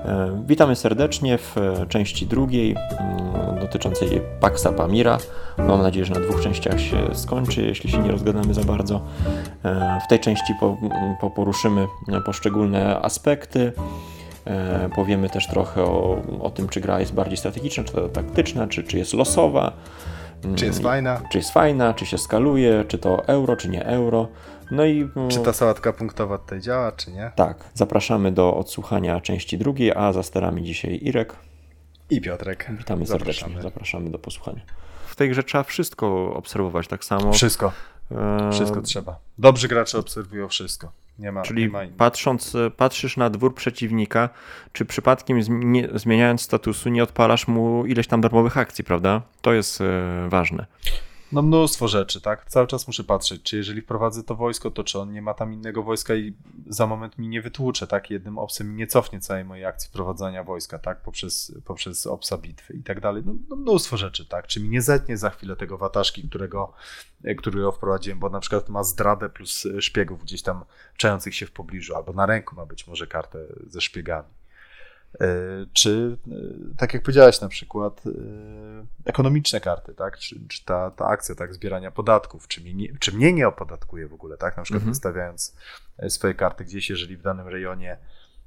Witamy serdecznie w części drugiej dotyczącej Paxa Pamira. Mam nadzieję, że na 2 częściach się skończy, jeśli się nie rozgadamy za bardzo. W tej części poruszymy poszczególne aspekty. Powiemy też trochę o tym, czy gra jest bardziej strategiczna, czy taktyczna, czy jest losowa. Czy jest fajna. Czy jest fajna, czy się skaluje, czy to euro, czy nie euro. No i czy ta sałatka punktowa tutaj działa, czy nie? Tak, zapraszamy do odsłuchania części drugiej, a za sterami dzisiaj Irek i Piotrek. Witamy serdecznie, zapraszamy do posłuchania. W tej grze trzeba wszystko obserwować tak samo. Wszystko trzeba. Dobrzy gracze obserwują wszystko. Czyli patrzysz na dwór przeciwnika, czy przypadkiem zmieniając statusu nie odpalasz mu ileś tam darmowych akcji, prawda? To jest ważne. No mnóstwo rzeczy, tak? Cały czas muszę patrzeć, czy jeżeli wprowadzę to wojsko, to czy on nie ma tam innego wojska i za moment mi nie wytłucze, tak? Jednym obsem mi nie cofnie całej mojej akcji wprowadzania wojska, tak? Poprzez obsa bitwy i tak dalej. No mnóstwo rzeczy, tak? Czy mi nie zetnie za chwilę tego wataszki, którego wprowadziłem, bo na przykład ma zdradę plus szpiegów gdzieś tam czających się w pobliżu, albo na ręku ma być może kartę ze szpiegami. Czy, tak jak powiedziałeś na przykład, ekonomiczne karty, tak? Czy ta akcja tak, zbierania podatków, czy mnie nie opodatkuje w ogóle, tak? Na przykład wystawiając swoje karty gdzieś, jeżeli w danym rejonie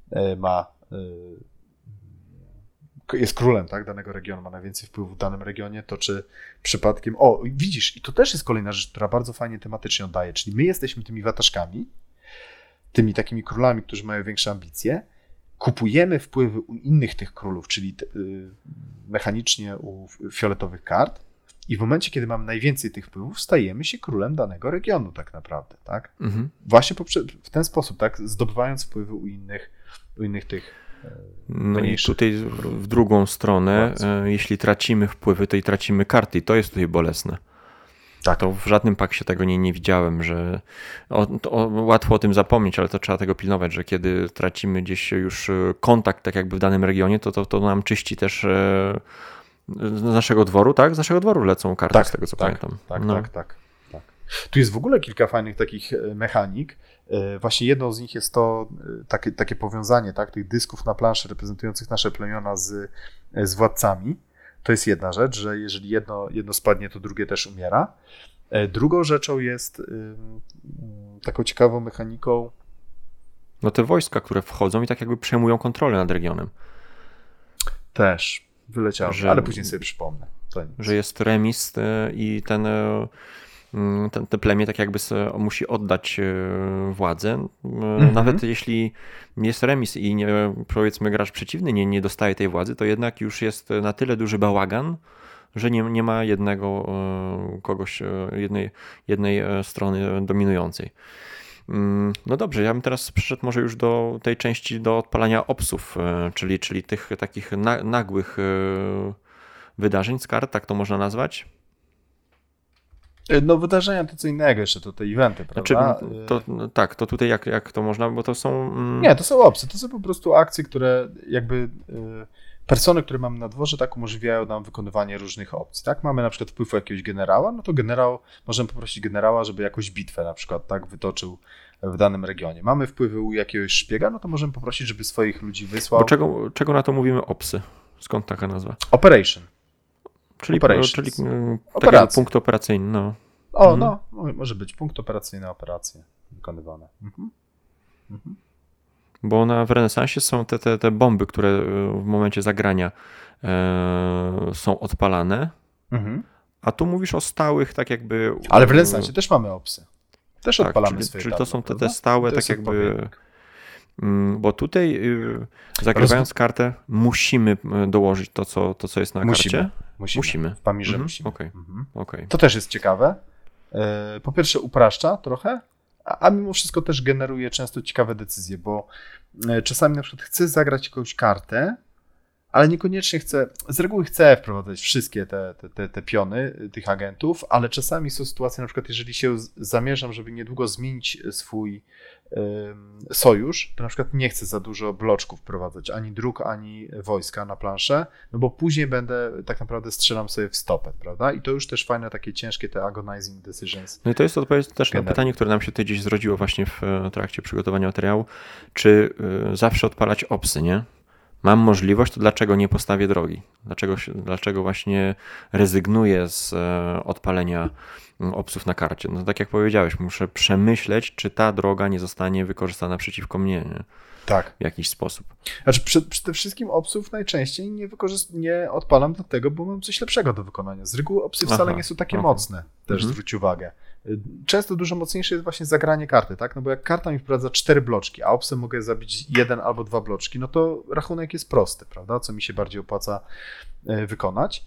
jest królem, tak? Danego regionu, ma najwięcej wpływu w danym regionie, to czy przypadkiem... O, widzisz, i to też jest kolejna rzecz, która bardzo fajnie tematycznie oddaje, czyli my jesteśmy tymi wataszkami, tymi takimi królami, którzy mają większe ambicje, kupujemy wpływy u innych tych królów, czyli mechanicznie u fioletowych kart i w momencie, kiedy mamy najwięcej tych wpływów, stajemy się królem danego regionu tak naprawdę, tak? Właśnie w ten sposób, tak? Zdobywając wpływy u innych tych No i tutaj w drugą stronę, jeśli tracimy wpływy, to i tracimy karty i to jest tutaj bolesne. Tak. To w żadnym paksie tego nie widziałem, że łatwo o tym zapomnieć, ale to trzeba tego pilnować, że kiedy tracimy gdzieś już kontakt tak jakby w danym regionie, to nam czyści też z naszego dworu, tak? Z naszego dworu lecą karty, z tego co pamiętam. Tak. Tu jest w ogóle kilka fajnych takich mechanik. Właśnie jedną z nich jest to takie powiązanie, tak? Tych dysków na planszy reprezentujących nasze plemiona z władcami. To jest jedna rzecz, że jeżeli jedno spadnie, to drugie też umiera. Drugą rzeczą jest taką ciekawą mechaniką. No te wojska, które wchodzą i tak jakby przejmują kontrolę nad regionem. Też wyleciało, ale później sobie przypomnę. Że jest remis i te plemię tak jakby musi oddać władzę. Nawet jeśli jest remis i powiedzmy gracz przeciwny nie dostaje tej władzy, to jednak już jest na tyle duży bałagan, że nie ma jednej strony dominującej. No dobrze, ja bym teraz przyszedł może już do tej części do odpalania opsów, czyli tych takich nagłych wydarzeń z kart, tak to można nazwać. No wydarzenia to co innego jeszcze, to te eventy, prawda? To tutaj jak to można, bo to są... Nie, to są opcje, to są po prostu akcje, które jakby persony, które mamy na dworze, tak umożliwiają nam wykonywanie różnych opcji, tak? Mamy na przykład wpływ jakiegoś generała, no to możemy poprosić generała, żeby jakąś bitwę na przykład tak wytoczył w danym regionie. Mamy wpływy u jakiegoś szpiega, no to możemy poprosić, żeby swoich ludzi wysłał. Bo czego na to mówimy opsy? Skąd taka nazwa? Operation. Czyli taki punkt operacyjny. Może być punkt operacyjny, operacje wykonywane. Bo w renesansie są te bomby, które w momencie zagrania są odpalane, a tu mówisz o stałych tak jakby... Ale w renesansie też mamy opsy. Też odpalamy swoje czyli to są te stałe tak jakby... Bo tutaj zagrywając kartę musimy dołożyć to co jest na karcie? Musimy. W Pamirze musimy. Okay. To też jest ciekawe. Po pierwsze upraszcza trochę, a mimo wszystko też generuje często ciekawe decyzje, bo czasami na przykład chcę zagrać jakąś kartę, ale niekoniecznie z reguły chcę wprowadzać wszystkie te piony tych agentów, ale czasami są sytuacje, na przykład jeżeli się zamierzam, żeby niedługo zmienić swój sojusz, to na przykład nie chcę za dużo bloczków wprowadzać, ani dróg, ani wojska na planszę, no bo później tak naprawdę strzelam sobie w stopę, prawda? I to już też fajne takie ciężkie te agonizing decisions. No i to jest odpowiedź też na pytanie, które nam się tutaj gdzieś zrodziło właśnie w trakcie przygotowania materiału, czy zawsze odpalać opsy, nie? mam możliwość, to dlaczego nie postawię drogi? Dlaczego właśnie rezygnuję z odpalenia opsów na karcie? No tak jak powiedziałeś, muszę przemyśleć, czy ta droga nie zostanie wykorzystana przeciwko mnie, nie? Tak. W jakiś sposób. Znaczy przede wszystkim opsów najczęściej nie odpalam dlatego, bo mam coś lepszego do wykonania. Z reguły opsy wcale nie są takie mocne, też zwróć uwagę. Często dużo mocniejsze jest właśnie zagranie karty, tak? No bo jak karta mi wprowadza 4 bloczki, a opsem mogę zabić 1 albo 2 bloczki, no to rachunek jest prosty, prawda? Co mi się bardziej opłaca wykonać.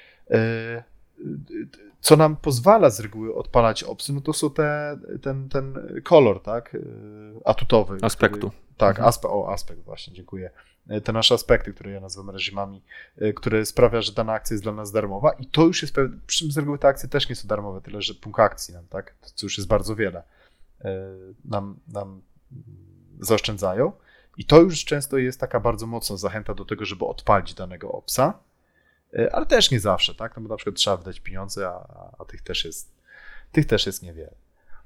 Co nam pozwala z reguły odpalać opsy, no to są ten kolor, tak? Atutowy. Aspektu. Tak, aspekt właśnie, dziękuję. Te nasze aspekty, które ja nazywam reżimami, które sprawia, że dana akcja jest dla nas darmowa i to już jest pewne, przy czym z reguły te akcje też nie są darmowe, tyle że punkt akcji nam, tak? Co już jest bardzo wiele, nam zaoszczędzają i to już często jest taka bardzo mocna zachęta do tego, żeby odpalić danego opsa, ale też nie zawsze, tak? No bo na przykład trzeba wydać pieniądze, a tych też jest niewiele.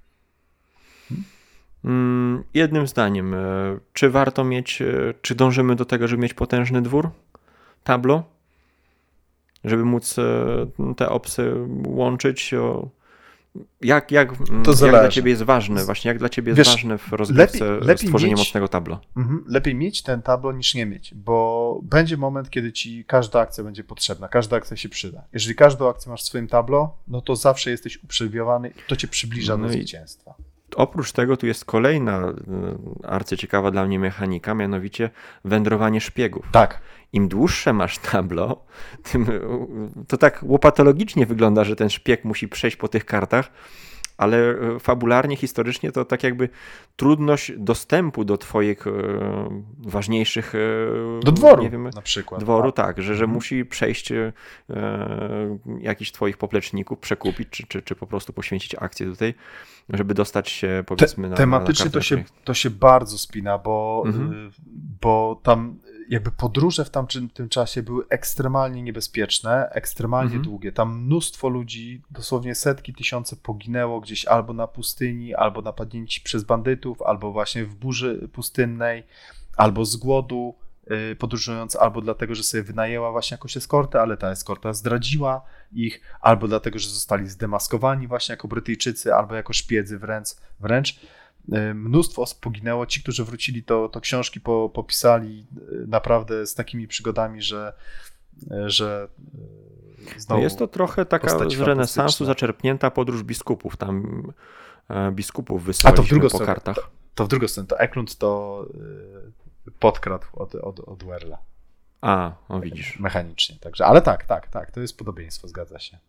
Jednym zdaniem, czy warto mieć, czy dążymy do tego, żeby mieć potężny dwór, tablo, żeby móc te opsy łączyć? Jak dla ciebie jest ważne, właśnie jak dla ciebie jest ważne w rozgrywce stworzenie mocnego tablo? Lepiej mieć ten tablo niż nie mieć, bo będzie moment, kiedy ci każda akcja będzie potrzebna, każda akcja się przyda. Jeżeli każdą akcję masz w swoim tablo, no to zawsze jesteś uprzywilejowany, to cię przybliża do zwycięstwa. Oprócz tego tu jest kolejna arcyciekawa dla mnie mechanika, mianowicie wędrowanie szpiegów. Tak. Im dłuższe masz tablo, tym to tak łopatologicznie wygląda, że ten szpieg musi przejść po tych kartach, ale fabularnie, historycznie to tak jakby trudność dostępu do twoich ważniejszych... Do dworu nie wiem, na przykład. Dworu, tak, że musi przejść jakichś twoich popleczników, przekupić, czy po prostu poświęcić akcję tutaj, żeby dostać się, powiedzmy, tematycznie na to się bardzo spina, bo tam jakby podróże w tym czasie były ekstremalnie niebezpieczne, ekstremalnie długie. Tam mnóstwo ludzi, dosłownie setki, tysiące poginęło gdzieś albo na pustyni, albo napadnięci przez bandytów, albo właśnie w burzy pustynnej, albo z głodu podróżując, albo dlatego, że sobie wynajęła właśnie jakąś eskortę, ale ta eskorta zdradziła ich, albo dlatego, że zostali zdemaskowani właśnie jako Brytyjczycy, albo jako szpiedzy wręcz. Mnóstwo osób poginęło. Ci, którzy wrócili, to książki popisali naprawdę z takimi przygodami, że znowu jest to trochę taka z renesansu zaczerpnięta podróż biskupów. Tam biskupów wysyłaliśmy po kartach. To w drugą stronę. To Eklund to podkradł od Werla. Widzisz. Mechanicznie. Także, ale tak. To jest podobieństwo, zgadza się.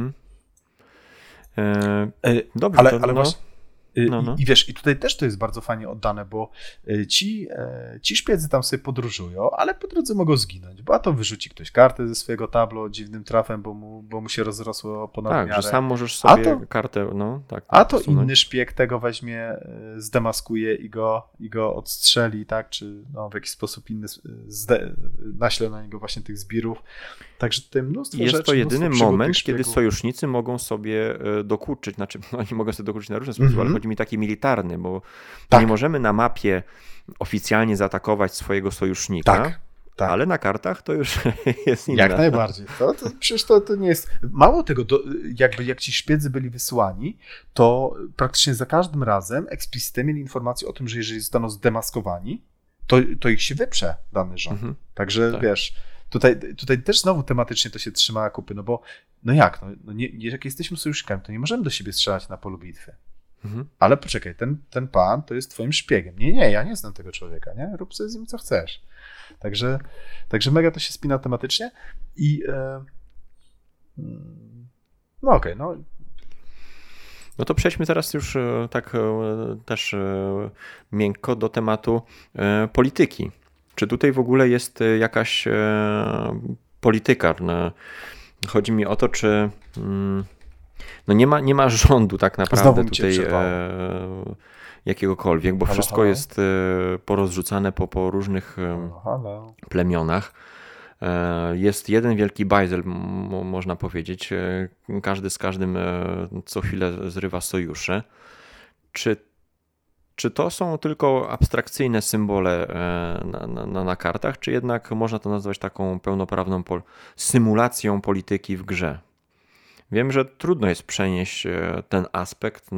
Dobrze, ale właśnie. I wiesz, i tutaj też to jest bardzo fajnie oddane, bo ci szpiedzy tam sobie podróżują, ale po drodze mogą zginąć, bo a to wyrzuci ktoś kartę ze swojego tablo dziwnym trafem, bo mu się rozrosło ponad miarę. Tak, że sam możesz sobie kartę, to inny szpieg tego weźmie, zdemaskuje i go odstrzeli, tak, czy w jakiś sposób inny naśle na niego właśnie tych zbirów. Także tutaj mnóstwo rzeczy. Jest to jedyny moment, kiedy sojusznicy mogą sobie dokuczyć, oni mogą sobie dokuczyć na różne sposoby, ale chodzi mi taki militarny, bo nie możemy na mapie oficjalnie zaatakować swojego sojusznika, tak. Ale na kartach to już jest inne. Jak najbardziej. Przecież to nie jest... Mało tego, jak ci szpiedzy byli wysłani, to praktycznie za każdym razem eksplicytnie mieli informację o tym, że jeżeli zostaną zdemaskowani, to ich się wyprze dany rząd. Także wiesz... Tutaj też znowu tematycznie to się trzyma kupy, bo jak jesteśmy sojusznikami, to nie możemy do siebie strzelać na polu bitwy. Ale poczekaj, ten pan to jest twoim szpiegiem. Nie, ja nie znam tego człowieka, nie? Rób sobie z nim co chcesz. Także mega to się spina tematycznie i No to przejdźmy teraz już tak też miękko do tematu polityki. Czy tutaj w ogóle jest jakaś polityka? Chodzi mi o to, czy nie ma rządu tak naprawdę tutaj jakiegokolwiek, bo wszystko jest porozrzucane po różnych plemionach. Jest jeden wielki bajzel, można powiedzieć. Każdy z każdym co chwilę zrywa sojusze. Czy czy to są tylko abstrakcyjne symbole na kartach, czy jednak można to nazwać taką pełnoprawną symulacją polityki w grze? Wiem, że trudno jest przenieść ten aspekt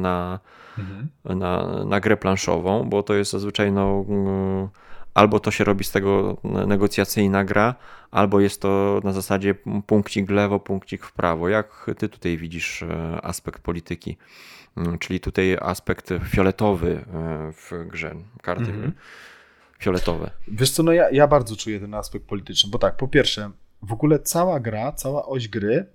na grę planszową, bo to jest zazwyczaj albo to się robi z tego negocjacyjna gra, albo jest to na zasadzie punkcik w lewo, punkcik w prawo. Jak ty tutaj widzisz aspekt polityki? Czyli tutaj aspekt fioletowy w grze, karty fioletowe. Wiesz co, no ja bardzo czuję ten aspekt polityczny, bo tak, po pierwsze, w ogóle cała gra, cała oś gry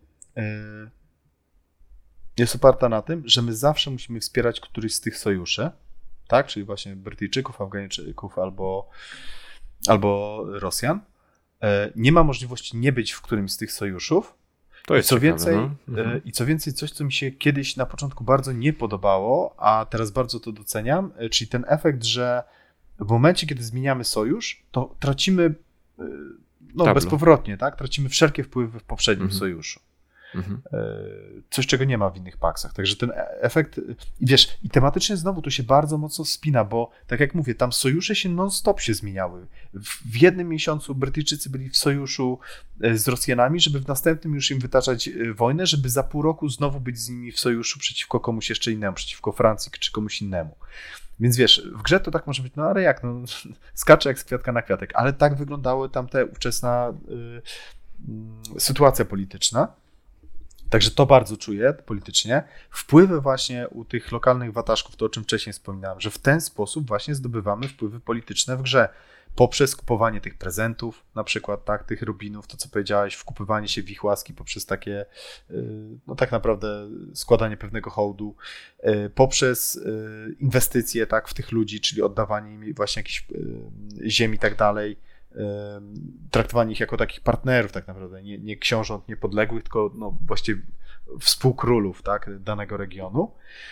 jest oparta na tym, że my zawsze musimy wspierać któryś z tych sojuszy, tak, czyli właśnie Brytyjczyków, Afgańczyków albo Rosjan. Nie ma możliwości nie być w którymś z tych sojuszów. To jest ciekawe, I co więcej, coś, co mi się kiedyś na początku bardzo nie podobało, a teraz bardzo to doceniam, czyli ten efekt, że w momencie, kiedy zmieniamy sojusz, to tracimy bezpowrotnie, tak? Tracimy wszelkie wpływy w poprzednim sojuszu. Coś, czego nie ma w innych paksach. Także ten efekt, wiesz, i tematycznie znowu to się bardzo mocno spina, bo tak jak mówię, tam sojusze się non-stop się zmieniały. W jednym miesiącu Brytyjczycy byli w sojuszu z Rosjanami, żeby w następnym już im wytaczać wojnę, żeby za pół roku znowu być z nimi w sojuszu przeciwko komuś jeszcze innemu, przeciwko Francji czy komuś innemu. Więc wiesz, w grze to tak może być, no ale jak, no, skacze jak z kwiatka na kwiatek, ale tak wyglądały tamte ówczesna sytuacja polityczna. Także to bardzo czuję politycznie. Wpływy właśnie u tych lokalnych wataszków, to o czym wcześniej wspominałem, że w ten sposób właśnie zdobywamy wpływy polityczne w grze. Poprzez kupowanie tych prezentów, na przykład tak, tych rubinów, to co powiedziałeś, wkupywanie się w ich łaski poprzez takie, no tak naprawdę składanie pewnego hołdu, poprzez inwestycje tak w tych ludzi, czyli oddawanie im właśnie jakichś ziem i tak dalej, traktowanie ich jako takich partnerów tak naprawdę, nie książąt niepodległych, tylko no, właściwie współkrólów tak, danego regionu.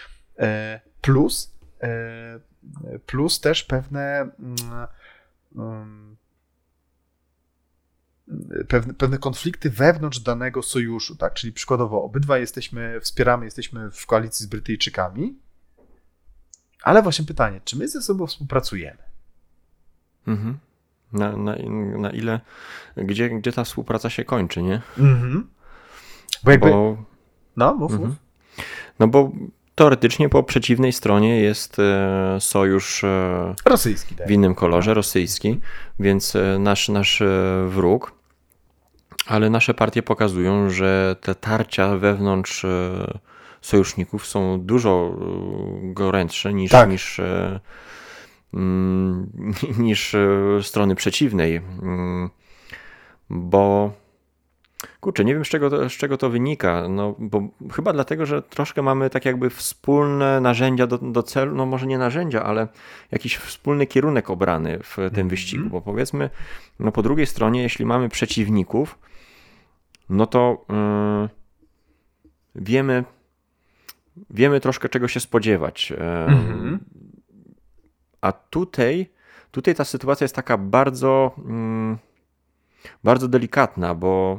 Plus też pewne konflikty wewnątrz danego sojuszu, tak? Czyli przykładowo obydwa jesteśmy w koalicji z Brytyjczykami, ale właśnie pytanie, czy my ze sobą współpracujemy? Na ile, gdzie ta współpraca się kończy, nie? Bo jakby... mów. No bo teoretycznie po przeciwnej stronie jest sojusz rosyjski, w innym kolorze, rosyjski, więc nasz wróg, ale nasze partie pokazują, że te tarcia wewnątrz sojuszników są dużo gorętsze niż strony przeciwnej, bo kurczę, nie wiem z czego to wynika, no bo chyba dlatego, że troszkę mamy tak jakby wspólne narzędzia do celu, no może nie narzędzia, ale jakiś wspólny kierunek obrany w tym wyścigu, bo powiedzmy, no po drugiej stronie, jeśli mamy przeciwników, no to wiemy troszkę czego się spodziewać. A tutaj ta sytuacja jest taka bardzo delikatna, bo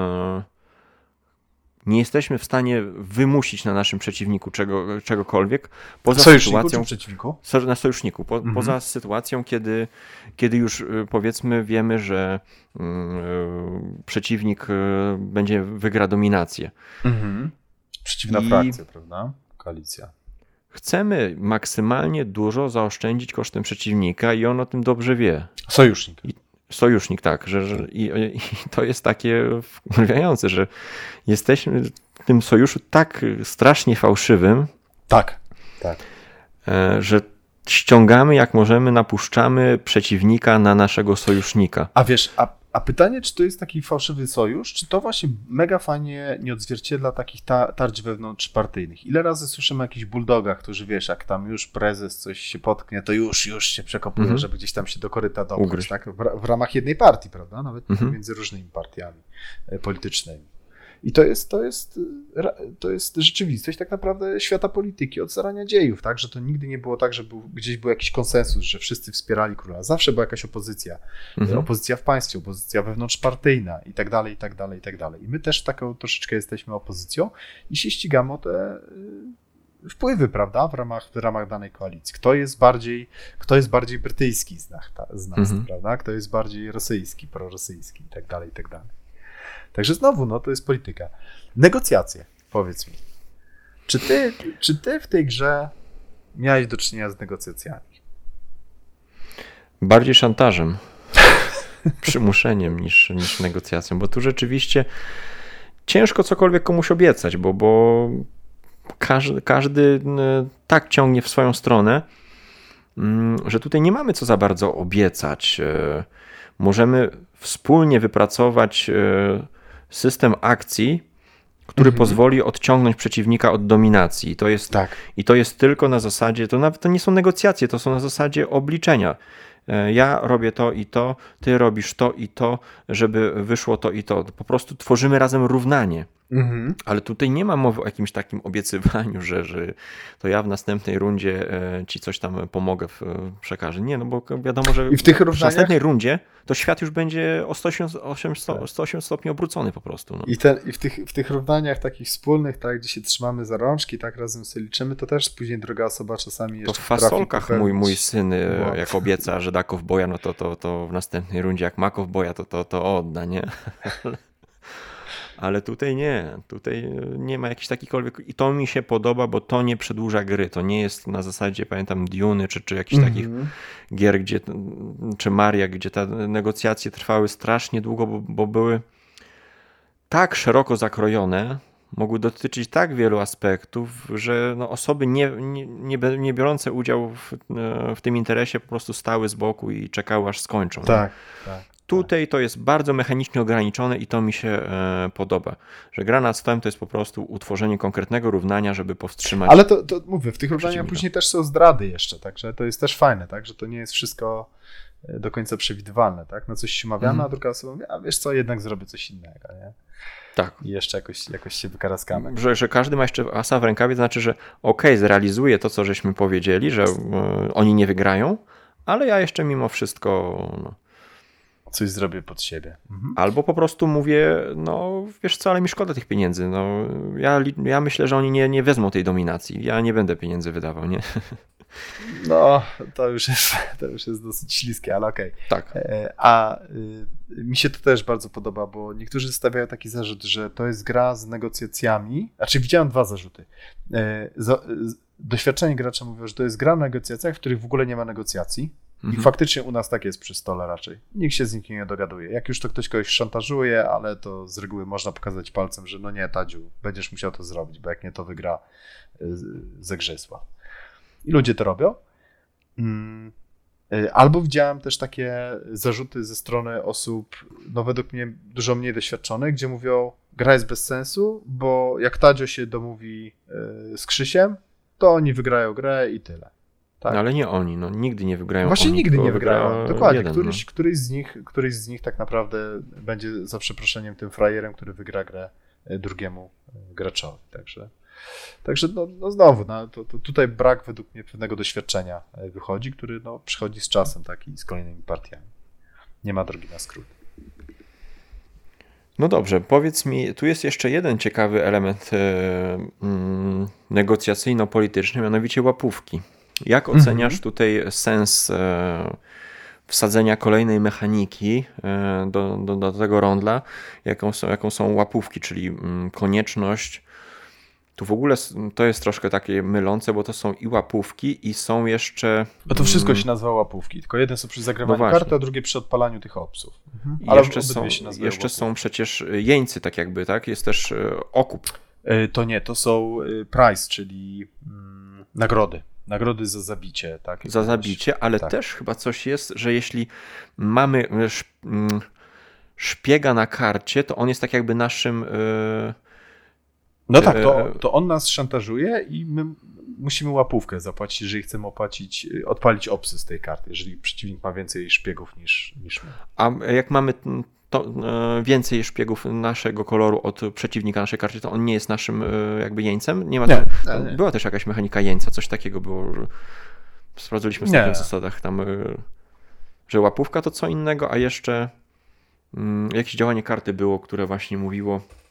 nie jesteśmy w stanie wymusić na naszym przeciwniku czegokolwiek poza sytuacją. Na sojuszniku. Poza sytuacją, kiedy już powiedzmy wiemy, że przeciwnik wygra dominację. Przeciwna frakcja, prawda? Koalicja. Chcemy maksymalnie dużo zaoszczędzić kosztem przeciwnika i on o tym dobrze wie. Sojusznik, tak. I to jest takie wkurwiające, że jesteśmy w tym sojuszu tak strasznie fałszywym, tak. że ściągamy jak możemy, napuszczamy przeciwnika na naszego sojusznika. A wiesz, a pytanie, czy to jest taki fałszywy sojusz, czy to właśnie mega fajnie nie odzwierciedla takich tarć wewnątrzpartyjnych? Ile razy słyszymy o jakichś bulldogach, którzy wiesz, jak tam już prezes coś się potknie, to już się przekopuje, żeby gdzieś tam się do koryta dopchać, tak? W ramach jednej partii, prawda? Nawet między różnymi partiami politycznymi. I to jest rzeczywistość tak naprawdę świata polityki od zarania dziejów, tak? Że to nigdy nie było tak, że gdzieś był jakiś konsensus, że wszyscy wspierali króla. Zawsze była jakaś opozycja. Opozycja w państwie, opozycja wewnątrzpartyjna i tak dalej, i tak dalej, i tak dalej. I my też taką troszeczkę jesteśmy opozycją i się ścigamy wpływy, prawda, w ramach danej koalicji. Kto jest bardziej brytyjski z nas, prawda? Kto jest bardziej rosyjski, prorosyjski i tak dalej, i tak dalej. Także znowu, no to jest polityka. Negocjacje, powiedz mi. Czy ty w tej grze miałeś do czynienia z negocjacjami? Bardziej szantażem, przymuszeniem niż negocjacją, bo tu rzeczywiście ciężko cokolwiek komuś obiecać, bo każdy tak ciągnie w swoją stronę, że tutaj nie mamy co za bardzo obiecać. Możemy wspólnie wypracować system akcji, który pozwoli odciągnąć przeciwnika od dominacji. I to jest tylko na zasadzie, to nie są negocjacje, to są na zasadzie obliczenia. Ja robię to i to, ty robisz to i to, żeby wyszło to i to. Po prostu tworzymy razem równanie. Ale tutaj nie ma mowy o jakimś takim obiecywaniu, że to ja w następnej rundzie ci coś tam pomogę, przekażę. Nie, no bo wiadomo, że w następnej rundzie to świat już będzie o 180 stopni obrócony po prostu. No. I w tych równaniach takich wspólnych, tak, gdzie się trzymamy za rączki, tak razem sobie liczymy, to też później druga osoba czasami jeszcze to w fasolkach mój syn jak obieca, że da kowboja, no to w następnej rundzie jak ma kowboja, to odda, nie? Ale tutaj nie ma jakichś takikolwiek, i to mi się podoba, bo to nie przedłuża gry, to nie jest na zasadzie, pamiętam, Duny, czy jakichś takich gier, czy Maria, gdzie te negocjacje trwały strasznie długo, bo były tak szeroko zakrojone, mogły dotyczyć tak wielu aspektów, że osoby nie biorące udziału w tym interesie po prostu stały z boku i czekały, aż skończą. Tak. Tutaj to jest bardzo mechanicznie ograniczone i to mi się podoba, że gra nad stołem to jest po prostu utworzenie konkretnego równania, żeby powstrzymać. Ale to mówię, w tych równaniach później też są zdrady jeszcze, także to jest też fajne, tak, że to nie jest wszystko do końca przewidywalne, tak, na coś się umawiamy, a druga osoba mówi, a wiesz co, jednak zrobię coś innego, nie? Tak. I jeszcze jakoś się wykaraskamy. Że każdy ma jeszcze asa w rękawie, to znaczy, że zrealizuje to, co żeśmy powiedzieli, że oni nie wygrają, ale ja jeszcze mimo wszystko coś zrobię pod siebie. Albo po prostu mówię, wiesz co, ale mi szkoda tych pieniędzy. Ja myślę, że oni nie wezmą tej dominacji. Ja nie będę pieniędzy wydawał, nie? No, to już jest dosyć śliskie, ale okej. Tak. Mi się to też bardzo podoba, bo niektórzy stawiają taki zarzut, że to jest gra z negocjacjami. Znaczy widziałem dwa zarzuty. Doświadczenie gracza mówią, że to jest gra na negocjacjach, w których w ogóle nie ma negocjacji. I faktycznie u nas tak jest przy stole raczej. Nikt się z nikim nie dogaduje. Jak już to ktoś kogoś szantażuje, ale to z reguły można pokazać palcem, że no nie, Tadziu, będziesz musiał to zrobić, bo jak nie, to wygra Zegrzysław. I ludzie to robią. Albo widziałem też takie zarzuty ze strony osób, według mnie dużo mniej doświadczonych, gdzie mówią, gra jest bez sensu, bo jak Tadzio się domówi z Krzysiem, to oni wygrają grę i tyle. Tak. Ale nie oni, nigdy nie wygrają. Właśnie oni, nigdy nie wygrają. Dokładnie. Jeden, któryś z nich tak naprawdę będzie za przeproszeniem tym frajerem, który wygra grę drugiemu graczowi. Także znowu, tutaj brak według mnie pewnego doświadczenia wychodzi, który przychodzi z czasem, tak, i z kolejnymi partiami. Nie ma drogi na skrót. No dobrze, powiedz mi, tu jest jeszcze jeden ciekawy element negocjacyjno-polityczny, mianowicie łapówki. Jak oceniasz tutaj sens wsadzenia kolejnej mechaniki do tego rondla, jaką są łapówki, czyli konieczność. Tu w ogóle to jest troszkę takie mylące, bo to są i łapówki, i są jeszcze... No to wszystko się nazywa łapówki, tylko jeden są przy zagrywaniu karty, a drugie przy odpalaniu tych opsów. Ale jeszcze są przecież jeńcy, tak jakby, tak? Jest też okup. To nie, to są prize, czyli nagrody. Nagrody za zabicie, tak? Za zabicie, ale też chyba coś jest, że jeśli mamy szpiega na karcie, to on jest tak jakby naszym... No tak, to on nas szantażuje i my musimy łapówkę zapłacić, jeżeli chcemy odpalić opsy z tej karty, jeżeli przeciwnik ma więcej szpiegów niż my. A jak mamy więcej szpiegów naszego koloru od przeciwnika naszej karty, to on nie jest naszym jakby jeńcem? Nie. Była też jakaś mechanika jeńca, coś takiego było. Sprawdziliśmy w takich zasadach tam, że łapówka to co innego, a jeszcze jakieś działanie karty było, które właśnie mówiło,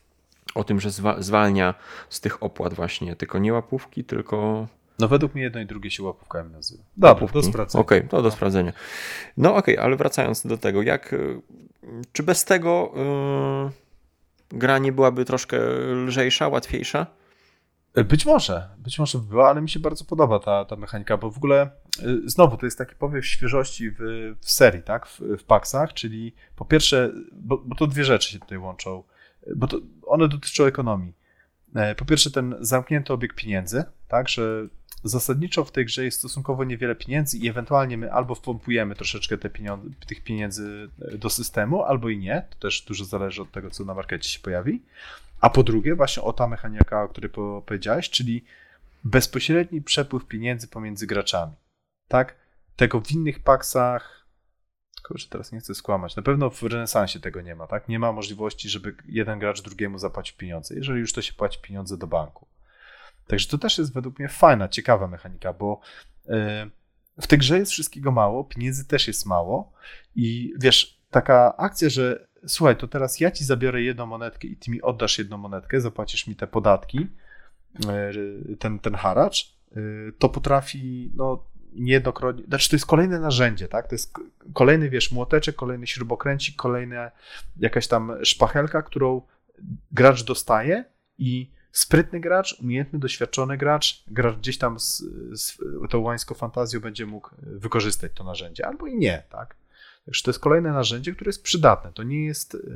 o tym, że zwalnia z tych opłat właśnie, tylko nie łapówki, tylko... No według mnie jedno i drugie się łapówkami nazywa. Dobra, do sprawdzenia. Okej, to do sprawdzenia. No okej, ale wracając do tego, czy bez tego gra nie byłaby troszkę lżejsza, łatwiejsza? Być może by była, ale mi się bardzo podoba ta mechanika, bo w ogóle znowu to jest taki powiew świeżości w serii, tak, w paksach, czyli po pierwsze, bo to dwie rzeczy się tutaj łączą, bo one dotyczą ekonomii. Po pierwsze ten zamknięty obieg pieniędzy, tak, że zasadniczo w tej grze jest stosunkowo niewiele pieniędzy i ewentualnie my albo wpompujemy troszeczkę tych pieniędzy do systemu, albo i nie, to też dużo zależy od tego, co na markecie się pojawi. A po drugie, właśnie ta mechanika, o której powiedziałeś, czyli bezpośredni przepływ pieniędzy pomiędzy graczami. Tak? Tego w innych paksach, kurczę, teraz nie chcę skłamać, na pewno w renesansie tego nie ma. Tak? Nie ma możliwości, żeby jeden gracz drugiemu zapłacił pieniądze. Jeżeli już to się płaci pieniądze do banku. Także to też jest według mnie fajna, ciekawa mechanika, bo w tej grze jest wszystkiego mało, pieniędzy też jest mało i wiesz, taka akcja, że słuchaj, to teraz ja ci zabiorę jedną monetkę i ty mi oddasz jedną monetkę, zapłacisz mi te podatki, ten haracz, to potrafi, no niejednokrotnie, znaczy to jest kolejne narzędzie, tak? To jest kolejny, wiesz, młoteczek, kolejny śrubokręcik, kolejna jakaś tam szpachelka, którą gracz dostaje i sprytny gracz, umiejętny, doświadczony gracz gdzieś tam z tą łańską fantazją będzie mógł wykorzystać to narzędzie, albo i nie, tak? Także to jest kolejne narzędzie, które jest przydatne. To nie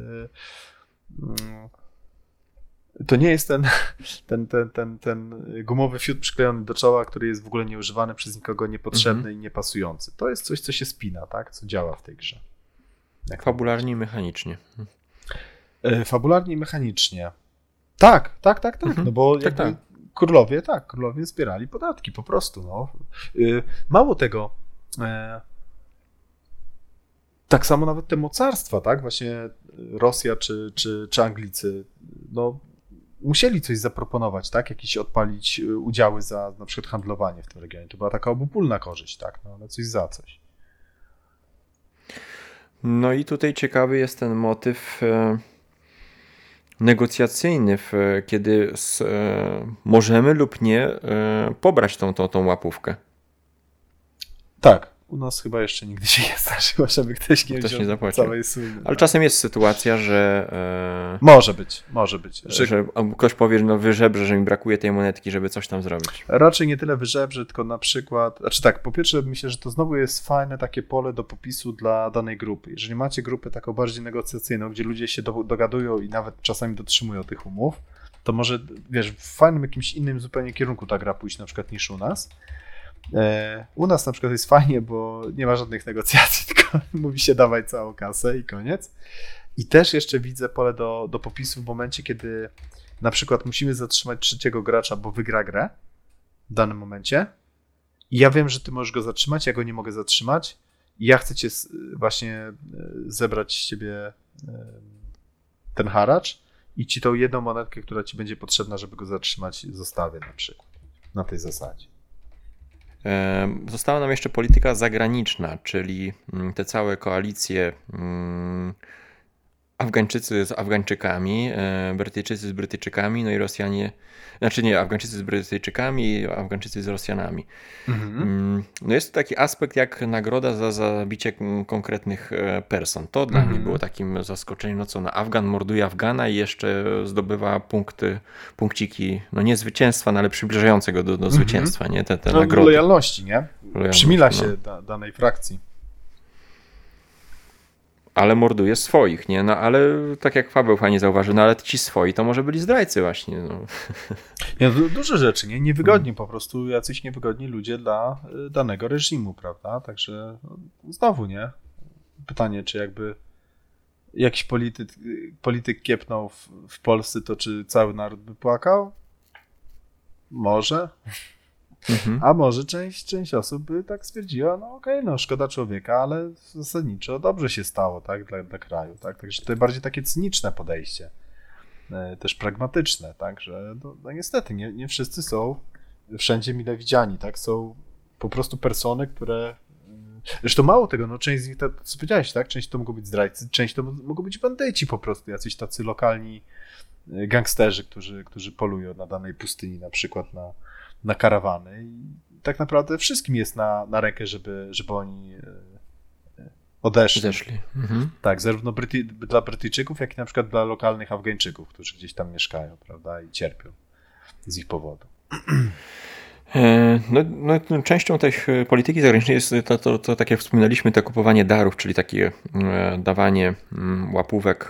jest ten gumowy fiut przyklejony do czoła, który jest w ogóle nieużywany przez nikogo, niepotrzebny i niepasujący. To jest coś, co się spina, tak? Co działa w tej grze. Fabularnie i mechanicznie. Fabularnie i mechanicznie. Tak. No bo tak. Królowie zbierali podatki po prostu. No. Mało tego, tak samo nawet te mocarstwa, tak? Właśnie Rosja czy Anglicy, no musieli coś zaproponować, tak? Jakieś odpalić udziały za na przykład handlowanie w tym regionie. To była taka obopólna korzyść, tak? No ale coś za coś. No i tutaj ciekawy jest ten motyw negocjacyjny, kiedy możemy lub nie pobrać tą łapówkę. Tak. U nas chyba jeszcze nigdy się nie zdarzyło, żeby ktoś nie wziął całej sumy. Ale czasem jest sytuacja, że... Może być. Że ktoś powie, że wyżebrze, że mi brakuje tej monetki, żeby coś tam zrobić. Raczej nie tyle wyżebrze, tylko na przykład... Znaczy tak, po pierwsze myślę, że to znowu jest fajne takie pole do popisu dla danej grupy. Jeżeli macie grupę taką bardziej negocjacyjną, gdzie ludzie się dogadują i nawet czasami dotrzymują tych umów, to może, wiesz, w fajnym jakimś innym zupełnie kierunku ta gra pójść na przykład niż u nas. U nas na przykład jest fajnie, bo nie ma żadnych negocjacji, tylko mówi się dawaj całą kasę i koniec. I też jeszcze widzę pole do popisu w momencie, kiedy na przykład musimy zatrzymać trzeciego gracza, bo wygra grę w danym momencie i ja wiem, że ty możesz go zatrzymać, ja go nie mogę zatrzymać i ja chcę cię właśnie zebrać z ciebie ten haracz i ci tą jedną monetkę, która ci będzie potrzebna, żeby go zatrzymać, zostawię na przykład na tej zasadzie. Została nam jeszcze polityka zagraniczna, czyli te całe koalicje Afgańczycy z Afgańczykami, Brytyjczycy z Brytyjczykami, no i Rosjanie, znaczy nie, Afgańczycy z Brytyjczykami, Afgańczycy z Rosjanami. No jest to taki aspekt jak nagroda za zabicie konkretnych person. To dla mnie było takim zaskoczeniem, no co, no Afgan morduje Afgana i jeszcze zdobywa punkciki, no nie zwycięstwa, no ale przybliżające go do zwycięstwa, nie? Te nagrody. Lojalności, nie? Przymila się danej frakcji. Ale morduje swoich, nie? No ale tak jak Paweł fajnie zauważył, no ale ci swoi to może byli zdrajcy właśnie. No. Nie, duże rzeczy, nie? Niewygodni po prostu, jacyś niewygodni ludzie dla danego reżimu, prawda? Także no, znowu, nie? Pytanie, czy jakby jakiś polityk kiepnął w Polsce, to czy cały naród by płakał? Może. A może część osób by tak stwierdziła, no okej, no szkoda człowieka, ale zasadniczo dobrze się stało, tak, dla kraju, tak, także to jest bardziej takie cyniczne podejście, też pragmatyczne, tak, że no niestety nie wszyscy są wszędzie mile widziani, tak, są po prostu persony, które, zresztą mało tego, no część z nich, co powiedziałeś, tak, część to mogą być zdrajcy, część to mogą być bandyci po prostu, jacyś tacy lokalni gangsterzy, którzy polują na danej pustyni, na przykład na karawany. I tak naprawdę wszystkim jest na rękę, żeby oni odeszli. Tak, zarówno dla Brytyjczyków, jak i na przykład dla lokalnych Afgańczyków, którzy gdzieś tam mieszkają, prawda, i cierpią z ich powodu. Częścią tej polityki zagranicznej jest to, tak jak wspominaliśmy, to kupowanie darów, czyli takie dawanie łapówek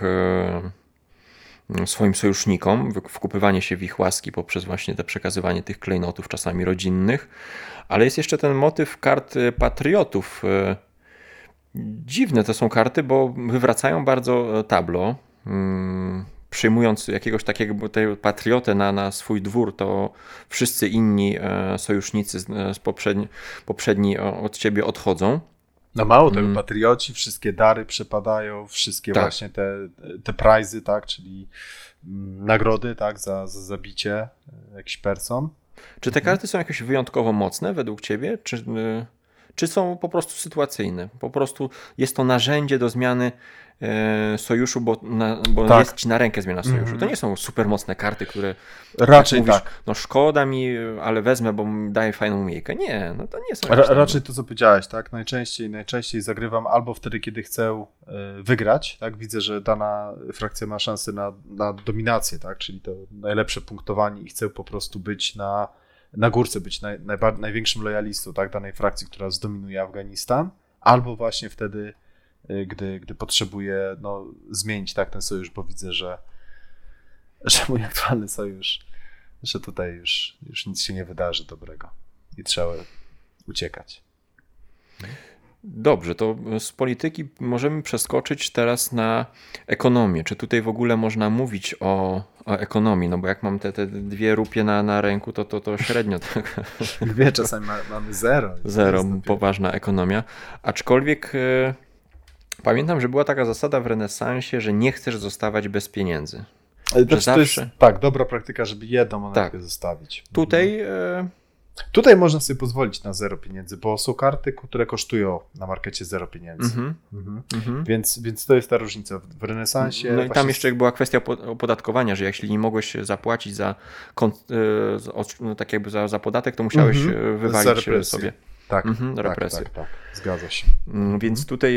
swoim sojusznikom, wkupywanie się w ich łaski poprzez właśnie te przekazywanie tych klejnotów, czasami rodzinnych, ale jest jeszcze ten motyw kart patriotów. Dziwne to są karty, bo wywracają bardzo tablo. Przyjmując jakiegoś takiego patriotę na swój dwór, to wszyscy inni sojusznicy poprzedni od ciebie odchodzą. No mało tego, patrioci, wszystkie dary przepadają, wszystkie właśnie te prizy, tak, czyli nagrody, tak, za zabicie jakichś person. Czy te karty są jakoś wyjątkowo mocne według ciebie? Czy są po prostu sytuacyjne? Po prostu jest to narzędzie do zmiany sojuszu, bo jest ci na rękę zmiana sojuszu. To nie są super mocne karty, które raczej mówisz, tak. No szkoda mi, ale wezmę, bo mi daje fajną umiejkę. Nie, no to nie są. Raczej to, co powiedziałeś, tak? Najczęściej zagrywam albo wtedy, kiedy chcę wygrać, tak? Widzę, że dana frakcja ma szansę na dominację, tak? Czyli to najlepsze punktowanie i chcę po prostu być na górce, być największym lojalistą, tak? Danej frakcji, która zdominuje Afganistan, albo właśnie wtedy, gdy potrzebuję zmienić tak ten sojusz, bo widzę, że mój aktualny sojusz, że tutaj już nic się nie wydarzy dobrego i trzeba uciekać. Dobrze, to z polityki możemy przeskoczyć teraz na ekonomię. Czy tutaj w ogóle można mówić o ekonomii? No bo jak mam te 2 rupie na ręku, to średnio. Tak. 2, czasami mamy 0. Zero, poważna ekonomia. Aczkolwiek pamiętam, że była taka zasada w renesansie, że nie chcesz zostawać bez pieniędzy. To jest dobra praktyka, żeby jedną monetkę zostawić. Tutaj można sobie pozwolić na 0 pieniędzy, bo są karty, które kosztują na markecie 0 pieniędzy. Więc to jest ta różnica w renesansie. No i tam jeszcze była kwestia opodatkowania, że jeśli nie mogłeś zapłacić tak jakby za podatek, to musiałeś wywalić sobie. Tak, represję. Tak, zgadza się. Więc tutaj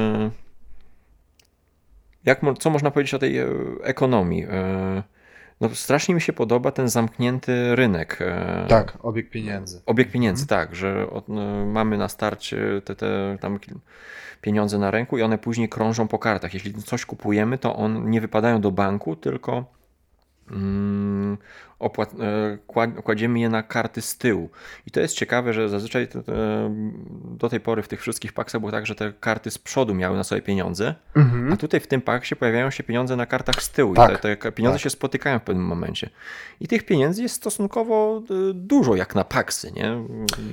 co można powiedzieć o tej ekonomii? No strasznie mi się podoba ten zamknięty rynek. Tak, obieg pieniędzy. Obieg pieniędzy, tak, że mamy na starcie te tam pieniądze na ręku i one później krążą po kartach. Jeśli coś kupujemy, to one nie wypadają do banku, tylko kładziemy je na karty z tyłu. I to jest ciekawe, że zazwyczaj do tej pory w tych wszystkich paksach było tak, że te karty z przodu miały na sobie pieniądze, a tutaj w tym paksie pojawiają się pieniądze na kartach z tyłu. Tak, i te pieniądze się spotykają w pewnym momencie. I tych pieniędzy jest stosunkowo dużo, jak na paksy, nie?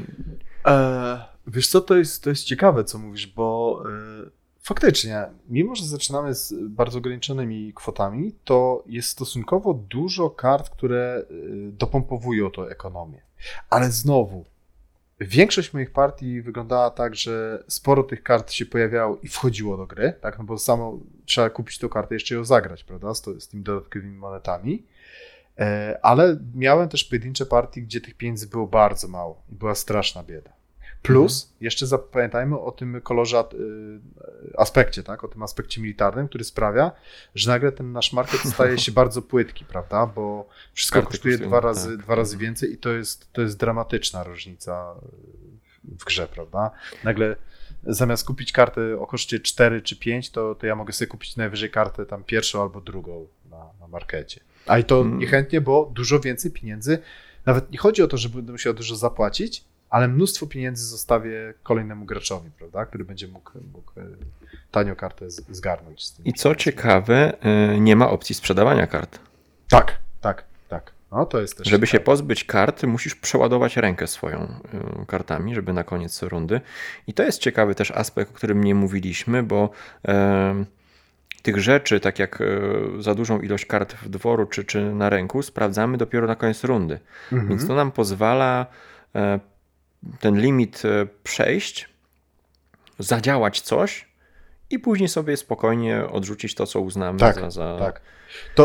Wiesz co, to jest ciekawe, co mówisz, bo faktycznie, mimo że zaczynamy z bardzo ograniczonymi kwotami, to jest stosunkowo dużo kart, które dopompowują tą ekonomię. Ale znowu, większość moich partii wyglądała tak, że sporo tych kart się pojawiało i wchodziło do gry, tak? No bo samo trzeba kupić tą kartę, jeszcze ją zagrać, prawda? Z tymi dodatkowymi monetami. Ale miałem też pojedyncze partie, gdzie tych pieniędzy było bardzo mało i była straszna bieda. Plus, jeszcze zapamiętajmy o tym kolorze aspekcie, tak? O tym aspekcie militarnym, który sprawia, że nagle ten nasz market staje się bardzo płytki, prawda? Bo wszystko kosztuje dwa razy więcej i to jest dramatyczna różnica w grze, prawda? Nagle zamiast kupić kartę o koszcie 4 czy 5, to ja mogę sobie kupić najwyżej kartę tam pierwszą albo drugą na markecie. A i to niechętnie, bo dużo więcej pieniędzy, nawet nie chodzi o to, że będę musiał dużo zapłacić, ale mnóstwo pieniędzy zostawię kolejnemu graczowi, prawda, który będzie mógł tanio kartę zgarnąć. Z tym I co ciekawe, nie ma opcji sprzedawania kart. Tak. No, to jest też żeby się pozbyć kart, musisz przeładować rękę swoją kartami, żeby na koniec rundy. I to jest ciekawy też aspekt, o którym nie mówiliśmy, bo tych rzeczy, tak jak za dużą ilość kart w dworu czy na ręku, sprawdzamy dopiero na koniec rundy. Więc to nam pozwala ten limit przejść, zadziałać coś i później sobie spokojnie odrzucić to, co uznamy za... Tak. To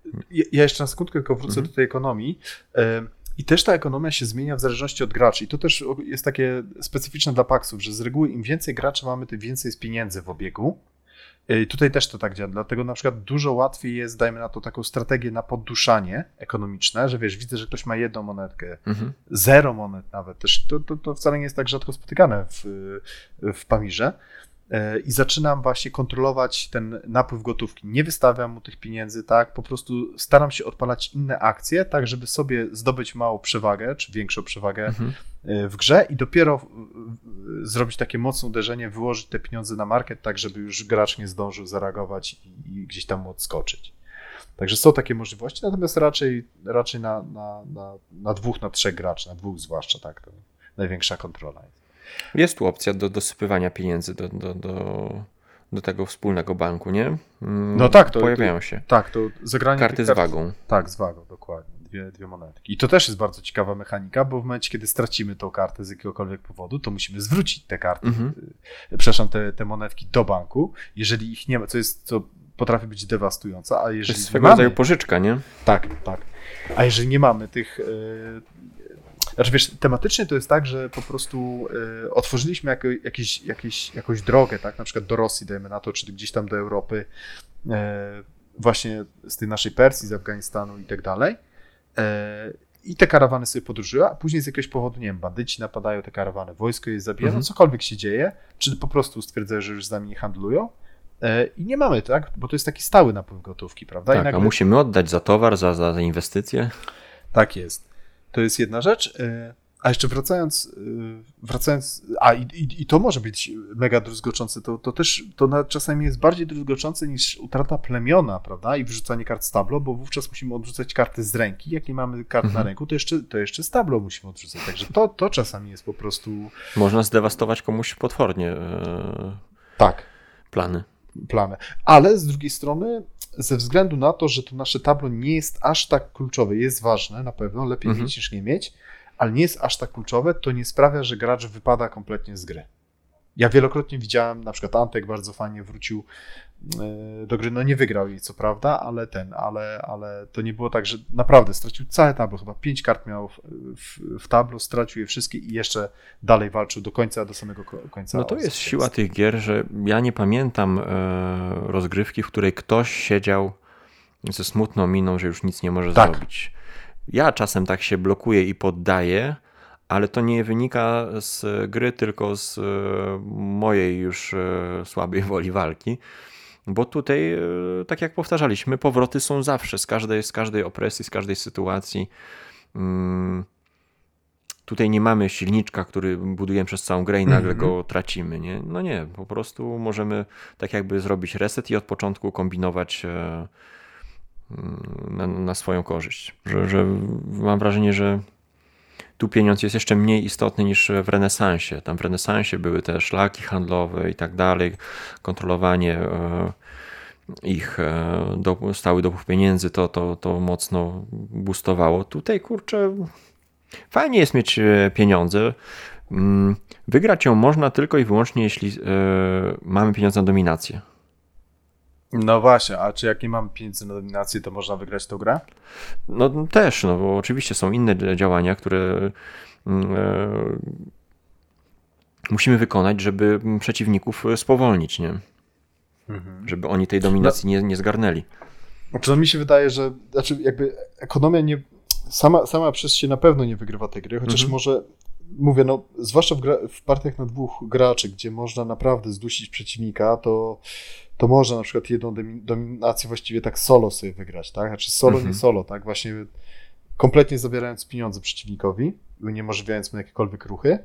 Ja jeszcze na sekundkę tylko wrócę do tej ekonomii. I też ta ekonomia się zmienia w zależności od graczy. I to też jest takie specyficzne dla paksów, że z reguły im więcej graczy mamy, tym więcej jest pieniędzy w obiegu. I tutaj też to tak działa. Dlatego na przykład dużo łatwiej jest, dajmy na to taką strategię na podduszanie ekonomiczne, że wiesz, widzę, że ktoś ma jedną monetkę, 0 monet nawet. Też to wcale nie jest tak rzadko spotykane w Pamirze. I zaczynam właśnie kontrolować ten napływ gotówki. Nie wystawiam mu tych pieniędzy, tak? Po prostu staram się odpalać inne akcje, tak żeby sobie zdobyć małą przewagę, czy większą przewagę w grze i dopiero zrobić takie mocne uderzenie, wyłożyć te pieniądze na market, tak żeby już gracz nie zdążył zareagować i gdzieś tam odskoczyć. Także są takie możliwości, natomiast raczej na 2, na 3 graczy, na 2 zwłaszcza, tak? To największa kontrola jest. Jest tu opcja do dosypywania pieniędzy do tego wspólnego banku, nie? No tak, pojawiają się. Tak, to zagranie karty z wagą. Tak, z wagą, dokładnie. Dwie monetki. I to też jest bardzo ciekawa mechanika, bo w momencie, kiedy stracimy tą kartę z jakiegokolwiek powodu, to musimy zwrócić te karty, przepraszam, te monetki do banku. Jeżeli ich nie ma, co potrafi być dewastujące, a jeżeli to jest swego rodzaju pożyczka, nie? Tak. A jeżeli nie mamy tych... Znaczy wiesz, tematycznie to jest tak, że po prostu otworzyliśmy jakąś drogę, tak, na przykład do Rosji, dajmy na to, czy gdzieś tam do Europy, właśnie z tej naszej Persji, z Afganistanu i tak dalej. I te karawany sobie podróżują, a później z jakiegoś powodu, nie wiem, bandyci napadają te karawany, wojsko je zabija, no cokolwiek się dzieje, czy po prostu stwierdzają, że już z nami nie handlują. I nie mamy, tak, bo to jest taki stały napływ gotówki, prawda? Tak, a musimy oddać za towar, za inwestycje. Tak jest. To jest jedna rzecz, a jeszcze wracając, i to może być mega druzgoczące, to też czasami jest bardziej druzgoczące niż utrata plemiona, prawda, i wyrzucanie kart z tablo, bo wówczas musimy odrzucać karty z ręki, jak nie mamy kart na ręku, to jeszcze z tablo musimy odrzucać, także to czasami jest po prostu... Można zdewastować komuś potwornie plany. Ale z drugiej strony, ze względu na to, że to nasze tablo nie jest aż tak kluczowe, jest ważne na pewno, lepiej mieć niż nie mieć, ale nie jest aż tak kluczowe, to nie sprawia, że gracz wypada kompletnie z gry. Ja wielokrotnie widziałem, na przykład Antek bardzo fajnie wrócił do gry, no nie wygrał jej co prawda, ale to nie było tak, że naprawdę stracił całe tablo, chyba 5 kart miał w tablo, stracił je wszystkie i jeszcze dalej walczył do samego końca. No to jest siła tych gier, że ja nie pamiętam rozgrywki, w której ktoś siedział ze smutną miną, że już nic nie może zrobić. Ja czasem tak się blokuję i poddaję, ale to nie wynika z gry, tylko z mojej już słabej woli walki. Bo tutaj, tak jak powtarzaliśmy, powroty są zawsze, z każdej opresji, z każdej sytuacji. Tutaj nie mamy silniczka, który budujemy przez całą grę i nagle go tracimy. Nie? No nie, po prostu możemy tak jakby zrobić reset i od początku kombinować na swoją korzyść. Że mam wrażenie, że tu pieniądz jest jeszcze mniej istotny niż w renesansie. Tam w renesansie były te szlaki handlowe i tak dalej, kontrolowanie ich stały dopływ pieniędzy, to mocno boostowało. Tutaj, kurczę, fajnie jest mieć pieniądze. Wygrać ją można tylko i wyłącznie, jeśli mamy pieniądze na dominację. No właśnie, a czy jak nie mamy pieniędzy na dominację, to można wygrać tę grę? No też, no bo oczywiście są inne działania, które musimy wykonać, żeby przeciwników spowolnić, nie? Żeby oni tej dominacji nie zgarnęli. Znaczy, no mi się wydaje, że jakby ekonomia sama przez się na pewno nie wygrywa tej gry, chociaż może, mówię, no zwłaszcza w partiach na 2 graczy, gdzie można naprawdę zdusić przeciwnika, to można na przykład jedną dominację właściwie tak solo sobie wygrać, tak? Znaczy solo, nie solo, tak? Właśnie kompletnie zabierając pieniądze przeciwnikowi, uniemożliwiając mu jakiekolwiek ruchy.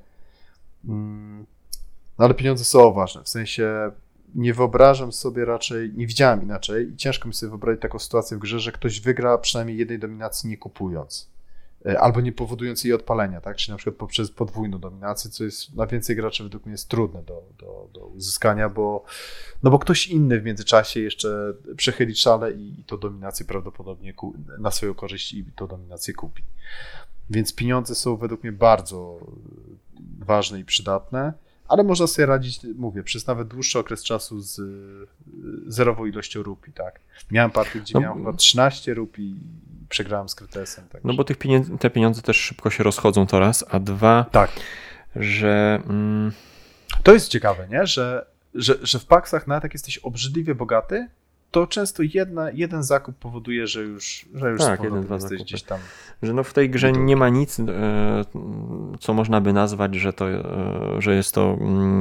No ale pieniądze są ważne, w sensie nie wyobrażam sobie raczej, nie widziałem inaczej i ciężko mi sobie wyobrazić taką sytuację w grze, że ktoś wygra przynajmniej jednej dominacji nie kupując. Albo nie powodując jej odpalenia, tak? Czyli na przykład poprzez podwójną dominację, co jest na więcej graczy według mnie jest trudne do uzyskania, bo ktoś inny w międzyczasie jeszcze przechyli szale i tą dominację prawdopodobnie na swoją korzyść i tą dominację kupi. Więc pieniądze są według mnie bardzo ważne i przydatne, ale można sobie radzić, mówię, przez nawet dłuższy okres czasu z zerową ilością rupii, tak. Miałem partię, gdzie miałem chyba 13 rupii i przegrałem z Kretesem. Tak. No bo te pieniądze też szybko się rozchodzą, to raz, a dwa, tak. Że... To jest ciekawe, nie? Że w paksach nawet jak jesteś obrzydliwie bogaty, to często jeden zakup powoduje, że już tak, jeden, dwa jesteś zakupy. Gdzieś tam. Że no w tej grze nie ma nic, co można by nazwać, że jest to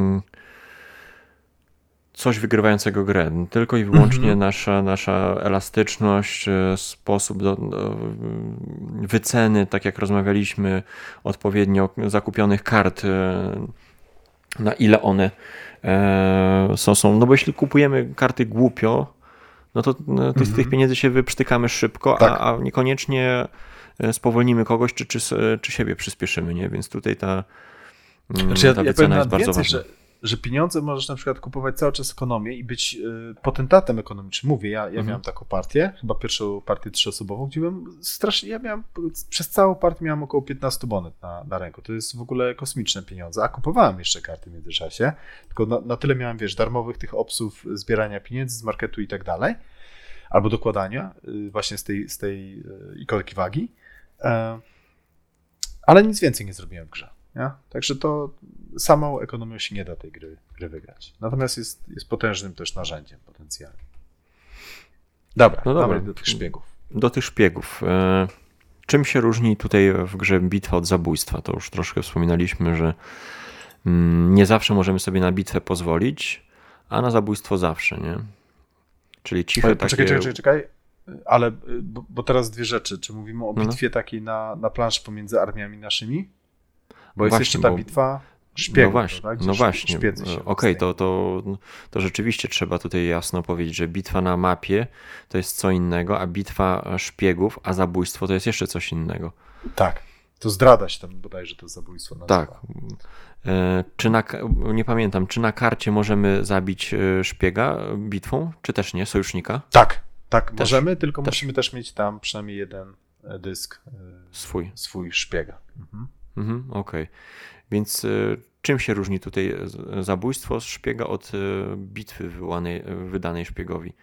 coś wygrywającego grę. Tylko i wyłącznie nasza elastyczność, sposób wyceny, tak jak rozmawialiśmy, odpowiednio zakupionych kart, na ile one są. No bo jeśli kupujemy karty głupio, no to z tych pieniędzy się wyprztykamy szybko, tak. a niekoniecznie spowolnimy kogoś, czy siebie przyspieszymy, nie? Więc tutaj ta wycena jest bardzo ważna. Że pieniądze możesz na przykład kupować cały czas ekonomię i być potentatem ekonomicznym. Mówię, ja miałem taką partię, chyba pierwszą partię 3-osobową, gdzie przez całą partię miałem około 15 monet na ręku. To jest w ogóle kosmiczne pieniądze, a kupowałem jeszcze karty w międzyczasie, tylko na tyle miałem, darmowych tych opsów zbierania pieniędzy z marketu i tak dalej, albo dokładania właśnie z tej ikonki wagi, ale nic więcej nie zrobiłem w grze. Nie? Także to samą ekonomią się nie da tej gry wygrać. Natomiast jest potężnym też narzędziem potencjalnie. Dobra, do tych szpiegów. Do tych szpiegów. Czym się różni tutaj w grze bitwa od zabójstwa? To już troszkę wspominaliśmy, że nie zawsze możemy sobie na bitwę pozwolić, a na zabójstwo zawsze, nie? Czyli ciche takie... Czekaj. Ale, bo teraz dwie rzeczy. Czy mówimy o bitwie takiej na planszy pomiędzy armiami naszymi? Bo jest jeszcze ta bitwa szpiegów. No właśnie. Okej, to rzeczywiście trzeba tutaj jasno powiedzieć, że bitwa na mapie to jest co innego, a bitwa szpiegów, a zabójstwo to jest jeszcze coś innego. Tak. To zdrada się tam bodajże to zabójstwo nazywa. Tak. Nie pamiętam, czy na karcie możemy zabić szpiega bitwą, czy też nie, sojusznika? Tak, możemy, tylko musimy też mieć tam przynajmniej jeden dysk swój szpiega. Okej. Więc czym się różni tutaj zabójstwo z szpiega od bitwy wydanej szpiegowi?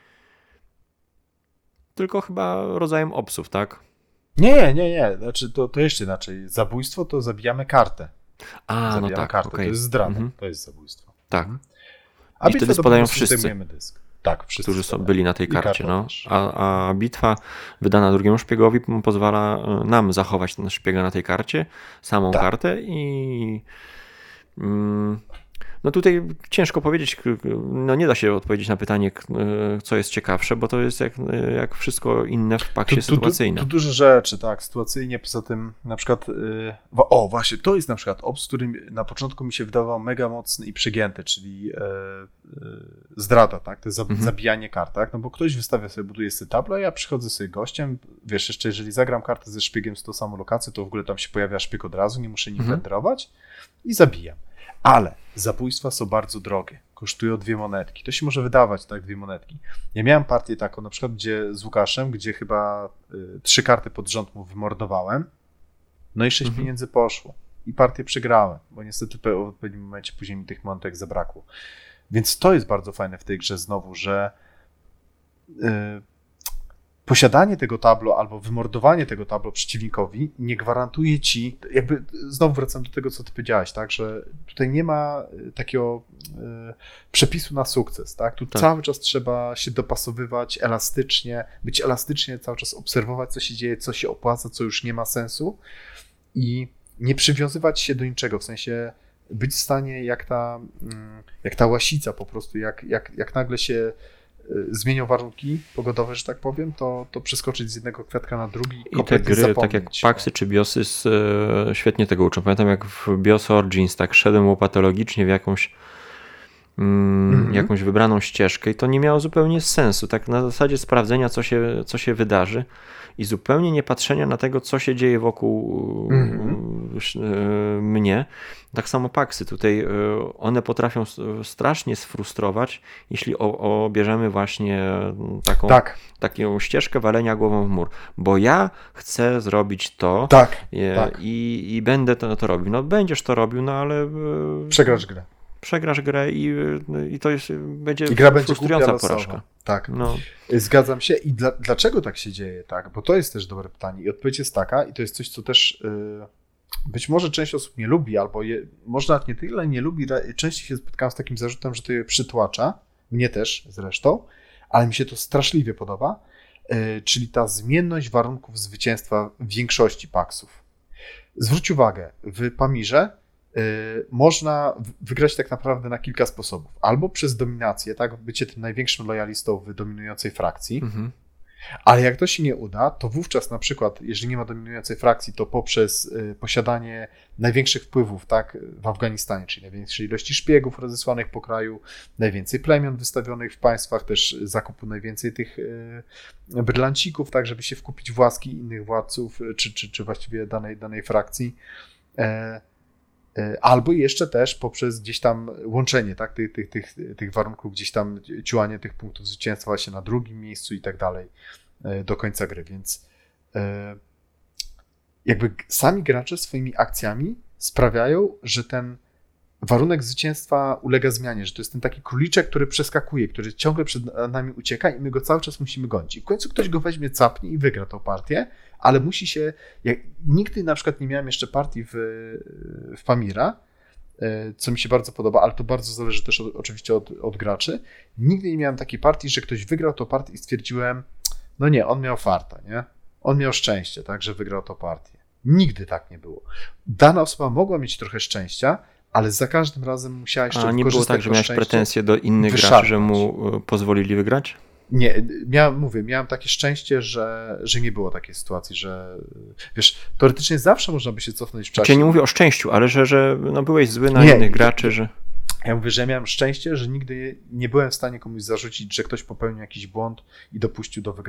Tylko chyba rodzajem opsów, tak? Nie. Znaczy to jeszcze inaczej. Zabójstwo to zabijamy kartę. No tak. Kartę. Okay. To jest zdrada. To jest zabójstwo. Tak. A i wtedy spadają wszyscy, dysk. Tak, wszyscy którzy byli na tej karcie. No. A bitwa wydana drugiemu szpiegowi pozwala nam zachować ten szpiega na tej karcie, samą kartę i no tutaj ciężko powiedzieć, no nie da się odpowiedzieć na pytanie, co jest ciekawsze, bo to jest jak wszystko inne w paksie sytuacyjnym. Tu duże rzeczy, tak, sytuacyjnie, poza tym na przykład, właśnie, to jest na przykład ops, który na początku mi się wydawał mega mocny i przegięty, czyli zdrada, tak, to jest zabijanie kart, tak, no bo ktoś wystawia sobie, buduje sobie tablo, ja przychodzę sobie gościem, wiesz, jeszcze jeżeli zagram kartę ze szpiegiem z tą samą lokację, to w ogóle tam się pojawia szpieg od razu, nie muszę nim wędrować i zabijam. Ale zabójstwa są bardzo drogie. Kosztują 2 monetki. To się może wydawać, tak, 2 monetki. Ja miałem partię taką, na przykład z Łukaszem, gdzie chyba 3 karty pod rząd mu wymordowałem. No i 6 pieniędzy poszło. I partię przegrałem, bo niestety w odpowiednim momencie później mi tych monetek zabrakło. Więc to jest bardzo fajne w tej grze znowu, że posiadanie tego tablo albo wymordowanie tego tablo przeciwnikowi nie gwarantuje ci, jakby znowu wracam do tego, co ty powiedziałeś, tak, że tutaj nie ma takiego przepisu na sukces, tak, tu cały czas trzeba się dopasowywać elastycznie, być elastycznie, cały czas obserwować, co się dzieje, co się opłaca, co już nie ma sensu i nie przywiązywać się do niczego, w sensie być w stanie jak ta łasica po prostu, jak nagle się zmienią warunki pogodowe, że tak powiem, to przeskoczyć z jednego kwiatka na drugi i te gry, tak jak Paxy czy Biosy, świetnie tego uczą. Pamiętam jak w Bios Origins tak szedłem łopatologicznie w jakąś wybraną ścieżkę i to nie miało zupełnie sensu. Tak na zasadzie sprawdzenia, co się wydarzy i zupełnie nie patrzenia na tego, co się dzieje wokół mnie. Tak samo Paxy. Tutaj one potrafią strasznie sfrustrować, jeśli obierzemy właśnie taką ścieżkę walenia głową w mur. Bo ja chcę zrobić to I będę to robił. No będziesz to robił, no ale... Przegrasz grę. Przegrasz grę i to będzie frustrująca porażka. Tak, Zgadzam się. I dlaczego tak się dzieje? Tak? Bo to jest też dobre pytanie. I odpowiedź jest taka, i to jest coś, co też być może część osób nie lubi, albo może nawet nie tyle nie lubi, częściej się spotkałem z takim zarzutem, że to je przytłacza, mnie też zresztą, ale mi się to straszliwie podoba, czyli ta zmienność warunków zwycięstwa w większości paksów. Zwróć uwagę, w Pamirze można wygrać tak naprawdę na kilka sposobów. Albo przez dominację, tak, bycie tym największym lojalistą w dominującej frakcji, ale jak to się nie uda, to wówczas na przykład, jeżeli nie ma dominującej frakcji, to poprzez posiadanie największych wpływów, tak, w Afganistanie, czyli największej ilości szpiegów rozesłanych po kraju, najwięcej plemion wystawionych w państwach, też zakupu najwięcej tych brylancików, tak, żeby się wkupić w łaski innych władców, czy właściwie danej frakcji. Albo jeszcze też poprzez gdzieś tam łączenie, tak, tych warunków, gdzieś tam ciułanie tych punktów zwycięstwa właśnie na drugim miejscu i tak dalej do końca gry, więc jakby sami gracze swoimi akcjami sprawiają, że ten warunek zwycięstwa ulega zmianie, że to jest ten taki króliczek, który przeskakuje, który ciągle przed nami ucieka i my go cały czas musimy gonić. I w końcu ktoś go weźmie, capnie i wygra tą partię, ale musi się... Nigdy na przykład nie miałem jeszcze partii w Pamira, co mi się bardzo podoba, ale to bardzo zależy też oczywiście od graczy. Nigdy nie miałem takiej partii, że ktoś wygrał tą partię i stwierdziłem, no nie, on miał farta, nie? On miał szczęście, tak, że wygrał tą partię. Nigdy tak nie było. Dana osoba mogła mieć trochę szczęścia, ale za każdym razem musiała jeszcze wykorzystać. A nie było tak, że miałeś pretensje do innych graczy, że mu pozwolili wygrać? Nie, miałem takie szczęście, że nie było takiej sytuacji, że wiesz, teoretycznie zawsze można by się cofnąć w czasie. Ja nie mówię o szczęściu, ale że byłeś zły na innych graczy, że... Ja mówię, że ja miałem szczęście, że nigdy nie byłem w stanie komuś zarzucić, że ktoś popełnił jakiś błąd i dopuścił do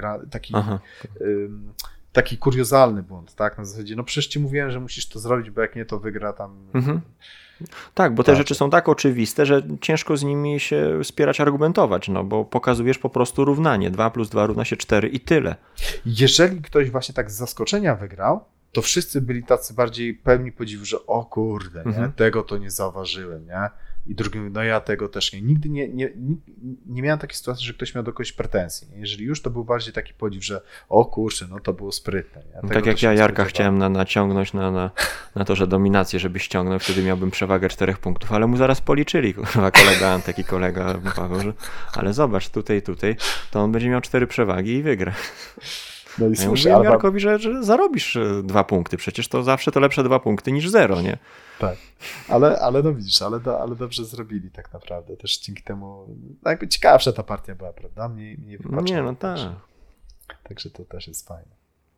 taki kuriozalny błąd, tak? Na zasadzie, no przecież ci mówiłem, że musisz to zrobić, bo jak nie, to wygra tam... Tak, bo te rzeczy są tak oczywiste, że ciężko z nimi się spierać, argumentować, no bo pokazujesz po prostu równanie. 2 + 2 równa się 4 i tyle. Jeżeli ktoś właśnie tak z zaskoczenia wygrał, to wszyscy byli tacy bardziej pełni podziwu, że o kurde, nie? Tego to nie zauważyłem, nie? I drugi mówi, no ja tego też nie. Nigdy nie miałem takiej sytuacji, że ktoś miał do kogoś pretensji. Nie? Jeżeli już, to był bardziej taki podziw, że o kurczę, no to było sprytne. Nie? Tak jak ja Jarka chciałem naciągnąć na to, że dominację, żeby ściągnął, wtedy miałbym przewagę 4 punktów, ale mu zaraz policzyli, kolega Antek i kolega Paweł, że ale zobacz, tutaj, to on będzie miał 4 przewagi i wygra. No i słusznie, mówię Jarkowi, że zarobisz 2 punkty, przecież to zawsze to lepsze 2 punkty niż 0, nie? Tak, ale no widzisz, ale dobrze zrobili tak naprawdę, też dzięki temu jakby ciekawsza ta partia była, prawda? Mniej wypaczona. Nie, no tak. Także to też jest fajne.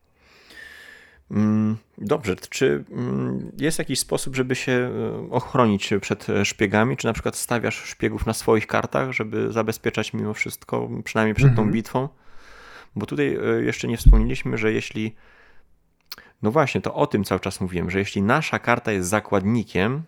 Dobrze, czy jest jakiś sposób, żeby się ochronić przed szpiegami, czy na przykład stawiasz szpiegów na swoich kartach, żeby zabezpieczać mimo wszystko, przynajmniej przed tą bitwą? Bo tutaj jeszcze nie wspomnieliśmy, że jeśli, no właśnie, to o tym cały czas mówiłem, że jeśli nasza karta jest zakładnikiem,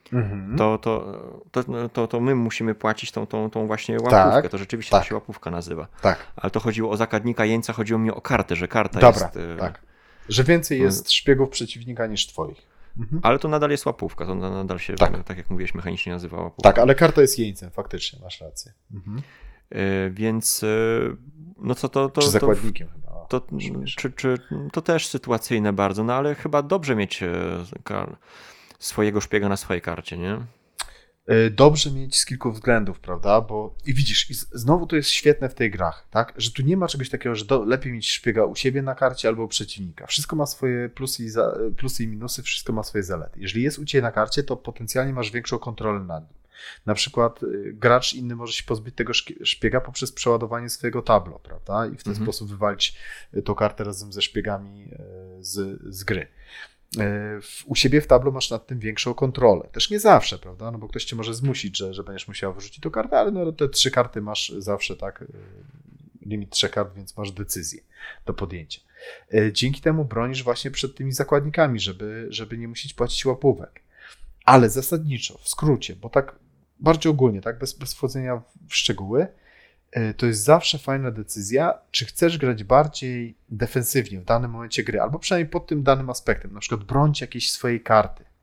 to my musimy płacić tą właśnie łapówkę. Tak, to rzeczywiście tak się łapówka nazywa. Tak. Ale to chodziło o zakładnika jeńca, chodziło mi o kartę, że karta jest... Tak. Że więcej jest szpiegów przeciwnika niż twoich. Ale to nadal jest łapówka, to nadal się, tak jak mówiłeś, mechanicznie nazywa łapówka. Tak, ale karta jest jeńcem, faktycznie, masz rację. Więc no co to... Czy zakładnikiem chyba. To też sytuacyjne bardzo, no ale chyba dobrze mieć swojego szpiega na swojej karcie, nie? Dobrze mieć z kilku względów, prawda? Bo i widzisz, i znowu to jest świetne w tej grach, tak? Że tu nie ma czegoś takiego, że lepiej mieć szpiega u siebie na karcie albo u przeciwnika. Wszystko ma swoje plusy i minusy, wszystko ma swoje zalety. Jeżeli jest u ciebie na karcie, to potencjalnie masz większą kontrolę nad nim. Na przykład gracz inny może się pozbyć tego szpiega poprzez przeładowanie swojego tablo, prawda? I w ten sposób wywalić tą kartę razem ze szpiegami z gry. U siebie w tablo masz nad tym większą kontrolę. Też nie zawsze, prawda? No bo ktoś cię może zmusić, że będziesz musiał wyrzucić tą kartę, ale no te 3 karty masz zawsze, tak? Limit 3 kart, więc masz decyzję do podjęcia. Dzięki temu bronisz właśnie przed tymi zakładnikami, żeby nie musieć płacić łapówek. Ale zasadniczo, w skrócie, bo tak bardziej ogólnie, tak, bez wchodzenia w szczegóły, to jest zawsze fajna decyzja, czy chcesz grać bardziej defensywnie w danym momencie gry, albo przynajmniej pod tym danym aspektem, na przykład bronić jakiejś swojej karty,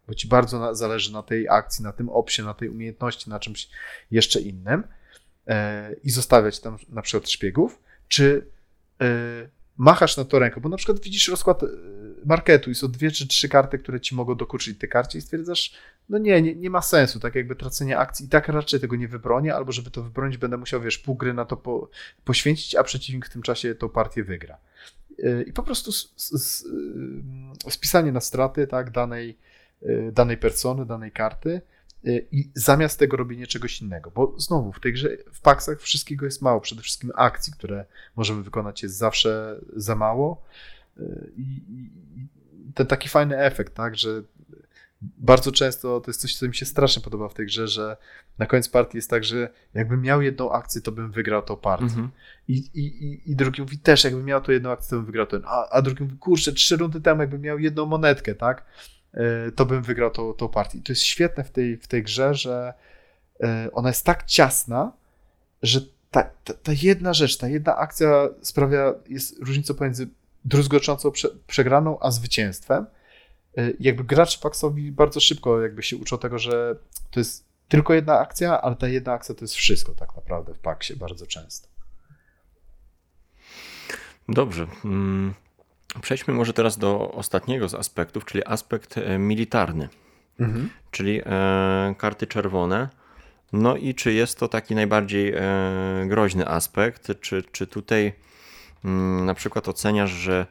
bo ci bardzo zależy na tej akcji, na tym opsie, na tej umiejętności, na czymś jeszcze innym i zostawiać tam na przykład szpiegów, czy machasz na to ręką, bo na przykład widzisz rozkład marketu i są 2 czy 3 karty, które ci mogą dokuczyć te karcie i stwierdzasz, no nie ma sensu, tak jakby tracenie akcji i tak raczej tego nie wybronię, albo żeby to wybronić będę musiał, pół gry na to poświęcić, a przeciwnik w tym czasie tą partię wygra. I po prostu spisanie na straty, tak, danej persony, danej karty i zamiast tego robienie czegoś innego, bo znowu w tej grze, w paksach wszystkiego jest mało, przede wszystkim akcji, które możemy wykonać jest zawsze za mało i ten taki fajny efekt, tak, że bardzo często to jest coś, co mi się strasznie podoba w tej grze, że na koniec partii jest tak, że jakbym miał jedną akcję, to bym wygrał tą partię. I drugi mówi też, jakbym miał to jedną akcję, to bym wygrał ten. A drugi mówi, kurczę, 3 rundy temu, jakbym miał jedną monetkę, tak, to bym wygrał tą partię. I to jest świetne w tej grze, że ona jest tak ciasna, że ta jedna rzecz, ta jedna akcja jest różnicą pomiędzy druzgoczącą przegraną, a zwycięstwem. Jakby gracze paksowi bardzo szybko jakby się uczą tego, że to jest tylko jedna akcja, ale ta jedna akcja to jest wszystko tak naprawdę w paksie bardzo często. Dobrze. Przejdźmy może teraz do ostatniego z aspektów, czyli aspekt militarny, czyli karty czerwone. No i czy jest to taki najbardziej groźny aspekt, czy tutaj na przykład oceniasz, że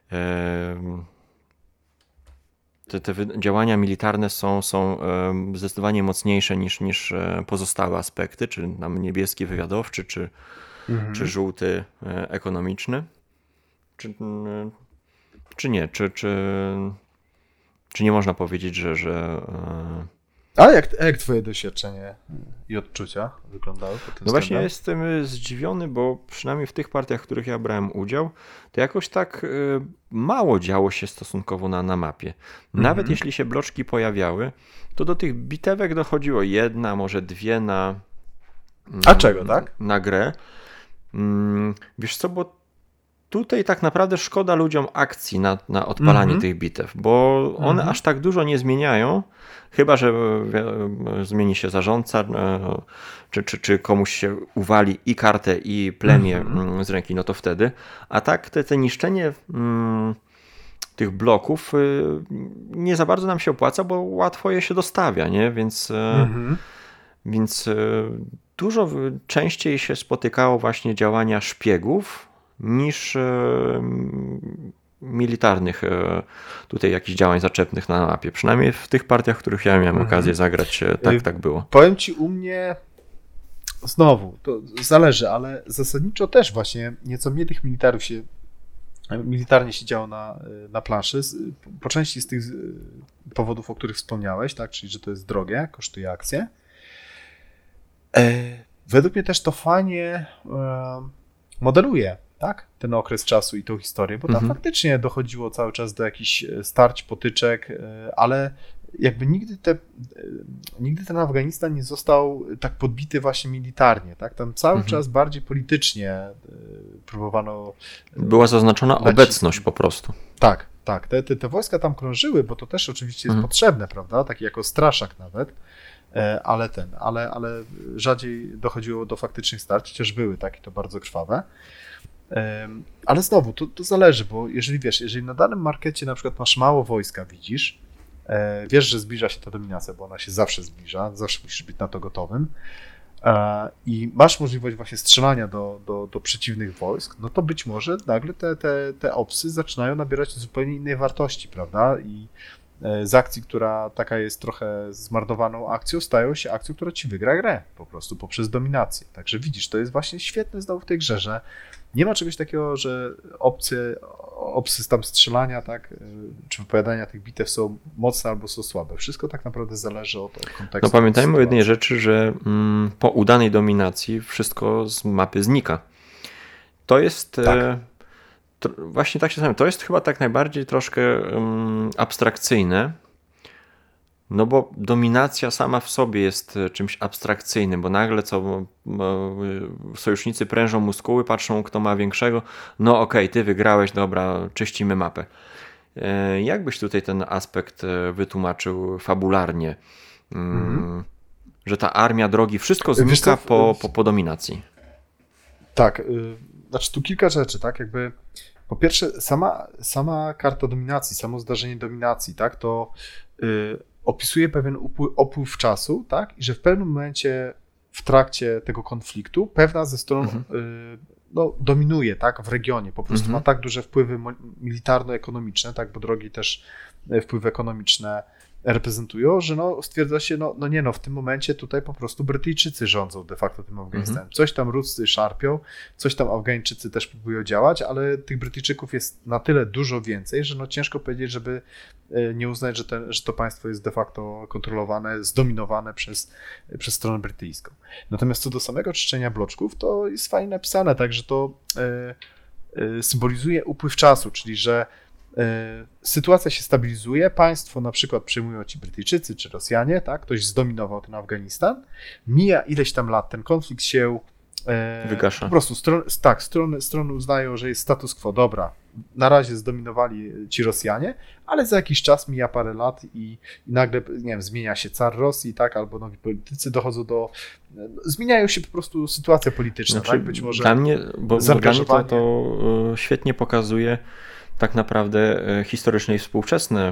te działania militarne są zdecydowanie mocniejsze niż pozostałe aspekty, czy tam niebieski wywiadowczy, czy żółty ekonomiczny, czy nie, czy nie można powiedzieć, że A jak twoje doświadczenie i odczucia wyglądały po tym No właśnie jestem zdziwiony, bo przynajmniej w tych partiach, w których ja brałem udział, to jakoś tak mało działo się stosunkowo na mapie. Nawet jeśli się bloczki pojawiały, to do tych bitewek dochodziło 1, może 2 na A czego, tak? Na grę. Wiesz co, bo tutaj tak naprawdę szkoda ludziom akcji na odpalanie tych bitew, bo one aż tak dużo nie zmieniają, chyba że zmieni się zarządca, czy komuś się uwali i kartę, i plemię z ręki, no to wtedy. A tak te niszczenie tych bloków nie za bardzo nam się opłaca, bo łatwo je się dostawia, nie? Więc dużo częściej się spotykało właśnie działania szpiegów niż militarnych tutaj jakichś działań zaczepnych na mapie. Przynajmniej w tych partiach, w których ja miałem okazję zagrać, tak było. Powiem ci, u mnie znowu, to zależy, ale zasadniczo też właśnie nieco mniej tych militarnie się działo na planszy, po części z tych powodów, o których wspomniałeś, tak, czyli że to jest drogie, kosztuje akcję. Według mnie też to fajnie modeluje, tak, ten okres czasu i tą historię, bo tam faktycznie dochodziło cały czas do jakichś starć, potyczek, ale jakby nigdy ten Afganistan nie został tak podbity właśnie militarnie, tak, tam cały czas bardziej politycznie próbowano... Była zaznaczona obecność po prostu. Tak. Te wojska tam krążyły, bo to też oczywiście jest potrzebne, prawda, taki jako straszak nawet, ale rzadziej dochodziło do faktycznych starć, chociaż były takie to bardzo krwawe. Ale znowu, to zależy, bo jeżeli na danym markecie na przykład masz mało wojska, wiesz, że zbliża się ta dominacja, bo ona się zawsze zbliża, zawsze musisz być na to gotowym i masz możliwość właśnie strzelania do przeciwnych wojsk, no to być może nagle te opsy zaczynają nabierać zupełnie innej wartości, prawda? I z akcji, która taka jest trochę zmarnowaną akcją, stają się akcją, która ci wygra grę po prostu poprzez dominację. Także widzisz, to jest właśnie świetne znowu w tej grze, że nie ma czegoś takiego, że opsy tam strzelania, tak, czy wypowiadania tych bitew są mocne albo są słabe. Wszystko tak naprawdę zależy od kontekstu. No pamiętajmy o jednej rzeczy, że po udanej dominacji wszystko z mapy znika. To jest... Tak. Właśnie tak się zastanawiam. To jest chyba tak najbardziej troszkę abstrakcyjne, no bo dominacja sama w sobie jest czymś abstrakcyjnym, bo nagle sojusznicy prężą muskuły, patrzą kto ma większego, no okej, ty wygrałeś, dobra, czyścimy mapę. Jak byś tutaj ten aspekt wytłumaczył fabularnie? Że ta armia drogi, wszystko znika po dominacji. Tak, znaczy tu kilka rzeczy, tak, jakby po pierwsze sama karta dominacji, samo zdarzenie dominacji, tak, to opisuje pewien upływ czasu, tak, i że w pewnym momencie w trakcie tego konfliktu pewna ze stron dominuje, tak, w regionie, po prostu ma tak duże wpływy militarno-ekonomiczne, tak, bo drogi też wpływy ekonomiczne reprezentują, że stwierdza się, w tym momencie tutaj po prostu Brytyjczycy rządzą de facto tym Afganistanem. Coś tam Ruscy szarpią, coś tam Afgańczycy też próbują działać, ale tych Brytyjczyków jest na tyle dużo więcej, że ciężko powiedzieć, żeby nie uznać, że to państwo jest de facto kontrolowane, zdominowane przez stronę brytyjską. Natomiast co do samego czyszczenia bloczków, to jest fajnie napisane, tak, że to symbolizuje upływ czasu, czyli że sytuacja się stabilizuje, państwo na przykład przejmują ci Brytyjczycy czy Rosjanie, tak? Ktoś zdominował ten Afganistan, mija ileś tam lat, ten konflikt się wygasza. Po prostu strony uznają, że jest status quo, dobra, na razie zdominowali ci Rosjanie, ale za jakiś czas mija parę lat i nagle, nie wiem, zmienia się car Rosji, tak, albo nowi politycy dochodzą zmieniają się po prostu sytuacja polityczna, znaczy, tak, być może dla mnie, dla mnie to świetnie pokazuje tak naprawdę historyczne i współczesne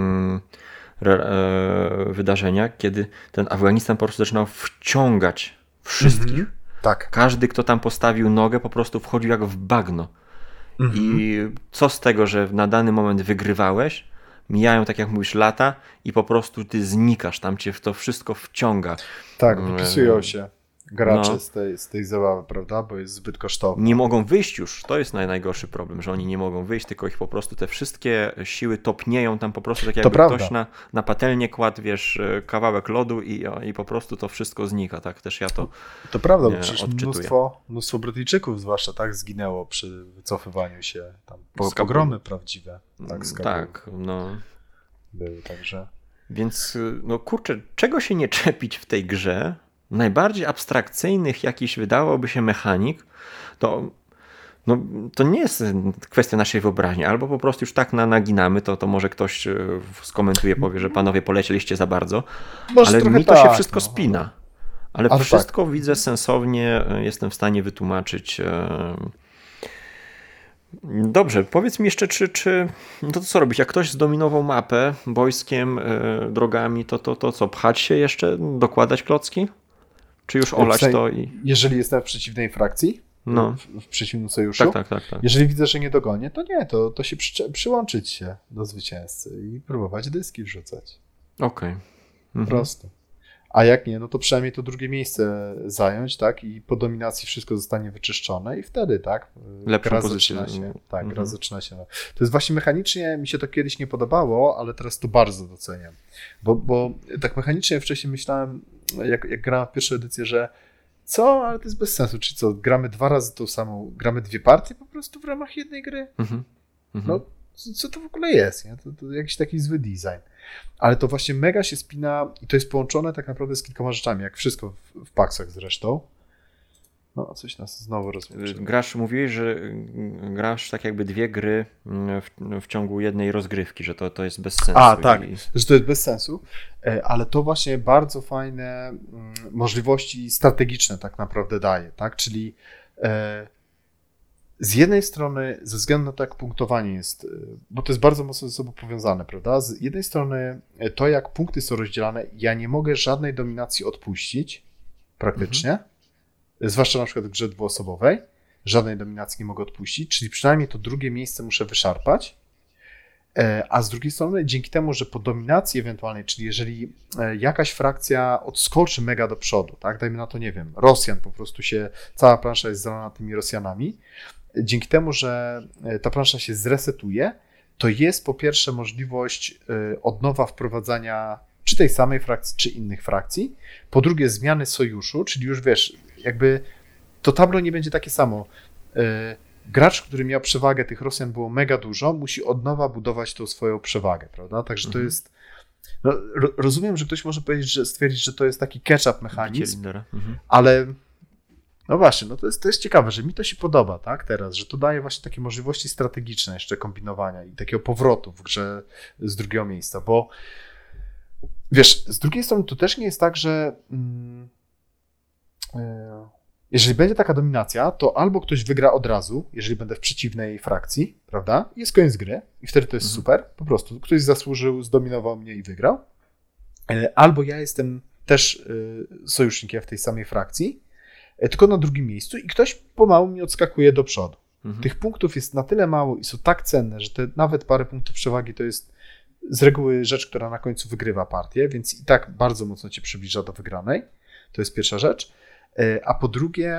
wydarzenia, kiedy ten Afganistan po prostu zaczynał wciągać wszystkich. Tak. Każdy, kto tam postawił nogę, po prostu wchodził jak w bagno. I co z tego, że na dany moment wygrywałeś, mijają, tak jak mówisz, lata i po prostu ty znikasz, tam cię w to wszystko wciąga. Tak, wypisują się gracze z tej zabawy, prawda, bo jest zbyt kosztowne. Nie mogą wyjść już, to jest najgorszy problem, że oni nie mogą wyjść, tylko ich po prostu te wszystkie siły topnieją tam po prostu, tak jakby ktoś na patelnię kładł, wiesz, kawałek lodu i po prostu to wszystko znika, tak, też ja to prawda, bo przecież mnóstwo Brytyjczyków zwłaszcza, tak, zginęło przy wycofywaniu się, tam pogromy prawdziwe. Tak, były, także. Więc, kurczę, czego się nie czepić w tej grze? Najbardziej abstrakcyjnych jakiś wydałoby się mechanik, to nie jest kwestia naszej wyobraźni, albo po prostu już tak naginamy, to może ktoś skomentuje, powie, że panowie polecieliście za bardzo, ale mi to się wszystko spina. Ale wszystko widzę sensownie, jestem w stanie wytłumaczyć. Dobrze, powiedz mi jeszcze, czy to co robić? Jak ktoś zdominował mapę wojskiem, drogami, to co, pchać się jeszcze, dokładać klocki? Czy już olać to? Jeżeli jestem w przeciwnej frakcji, w przeciwnym sojuszu, tak. Jeżeli widzę, że nie dogonię, to nie, to się przyłączyć się do zwycięzcy i próbować dyski wrzucać. Okej. Prosto. A jak nie, to przynajmniej to drugie miejsce zająć, tak, i po dominacji wszystko zostanie wyczyszczone i wtedy, tak, lepsza pozycja. Gra zaczyna się. To jest właśnie mechanicznie, mi się to kiedyś nie podobało, ale teraz to bardzo doceniam. Bo tak mechanicznie wcześniej myślałem, jak grałem w pierwszą edycję, że ale to jest bez sensu, czy co, gramy 2 razy tą samą, gramy 2 partie po prostu w ramach jednej gry? Co to w ogóle jest, nie? To jakiś taki zły design. Ale to właśnie mega się spina i to jest połączone tak naprawdę z kilkoma rzeczami, jak wszystko w Paxach zresztą. Coś nas znowu rozmyśliło. Mówiłeś, że grasz tak jakby 2 gry w ciągu jednej rozgrywki, że to jest bez sensu. Tak, że to jest bez sensu, ale to właśnie bardzo fajne możliwości strategiczne tak naprawdę daje, tak? Czyli z jednej strony, ze względu na to, jak punktowanie jest, bo to jest bardzo mocno ze sobą powiązane, prawda? Z jednej strony to, jak punkty są rozdzielane, ja nie mogę żadnej dominacji odpuścić praktycznie, zwłaszcza na przykład w grze dwuosobowej, żadnej dominacji nie mogę odpuścić, czyli przynajmniej to drugie miejsce muszę wyszarpać, a z drugiej strony dzięki temu, że po dominacji ewentualnej, czyli jeżeli jakaś frakcja odskoczy mega do przodu, tak, dajmy na to, nie wiem, Rosjan, po prostu cała plansza jest zalana tymi Rosjanami, dzięki temu, że ta plansza się zresetuje, to jest po pierwsze możliwość od nowa wprowadzania czy tej samej frakcji, czy innych frakcji, po drugie zmiany sojuszu, czyli już wiesz, jakby to tablo nie będzie takie samo. Gracz, który miał przewagę, tych Rosjan było mega dużo, musi od nowa budować tą swoją przewagę, prawda? Także to jest... rozumiem, że ktoś może stwierdzić, że to jest taki catch-up mechanizm, ale No właśnie, no to jest ciekawe, że mi to się podoba, tak, teraz, że to daje właśnie takie możliwości strategiczne jeszcze kombinowania i takiego powrotu w grze z drugiego miejsca, bo wiesz, z drugiej strony to też nie jest tak, że jeżeli będzie taka dominacja, to albo ktoś wygra od razu, jeżeli będę w przeciwnej frakcji, prawda, jest koniec gry i wtedy to jest super, po prostu ktoś zasłużył, zdominował mnie i wygrał, albo ja jestem też sojusznikiem w tej samej frakcji, tylko na drugim miejscu i ktoś pomału mi odskakuje do przodu. Tych punktów jest na tyle mało i są tak cenne, że te nawet parę punktów przewagi to jest z reguły rzecz, która na końcu wygrywa partię, więc i tak bardzo mocno cię przybliża do wygranej. To jest pierwsza rzecz. A po drugie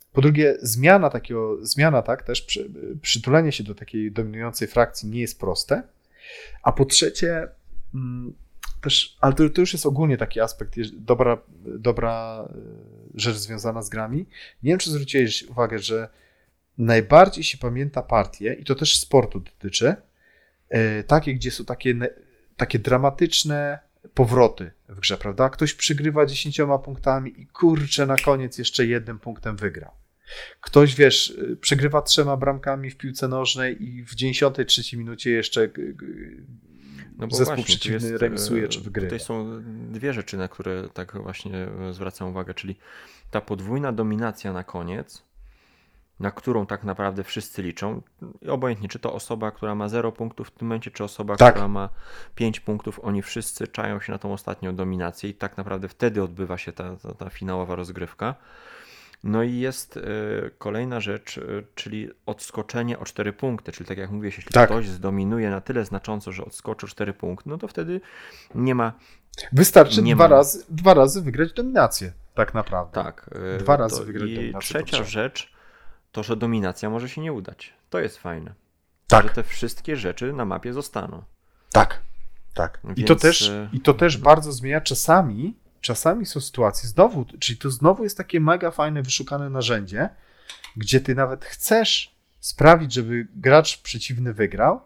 zmiana tak, też przytulenie się do takiej dominującej frakcji nie jest proste. A po trzecie też, ale to już jest ogólnie taki aspekt, dobra rzecz związana z grami. Nie wiem, czy zwróciłeś uwagę, że najbardziej się pamięta partie, i to też sportu dotyczy, takie, gdzie są takie dramatyczne powroty w grze, prawda? Ktoś przygrywa 10 punktami i kurczę, na koniec jeszcze 1 punktem wygrał. Ktoś, wiesz, przegrywa 3 bramkami w piłce nożnej i w 93 minucie jeszcze zespół przeciwny remisuje czy wygrywa. Tutaj są dwie rzeczy, na które tak właśnie zwracam uwagę, czyli ta podwójna dominacja na koniec, na którą tak naprawdę wszyscy liczą, obojętnie czy to osoba, która ma 0 punktów w tym momencie, czy osoba, która ma 5 punktów, oni wszyscy czają się na tą ostatnią dominację i tak naprawdę wtedy odbywa się ta finałowa rozgrywka. No i jest kolejna rzecz, czyli odskoczenie o 4 punkty, czyli tak jak mówiłeś, jeśli ktoś zdominuje na tyle znacząco, że odskoczy 4 punkty, no to wtedy nie ma... Wystarczy dwa razy wygrać dominację, tak naprawdę. Tak. 2 razy wygrać dominację. I trzecia rzecz, to, że dominacja może się nie udać. To jest fajne. Tak. Że te wszystkie rzeczy na mapie zostaną. Tak. Więc... I to też bardzo zmienia czasami są sytuacje, czyli to znowu jest takie mega fajne, wyszukane narzędzie, gdzie ty nawet chcesz sprawić, żeby gracz przeciwny wygrał,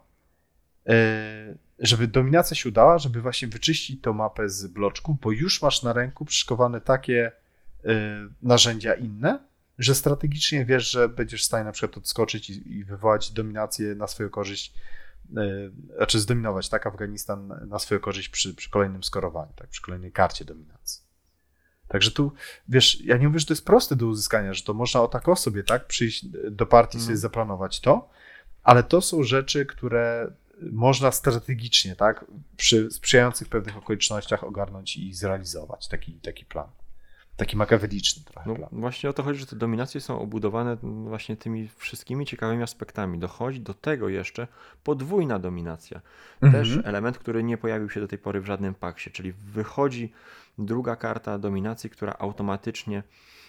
żeby dominacja się udała, żeby właśnie wyczyścić tą mapę z bloczków, bo już masz na ręku przyszykowane takie narzędzia inne, że strategicznie wiesz, że będziesz w stanie na przykład odskoczyć i wywołać dominację na swoją korzyść, znaczy zdominować tak Afganistan na swoją korzyść przy kolejnym skorowaniu, tak, przy kolejnej karcie dominacji. Także tu, wiesz, ja nie mówię, że to jest proste do uzyskania, że to można o tak sobie, tak, przyjść do partii, sobie zaplanować to, ale to są rzeczy, które można strategicznie, tak, przy sprzyjających pewnych okolicznościach ogarnąć i zrealizować taki plan. Taki makaweliczny trochę plan. Właśnie o to chodzi, że te dominacje są obudowane właśnie tymi wszystkimi ciekawymi aspektami. Dochodzi do tego jeszcze podwójna dominacja. Też element, który nie pojawił się do tej pory w żadnym paksie, czyli wychodzi druga karta dominacji, która automatycznie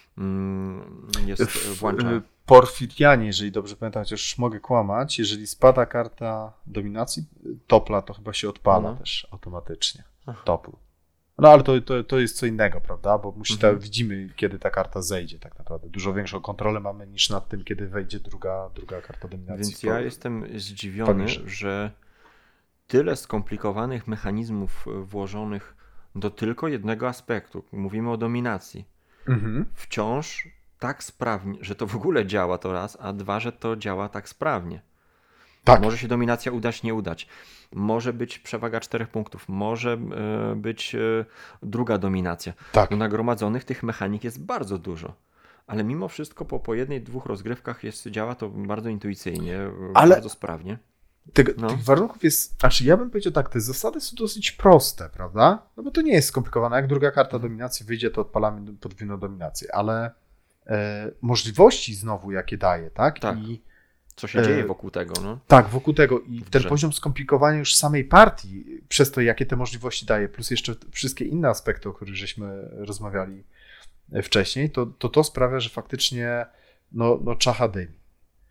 jest włączana. Porfirianie, jeżeli dobrze pamiętam, chociaż mogę kłamać, jeżeli spada karta dominacji, topla to chyba się odpala też automatycznie. Topl. No ale to jest co innego, prawda? Bo widzimy, kiedy ta karta zejdzie tak naprawdę. Dużo większą kontrolę mamy niż nad tym, kiedy wejdzie druga karta dominacji. Więc ja jestem zdziwiony, że tyle skomplikowanych mechanizmów włożonych do tylko jednego aspektu. Mówimy o dominacji. Wciąż tak sprawnie, że to w ogóle działa to raz, a dwa, że to działa tak sprawnie. Tak. Może się dominacja udać, nie udać. Może być przewaga 4 punktów, może być druga dominacja. Tak. No, nagromadzonych tych mechanik jest bardzo dużo. Ale mimo wszystko po jednej, 2 rozgrywkach działa to bardzo intuicyjnie, bardzo sprawnie. Tych warunków jest, ja bym powiedział tak, te zasady są dosyć proste, prawda? No bo to nie jest skomplikowane. Jak druga karta dominacji wyjdzie, to odpalamy podwójną dominację, ale możliwości znowu, jakie daje, tak? Tak. I co się dzieje wokół tego, no? Tak, wokół tego i ten poziom skomplikowania już samej partii, przez to, jakie te możliwości daje, plus jeszcze wszystkie inne aspekty, o których żeśmy rozmawiali wcześniej, to sprawia, że faktycznie czacha dymi.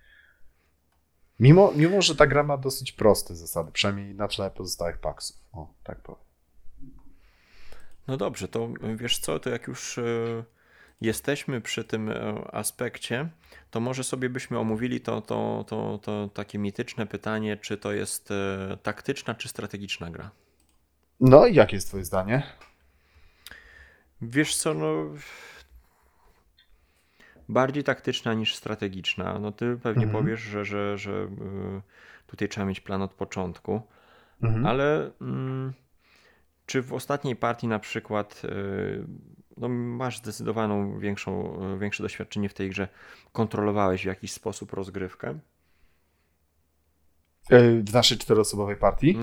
Mimo, że ta gra ma dosyć proste zasady, przynajmniej na tle pozostałych paksów. O, tak powiem. No dobrze, to wiesz co, to jak już jesteśmy przy tym aspekcie, to może sobie byśmy omówili to takie mityczne pytanie, czy to jest taktyczna, czy strategiczna gra. No i jakie jest twoje zdanie? Wiesz co, bardziej taktyczna niż strategiczna. No ty pewnie powiesz, że tutaj trzeba mieć plan od początku, ale czy w ostatniej partii na przykład no masz zdecydowaną większe doświadczenie w tej grze, kontrolowałeś w jakiś sposób rozgrywkę? W naszej 4-osobowej partii?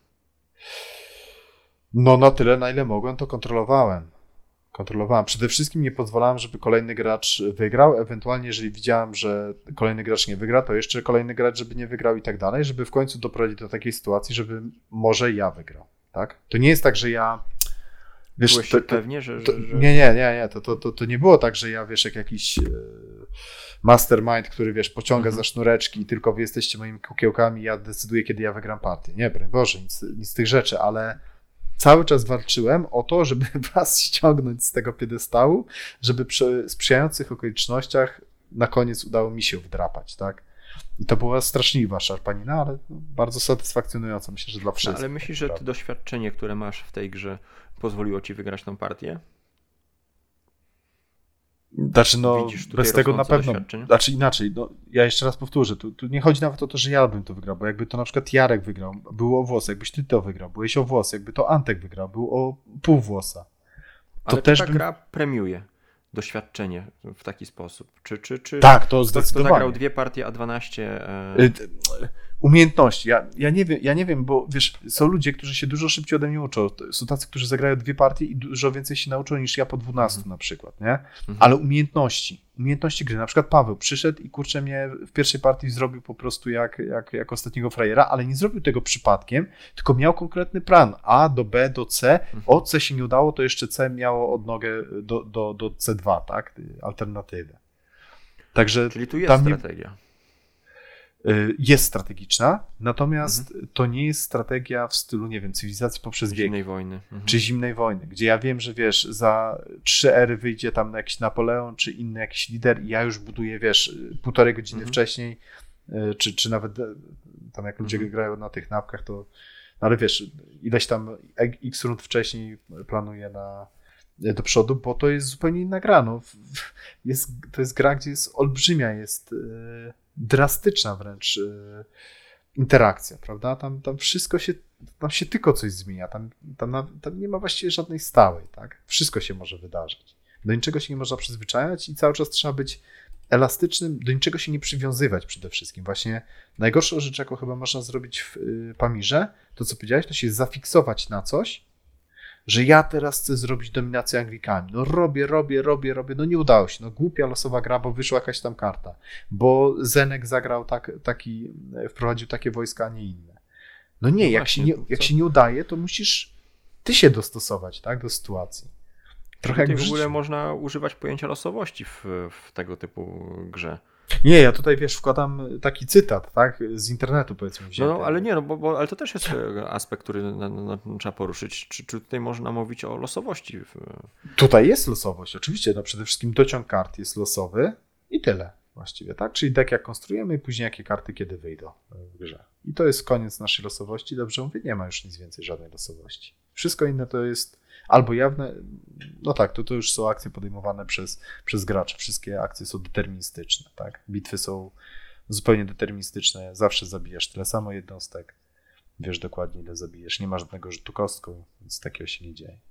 No na tyle, na ile mogłem, to kontrolowałem. Przede wszystkim nie pozwalałem, żeby kolejny gracz wygrał, ewentualnie jeżeli widziałem, że kolejny gracz nie wygra, to jeszcze kolejny gracz, żeby nie wygrał i tak dalej, żeby w końcu doprowadzić do takiej sytuacji, żeby może ja wygrał, tak? To nie jest tak, że ja... Wiesz, pewnie, że... Nie, to nie było tak, że ja, wiesz, jak jakiś mastermind, który, wiesz, pociąga za sznureczki i tylko wy jesteście moimi kukiełkami, ja decyduję, kiedy ja wygram partię. Nie, broń Boże, nic z tych rzeczy, ale cały czas walczyłem o to, żeby was ściągnąć z tego piedestału, żeby przy sprzyjających okolicznościach na koniec udało mi się wdrapać, tak? I to była straszliwa szarpanina, ale bardzo satysfakcjonująca, myślę, że dla wszystkich. Ale myślisz, że to doświadczenie, które masz w tej grze, pozwoliło ci wygrać tą partię? Znaczy, no, bez tego na pewno. Znaczy inaczej, no, ja jeszcze raz powtórzę, tu nie chodzi nawet o to, że ja bym to wygrał, bo jakby to na przykład Jarek wygrał, było o włos, jakbyś ty to wygrał, byłeś o włos, jakby to Antek wygrał, był o pół włosa. Ale też ta gra premiuje doświadczenie w taki sposób? Czy tak, to zdecydowanie. Kto zagrał 2 partie A12... Umiejętności. Ja nie wiem, bo wiesz, są ludzie, którzy się dużo szybciej ode mnie uczą. Są tacy, którzy zagrają 2 partie i dużo więcej się nauczą niż ja po 12 na przykład, nie? Ale umiejętności gry. Na przykład Paweł przyszedł i kurczę mnie w pierwszej partii zrobił po prostu jak ostatniego frajera, ale nie zrobił tego przypadkiem, tylko miał konkretny plan. A do B, do C. O C się nie udało, to jeszcze C miało odnogę do C2, tak? Alternatywę. Także czyli tu jest strategia. Jest strategiczna, natomiast to nie jest strategia w stylu, nie wiem, cywilizacji poprzez wieki. Zimnej wojny. Czy zimnej wojny, gdzie ja wiem, że wiesz, za 3 ery wyjdzie tam jakiś Napoleon, czy inny jakiś lider i ja już buduję, wiesz, 1,5 godziny wcześniej, czy nawet tam jak ludzie grają na tych napkach, to, no ale wiesz, ileś tam x rund wcześniej planuję do przodu, bo to jest zupełnie inna gra. No, to jest gra, gdzie jest olbrzymia, jest drastyczna wręcz interakcja, prawda? Tam wszystko tam się tylko coś zmienia, tam nie ma właściwie żadnej stałej, tak? Wszystko się może wydarzyć. Do niczego się nie można przyzwyczajać i cały czas trzeba być elastycznym, do niczego się nie przywiązywać przede wszystkim. Właśnie najgorszą rzecz, jaką chyba można zrobić w Pamirze, to co powiedziałeś, to się zafiksować na coś, że ja teraz chcę zrobić dominację Anglikami. No robię, no nie udało się. No głupia losowa gra, bo wyszła jakaś tam karta. Bo Zenek zagrał wprowadził takie wojska, a nie inne. No nie, jak się nie udaje, to musisz ty się dostosować, tak, do sytuacji. Trochę jak w ogóle można używać pojęcia losowości w tego typu grze. Nie, ja tutaj, wiesz, wkładam taki cytat, tak, z internetu, powiedzmy. No, ale nie, ale to też jest aspekt, który trzeba poruszyć. Czy tutaj można mówić o losowości? Tutaj jest losowość, oczywiście. No przede wszystkim dociąg kart jest losowy i tyle właściwie, tak? Czyli deck jak konstruujemy i później jakie karty kiedy wyjdą w grze. I to jest koniec naszej losowości. Dobrze mówię, nie ma już nic więcej, żadnej losowości. Wszystko inne to jest albo jawne, no tak, to już są akcje podejmowane przez graczy. Wszystkie akcje są deterministyczne, tak? Bitwy są zupełnie deterministyczne. Zawsze zabijasz tyle samo jednostek. Wiesz dokładnie, ile zabijesz. Nie ma żadnego rzutu kostką, więc takiego się nie dzieje.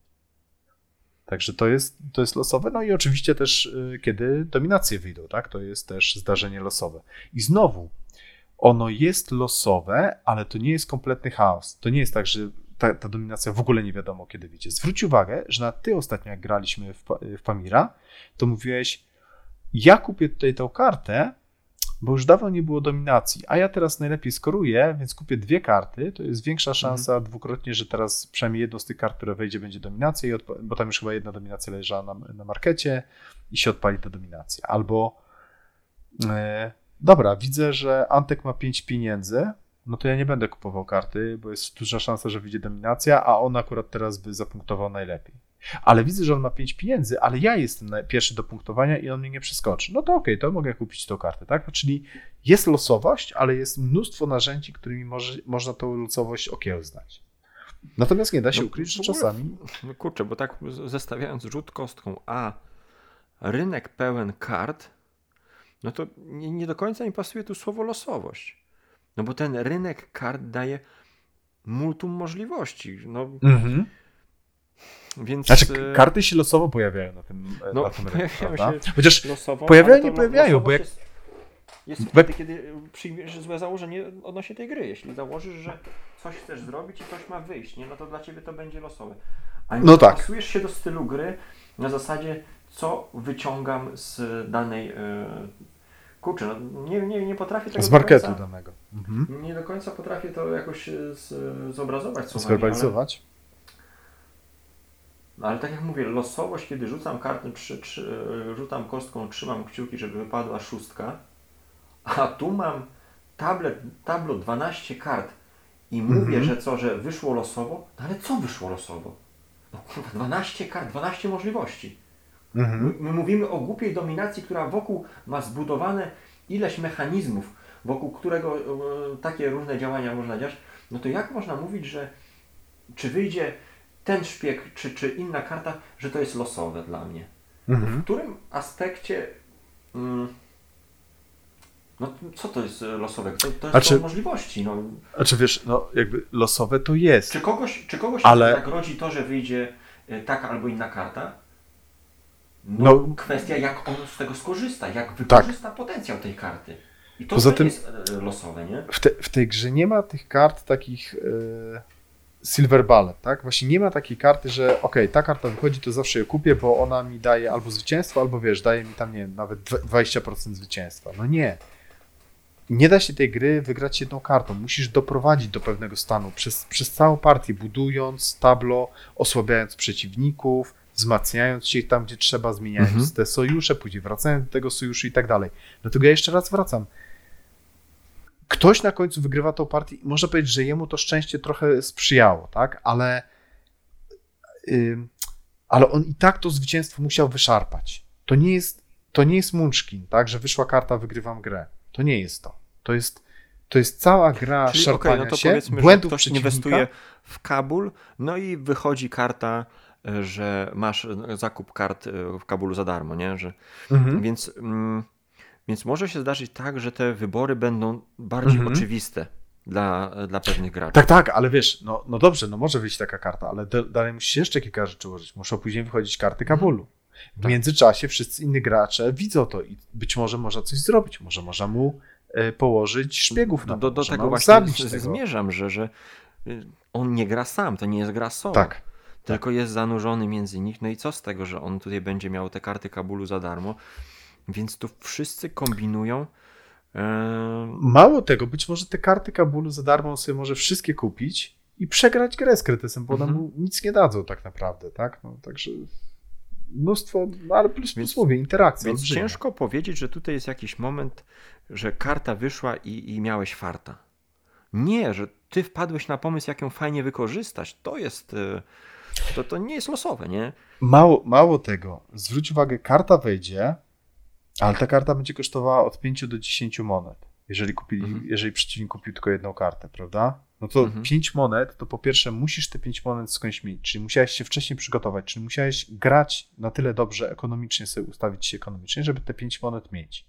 Także to jest losowe. No i oczywiście też kiedy dominacje wyjdą, tak? To jest też zdarzenie losowe. I znowu, ono jest losowe, ale to nie jest kompletny chaos. To nie jest tak, że ta dominacja w ogóle nie wiadomo kiedy wyjdzie. Zwróć uwagę, że ty ostatnio jak graliśmy w Pamira, to mówiłeś, ja kupię tutaj tą kartę, bo już dawno nie było dominacji, a ja teraz najlepiej skoruję, więc kupię 2 karty, to jest większa szansa dwukrotnie, że teraz przynajmniej jedną z tych kart, która wejdzie, będzie dominacja, bo tam już chyba jedna dominacja leżała na markecie i się odpali ta dominacja. Albo dobra, widzę, że Antek ma 5 pieniędzy, no to ja nie będę kupował karty, bo jest duża szansa, że wyjdzie dominacja, a on akurat teraz by zapunktował najlepiej. Ale widzę, że on ma 5 pieniędzy, ale ja jestem pierwszy do punktowania i on mnie nie przeskoczy. No to okej, to mogę kupić tą kartę, tak? Czyli jest losowość, ale jest mnóstwo narzędzi, którymi można tą losowość okiełznać. Natomiast nie da się ukryć, że czasami... No kurczę, bo tak zestawiając rzut kostką, a rynek pełen kart, no to nie do końca mi pasuje tu słowo losowość. No bo ten rynek kart daje multum możliwości. No, więc... Znaczy, karty się losowo pojawiają na tym rynku, prawda? Chociaż losowo, pojawiają, nie pojawiają, bo jak... Jest wtedy, kiedy przyjmiesz złe założenie odnośnie tej gry. Jeśli założysz, że coś chcesz zrobić i coś ma wyjść, nie? No to dla ciebie to będzie losowe. A nie pasujesz się do stylu gry na zasadzie, co wyciągam z danej... Kurczę, no nie potrafię tego z marketu danego. Nie do końca potrafię to jakoś zobrazować słowami. Zwerbalizować? Ale tak jak mówię, losowość, kiedy rzucam kartę, rzucam kostką, trzymam kciuki, żeby wypadła 6, a tu mam tablo 12 kart i mówię, że wyszło losowo, no ale co wyszło losowo? No kurwa, 12 kart, 12 możliwości. My mówimy o głupiej dominacji, która wokół ma zbudowane ileś mechanizmów, wokół którego takie różne działania można dziać. No to jak można mówić, że czy wyjdzie ten szpieg, czy inna karta, że to jest losowe dla mnie? W którym aspekcie no co to jest losowe? To są możliwości. No. Znaczy wiesz, no jakby losowe to jest. Czy kogoś nagrodzi to, że wyjdzie taka albo inna karta? No, kwestia, jak on z tego skorzysta, jak wykorzysta potencjał tej karty. I to jest losowe, nie? W tej grze nie ma tych kart takich silver bullet, tak? Właśnie nie ma takiej karty, że ta karta wychodzi, to zawsze ją kupię, bo ona mi daje albo zwycięstwo, albo wiesz, daje mi tam, nie wiem, nawet 20% zwycięstwa. No nie. Nie da się tej gry wygrać jedną kartą. Musisz doprowadzić do pewnego stanu przez całą partię, budując tablo, osłabiając przeciwników, wzmacniając się tam, gdzie trzeba, zmieniając te sojusze, później wracając do tego sojuszu i tak dalej. Dlatego ja jeszcze raz wracam. Ktoś na końcu wygrywa tą partię i można powiedzieć, że jemu to szczęście trochę sprzyjało, tak? Ale on i tak to zwycięstwo musiał wyszarpać. To nie jest Munchkin, tak? Że wyszła karta, wygrywam grę. To nie jest to. To jest cała gra szarpania to się, powiedzmy, błędów że ktoś inwestuje w Kabul, no i wychodzi karta, że masz zakup kart w Kabulu za darmo, nie? Więc może się zdarzyć tak, że te wybory będą bardziej oczywiste dla pewnych graczy. Tak, ale wiesz, no dobrze, no może wyjść taka karta, ale dalej musisz jeszcze kilka rzeczy ułożyć. Muszą później wychodzić karty Kabulu. W międzyczasie wszyscy inni gracze widzą to i być może można coś zrobić. Może można mu położyć szpiegów na to. Do tego właśnie zmierzam, że on nie gra sam, to nie jest gra solo. Tak. Tylko jest zanurzony między nich. No i co z tego, że on tutaj będzie miał te karty Kabulu za darmo? Więc tu wszyscy kombinują. Mało tego, być może te karty Kabulu za darmo on sobie może wszystkie kupić i przegrać grę z Kretesem, bo one mu nic nie dadzą tak naprawdę, tak? No, także mnóstwo, ale plus mówię, interakcja. Więc ciężko powiedzieć, że tutaj jest jakiś moment, że karta wyszła i miałeś farta. Nie, że ty wpadłeś na pomysł, jak ją fajnie wykorzystać. To jest... To nie jest losowe, nie? Mało tego. Zwróć uwagę, karta wejdzie, ale ta karta będzie kosztowała od 5 do 10 monet. Jeżeli przeciwnik kupił tylko jedną kartę, prawda? No to 5 monet, to po pierwsze musisz te 5 monet skądś mieć, czyli musiałeś się wcześniej przygotować, czyli musiałeś grać na tyle dobrze ekonomicznie, sobie ustawić się ekonomicznie, żeby te 5 monet mieć.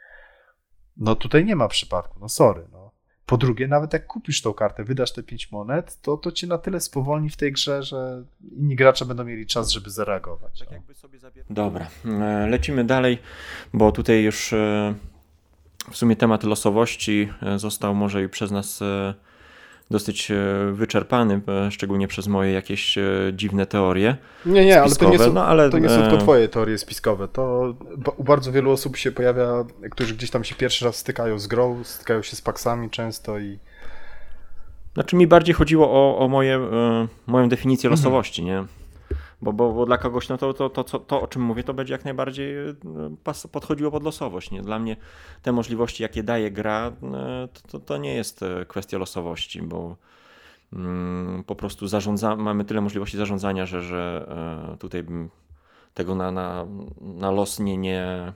No tutaj nie ma przypadku, no sorry, no. Po drugie, nawet jak kupisz tą kartę, wydasz te 5 monet, to cię na tyle spowolni w tej grze, że inni gracze będą mieli czas, żeby zareagować. Tak jakby sobie Dobra, lecimy dalej, bo tutaj już w sumie temat losowości został może i przez nas dosyć wyczerpany, szczególnie przez moje jakieś dziwne teorie. Nie, ale to nie są tylko twoje teorie spiskowe. To u bardzo wielu osób się pojawia, którzy gdzieś tam się pierwszy raz stykają z grą, stykają się z paksami często i... Znaczy mi bardziej chodziło o moją definicję losowości, nie? Bo dla kogoś no to, o czym mówię, to będzie jak najbardziej podchodziło pod losowość. Nie? Dla mnie te możliwości, jakie daje gra, to nie jest kwestia losowości, bo po prostu mamy tyle możliwości zarządzania, że tutaj tego na los nie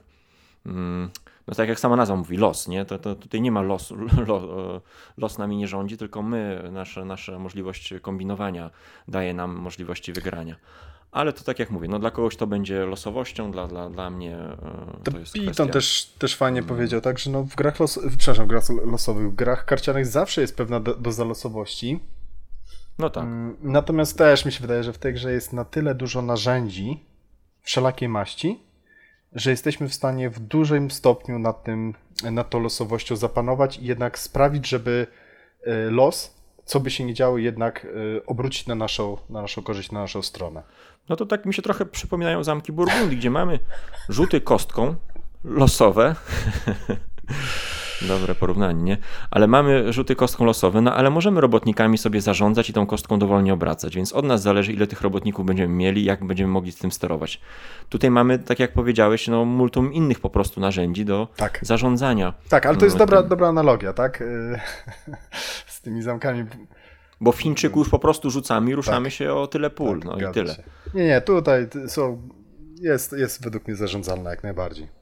no tak jak sama nazwa mówi, los, nie? To tutaj nie ma losu, los nami nie rządzi, tylko nasza możliwość kombinowania daje nam możliwości wygrania. Ale to tak jak mówię, no dla kogoś to będzie losowością, dla mnie to jest kwestia. Piton też fajnie powiedział, tak, że no w grach losowych, w grach karcianych zawsze jest pewna doza losowości. No tak. Natomiast też mi się wydaje, że w tej grze jest na tyle dużo narzędzi wszelakiej maści, że jesteśmy w stanie w dużym stopniu nad tą losowością zapanować i jednak sprawić, żeby los, co by się nie działo, jednak obrócić na naszą korzyść, na naszą stronę. No to tak mi się trochę przypominają zamki Burgundii, gdzie mamy rzuty kostką losowe. Dobre porównanie, nie? Ale mamy rzuty kostką losowe, no ale możemy robotnikami sobie zarządzać i tą kostką dowolnie obracać, więc od nas zależy, ile tych robotników będziemy mieli, jak będziemy mogli z tym sterować. Tutaj mamy, tak jak powiedziałeś, no multum innych po prostu narzędzi do zarządzania. Tak, ale to jest dobra analogia, tak? Z tymi zamkami. Bo w Chińczyku już po prostu rzucamy i ruszamy się o tyle pól, no i tyle. Się. Nie, tutaj jest według mnie zarządzalne jak najbardziej.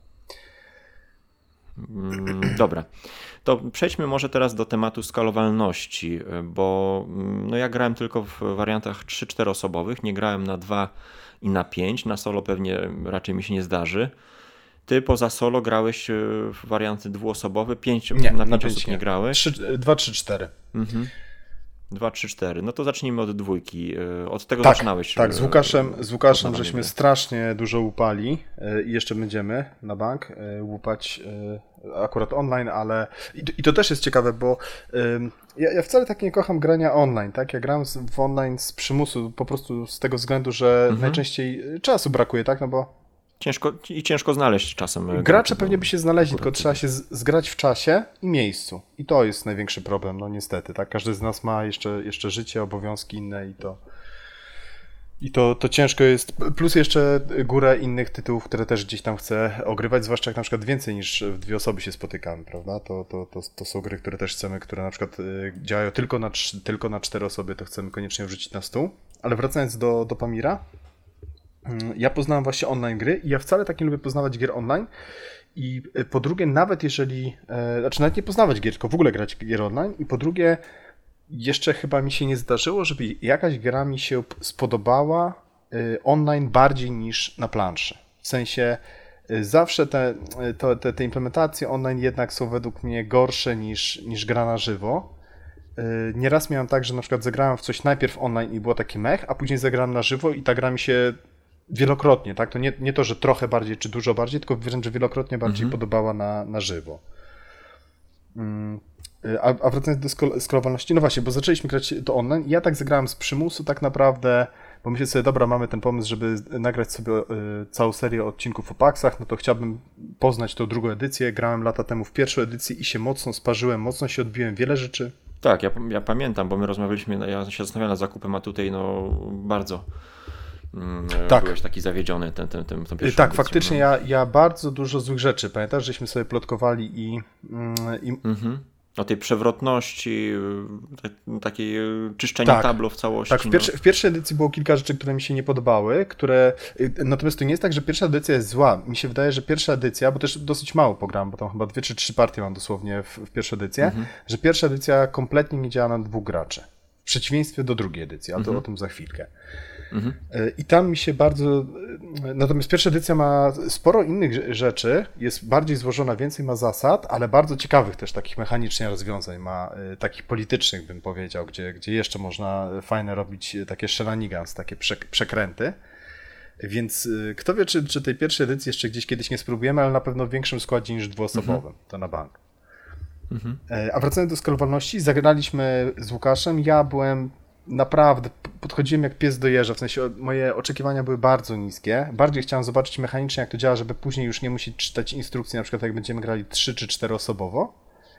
Dobra, to przejdźmy może teraz do tematu skalowalności, bo no ja grałem tylko w wariantach 3-4 osobowych, nie grałem na 2 i na 5, na solo pewnie raczej mi się nie zdarzy. Ty poza solo grałeś w warianty dwuosobowe, na 5 osób nie grałeś? 2, 3, 4. 2, 3, 4. No to zacznijmy od dwójki. Od tego zaczynałeś. Tak, z Łukaszem żeśmy strasznie dużo łupali i jeszcze będziemy na bank łupać akurat online, ale i to też jest ciekawe, bo ja wcale tak nie kocham grania online, tak? Ja gram w online z przymusu, po prostu z tego względu, że najczęściej czasu brakuje, tak? No bo ciężko znaleźć czasem. Gracze pewnie by się znaleźli, tylko trzeba się zgrać w czasie i miejscu. I to jest największy problem, no niestety, tak? Każdy z nas ma jeszcze życie, obowiązki inne i to ciężko jest. Plus jeszcze górę innych tytułów, które też gdzieś tam chcę ogrywać, zwłaszcza jak na przykład więcej niż w 2 osoby się spotykamy, prawda? To są gry, które też chcemy, które na przykład działają tylko na 4 osoby, to chcemy koniecznie wrzucić na stół. Ale wracając do Pamira, ja poznałem właśnie online gry i ja wcale tak nie lubię poznawać gier online i po drugie nawet nie poznawać gier, tylko w ogóle grać gier online i po drugie jeszcze chyba mi się nie zdarzyło, żeby jakaś gra mi się spodobała online bardziej niż na planszy. W sensie zawsze te implementacje online jednak są według mnie gorsze niż gra na żywo. Nieraz miałem tak, że na przykład zagrałem w coś najpierw online i było taki mech, a później zagrałem na żywo i ta gra mi się wielokrotnie, tak? To nie to, że trochę bardziej czy dużo bardziej, tylko wręcz wielokrotnie bardziej podobała na żywo. A wracając do skalowalności, no właśnie, bo zaczęliśmy grać to online i ja tak zagrałem z przymusu tak naprawdę, bo myślę sobie, dobra, mamy ten pomysł, żeby nagrać sobie całą serię odcinków o Paxach, no to chciałbym poznać tą drugą edycję, grałem lata temu w pierwszą edycję i się mocno sparzyłem, mocno się odbiłem, wiele rzeczy. Tak, ja pamiętam, bo my rozmawialiśmy, ja się zastanawiałem nad zakupem, a tutaj no bardzo byłeś taki zawiedziony tą pierwszą Tak, edycją, faktycznie ja bardzo dużo złych rzeczy, pamiętasz, żeśmy sobie plotkowali i o tej przewrotności, takiej czyszczenia tablo w całości. Tak, w pierwszej edycji było kilka rzeczy, które mi się nie podobały, natomiast to nie jest tak, że pierwsza edycja jest zła. Mi się wydaje, że pierwsza edycja, bo też dosyć mało pogram, bo tam chyba 2 czy 3 partie mam dosłownie w pierwszą edycję, że pierwsza edycja kompletnie nie działa na 2 graczy. W przeciwieństwie do drugiej edycji, ale to o tym za chwilkę. I tam mi się bardzo... Natomiast pierwsza edycja ma sporo innych rzeczy, jest bardziej złożona, więcej ma zasad, ale bardzo ciekawych też takich mechanicznie rozwiązań ma, takich politycznych bym powiedział, gdzie jeszcze można fajne robić takie shenanigans, takie przekręty. Więc kto wie, czy tej pierwszej edycji jeszcze gdzieś kiedyś nie spróbujemy, ale na pewno w większym składzie niż 2-osobowym, to na bank. A wracając do skalowalności, zagraliśmy z Łukaszem, ja byłem naprawdę, podchodziłem jak pies do jeża, w sensie moje oczekiwania były bardzo niskie. Bardziej chciałem zobaczyć mechanicznie, jak to działa, żeby później już nie musieć czytać instrukcji, na przykład jak będziemy grali 3 czy 4 osobowo.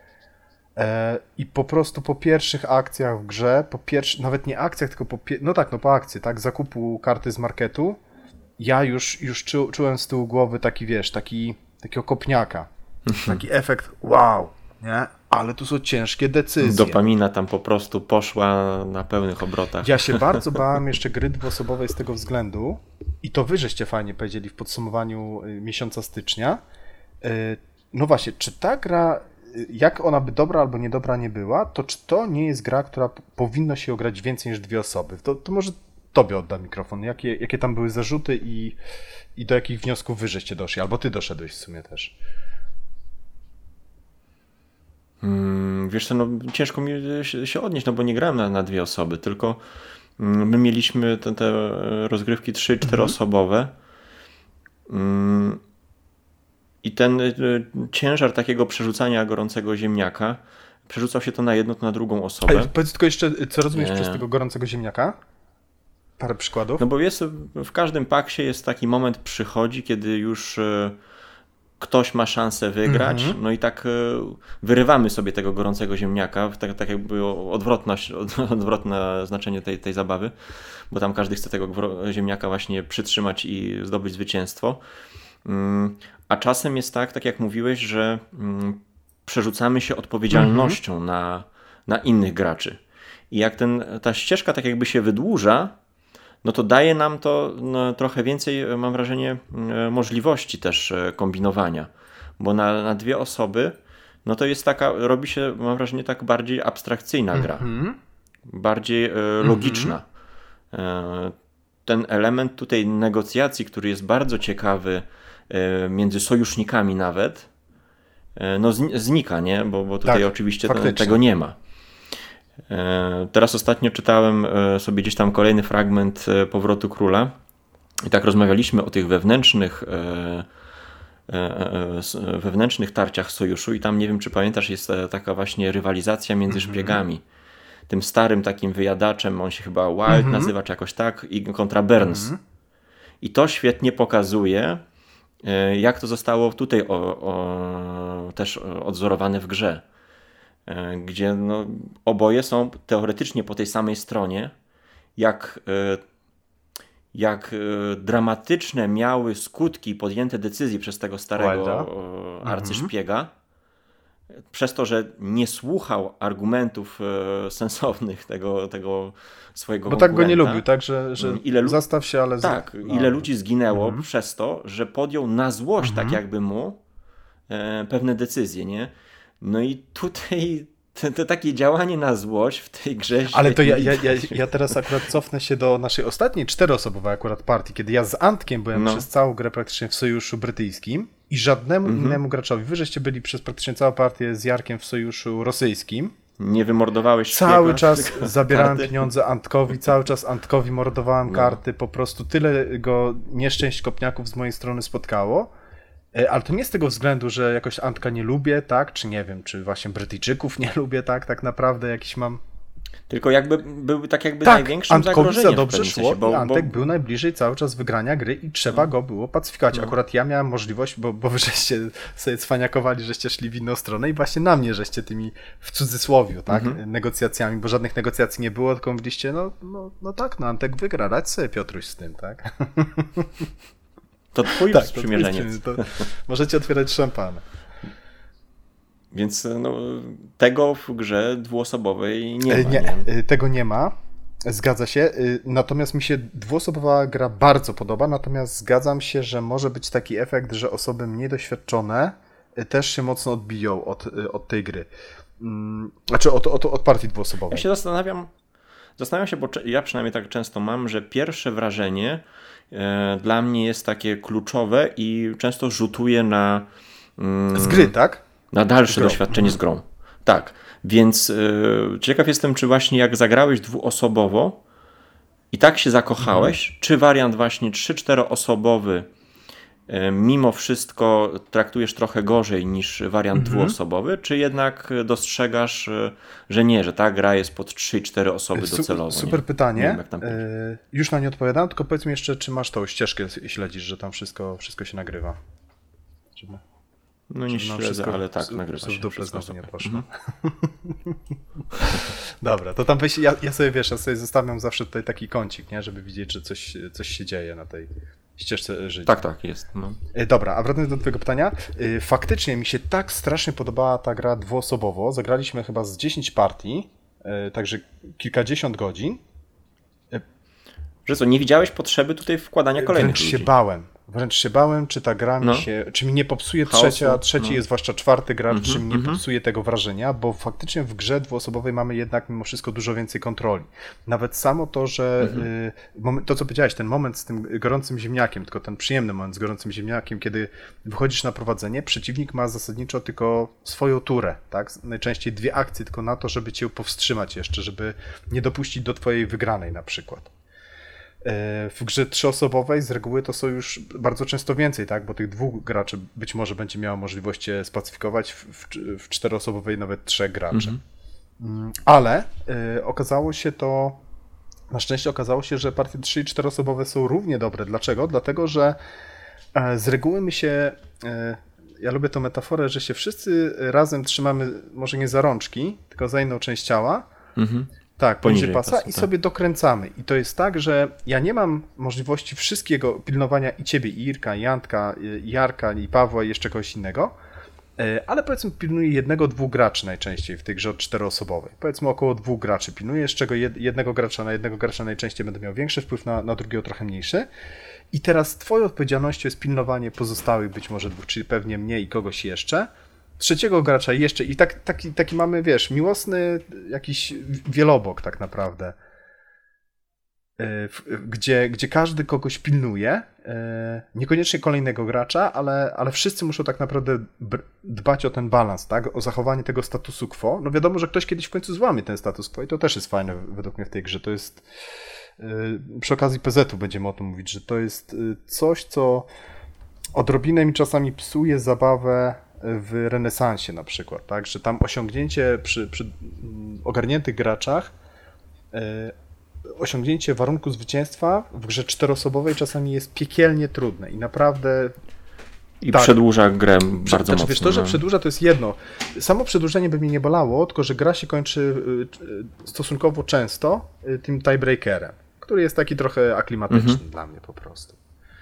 I po prostu po pierwszych akcjach w grze, nawet nie akcjach, tylko po akcji, tak, zakupu karty z marketu, ja już czułem z tyłu głowy taki, wiesz, takiego kopniaka. Taki efekt, wow, nie? Ale tu są ciężkie decyzje. Dopamina tam po prostu poszła na pełnych obrotach. Ja się bardzo bałem jeszcze gry dwuosobowej z tego względu i to wy żeście fajnie powiedzieli w podsumowaniu miesiąca stycznia. No właśnie, czy ta gra, jak ona by dobra albo niedobra nie była, to czy to nie jest gra, która powinno się grać więcej niż 2 osoby? To może tobie oddam mikrofon. Jakie tam były zarzuty i do jakich wniosków wy żeście doszli? Albo ty doszedłeś w sumie też. Wiesz co, no ciężko mi się odnieść, no bo nie grałem na dwie osoby, tylko my mieliśmy te rozgrywki 3-4 osobowe i ten ciężar takiego przerzucania gorącego ziemniaka, przerzucał się to na jedną, to na drugą osobę. Powiedz tylko jeszcze, co rozumiesz przez tego gorącego ziemniaka? Parę przykładów. No bo jest, w każdym paksie jest taki moment, przychodzi, kiedy już ktoś ma szansę wygrać, no i tak wyrywamy sobie tego gorącego ziemniaka, tak jakby odwrotne znaczenie tej zabawy, bo tam każdy chce tego ziemniaka właśnie przytrzymać i zdobyć zwycięstwo. A czasem jest tak jak mówiłeś, że przerzucamy się odpowiedzialnością na innych graczy. I jak ta ścieżka tak jakby się wydłuża, no to daje nam to trochę więcej, mam wrażenie, możliwości też kombinowania. Bo na dwie osoby, no to jest robi się, mam wrażenie, tak bardziej abstrakcyjna gra. Bardziej logiczna. Ten element tutaj negocjacji, który jest bardzo ciekawy między sojusznikami nawet, no znika, nie? Bo tutaj oczywiście tego nie ma. Teraz ostatnio czytałem sobie gdzieś tam kolejny fragment Powrotu Króla i tak rozmawialiśmy o tych wewnętrznych tarciach sojuszu i tam, nie wiem czy pamiętasz, jest taka właśnie rywalizacja między szpiegami. Tym starym takim wyjadaczem, on się chyba Wild nazywa czy jakoś tak, i kontra Burns. I to świetnie pokazuje, jak to zostało tutaj też odzorowane w grze. Gdzie no, oboje są teoretycznie po tej samej stronie, jak dramatyczne miały skutki podjęte decyzji przez tego starego arcyszpiega, przez to, że nie słuchał argumentów sensownych tego swojego Bo tak go nie lubił, tak? Że zastaw się, ale... Tak, ile ludzi zginęło przez to, że podjął na złość tak jakby mu pewne decyzje, nie? No i tutaj to takie działanie na złość w tej grze... Ale to ja teraz akurat cofnę się do naszej ostatniej 4-osobowej akurat partii, kiedy ja z Antkiem byłem przez całą grę praktycznie w sojuszu brytyjskim i żadnemu innemu graczowi. Wy żeście byli przez praktycznie całą partię z Jarkiem w sojuszu rosyjskim. Nie wymordowałeś cały czas zabierałem pieniądze Antkowi, cały czas Antkowi mordowałem karty, po prostu tyle go nieszczęść kopniaków z mojej strony spotkało. Ale to nie z tego względu, że jakoś Antka nie lubię, tak? Czy nie wiem, czy właśnie Brytyjczyków nie lubię, tak naprawdę jakiś mam... Tylko byłby największym zagrożeniem. Za dobrze szło i Antek był najbliżej cały czas wygrania gry i trzeba go było pacyfikować. Akurat ja miałem możliwość, bo wy żeście sobie cwaniakowali, żeście szli w inną stronę i właśnie na mnie żeście tymi w cudzysłowiu, tak? Negocjacjami, bo żadnych negocjacji nie było, tylko mówiliście, Antek wygra, radź sobie Piotruś z tym, tak? To twój sprzymierzeniec. To możecie otwierać szampana. Więc tego w grze dwuosobowej nie ma. Tego nie ma. Zgadza się. Natomiast mi się dwuosobowa gra bardzo podoba, natomiast zgadzam się, że może być taki efekt, że osoby mniej doświadczone też się mocno odbiją od tej gry. Znaczy od partii dwuosobowej. Ja się zastanawiam się, bo ja przynajmniej tak często mam, że pierwsze wrażenie dla mnie jest takie kluczowe i często rzutuje na... Z gry, tak? Na dalsze doświadczenie z grą. Tak, więc ciekaw jestem, czy właśnie jak zagrałeś dwuosobowo i tak się zakochałeś, czy wariant właśnie 3-4 osobowy mimo wszystko traktujesz trochę gorzej niż wariant dwuosobowy, czy jednak dostrzegasz, że nie, że ta gra jest pod 3 i 4 osoby docelowo? Super pytanie. Nie wiem, jak tam już na nie odpowiadam, tylko powiedz mi jeszcze, czy masz tą ścieżkę i śledzisz, że tam wszystko się nagrywa. No nie śledzę, ale tak, nagrywa się. W dupę znowu nie poszło. Dobra, to tam ja sobie zostawiam zawsze tutaj taki kącik, nie, żeby widzieć, że coś się dzieje na tej ścieżce życia. Tak, jest. No. Dobra, a wracając do twojego pytania, faktycznie mi się tak strasznie podobała ta gra dwuosobowo. Zagraliśmy chyba z 10 partii, także kilkadziesiąt godzin. Że co, nie widziałeś potrzeby tutaj wkładania kolejnych ludzi? Wręcz się bałem. Wręcz się bałem, czy ta gra czy mi nie popsuje trzecia, a trzeci jest zwłaszcza czwarty gracz, czy mi nie popsuje tego wrażenia, bo faktycznie w grze dwuosobowej mamy jednak mimo wszystko dużo więcej kontroli. Nawet samo to, że to, co powiedziałeś, ten moment z tym gorącym ziemniakiem, tylko ten przyjemny moment z gorącym ziemniakiem, kiedy wychodzisz na prowadzenie, przeciwnik ma zasadniczo tylko swoją turę, tak? Najczęściej 2 akcje tylko na to, żeby cię powstrzymać jeszcze, żeby nie dopuścić do twojej wygranej na przykład. W grze 3-osobowej z reguły to są już bardzo często więcej, tak? Bo tych 2 graczy być może będzie miało możliwość cię spacyfikować, w 4-osobowej nawet 3 graczy. Ale okazało się to, na szczęście okazało się, że partie 3 i 4-osobowe są równie dobre. Dlaczego? Dlatego, że z reguły ja lubię tę metaforę, że się wszyscy razem trzymamy, może nie za rączki, tylko za inną część ciała, tak, poniżej pasa i sobie dokręcamy. I to jest tak, że ja nie mam możliwości wszystkiego pilnowania i ciebie, i Irka, i Jantka, i Jarka, i Pawła, i jeszcze kogoś innego, ale powiedzmy pilnuję 1-2 graczy najczęściej w tej grze 4-osobowej. Powiedzmy około 2 graczy pilnuję, z czego jednego gracza najczęściej będę miał większy wpływ, na drugiego trochę mniejszy. I teraz twoją odpowiedzialnością jest pilnowanie pozostałych być może 2, czyli pewnie mnie i kogoś jeszcze. 3 gracza jeszcze i taki mamy, wiesz, miłosny jakiś wielobok tak naprawdę, gdzie każdy kogoś pilnuje, niekoniecznie kolejnego gracza, ale wszyscy muszą tak naprawdę dbać o ten balans, tak, o zachowanie tego statusu quo. No wiadomo, że ktoś kiedyś w końcu złamie ten status quo i to też jest fajne według mnie w tej grze. To jest, przy okazji PZ-u będziemy o tym mówić, że to jest coś, co odrobinę mi czasami psuje zabawę w renesansie na przykład, tak, że tam osiągnięcie przy ogarniętych graczach, osiągnięcie warunku zwycięstwa w grze 4-osobowej czasami jest piekielnie trudne i naprawdę... I tak, przedłuża grę bardzo mocno. Wiesz, to, że przedłuża, to jest jedno. Samo przedłużenie by mnie nie bolało, tylko że gra się kończy stosunkowo często tym tiebreakerem, który jest taki trochę aklimatyczny dla mnie po prostu.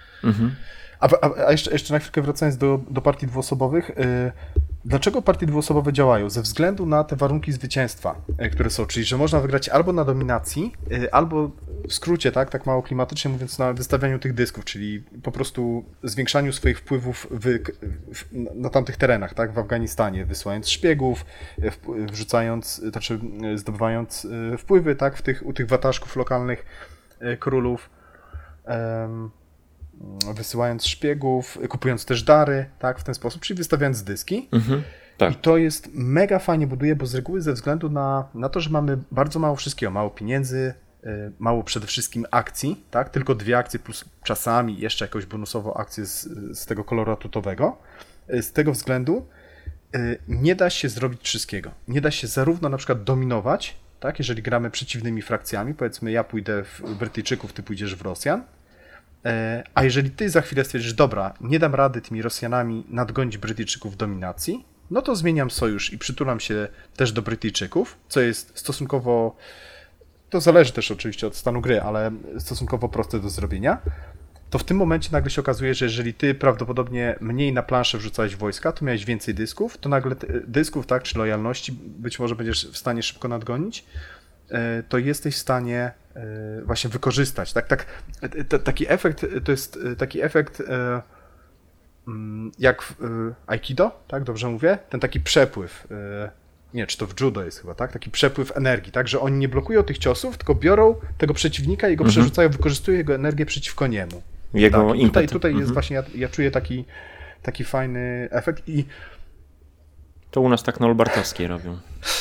A jeszcze na chwilkę wracając do partii dwuosobowych, dlaczego partie dwuosobowe działają? Ze względu na te warunki zwycięstwa, które są, czyli że można wygrać albo na dominacji, albo w skrócie, tak mało klimatycznie mówiąc, na wystawianiu tych dysków, czyli po prostu zwiększaniu swoich wpływów na tamtych terenach, tak, w Afganistanie, wysyłając szpiegów, zdobywając wpływy, tak, u tych wataszków lokalnych królów, wysyłając szpiegów, kupując też dary, tak, w ten sposób, czyli wystawiając dyski. Tak. I to jest mega fajnie buduje, bo z reguły ze względu na to, że mamy bardzo mało wszystkiego, mało pieniędzy, mało przede wszystkim akcji, tak, tylko 2 akcje plus czasami jeszcze jakąś bonusową akcję z tego koloru atutowego. Z tego względu nie da się zrobić wszystkiego. Nie da się zarówno na przykład dominować, tak, jeżeli gramy przeciwnymi frakcjami, powiedzmy ja pójdę w Brytyjczyków, ty pójdziesz w Rosjan, a jeżeli ty za chwilę stwierdzisz, dobra, nie dam rady tymi Rosjanami nadgonić Brytyjczyków w dominacji, no to zmieniam sojusz i przytulam się też do Brytyjczyków, co jest stosunkowo, to zależy też oczywiście od stanu gry, ale stosunkowo proste do zrobienia, to w tym momencie nagle się okazuje, że jeżeli ty prawdopodobnie mniej na planszę wrzucałeś wojska, to miałeś więcej dysków, to nagle dysków, tak, czy lojalności być może będziesz w stanie szybko nadgonić, to jesteś w stanie właśnie wykorzystać. Taki efekt, to jest taki efekt jak w Aikido, tak, dobrze mówię? Ten taki przepływ, nie, czy to w judo jest chyba, tak? Taki przepływ energii, tak, że oni nie blokują tych ciosów, tylko biorą tego przeciwnika i go przerzucają, wykorzystują jego energię przeciwko niemu. Jego impet. Tutaj jest właśnie, ja czuję taki fajny efekt i... To u nas tak na Olbartowskiej robią.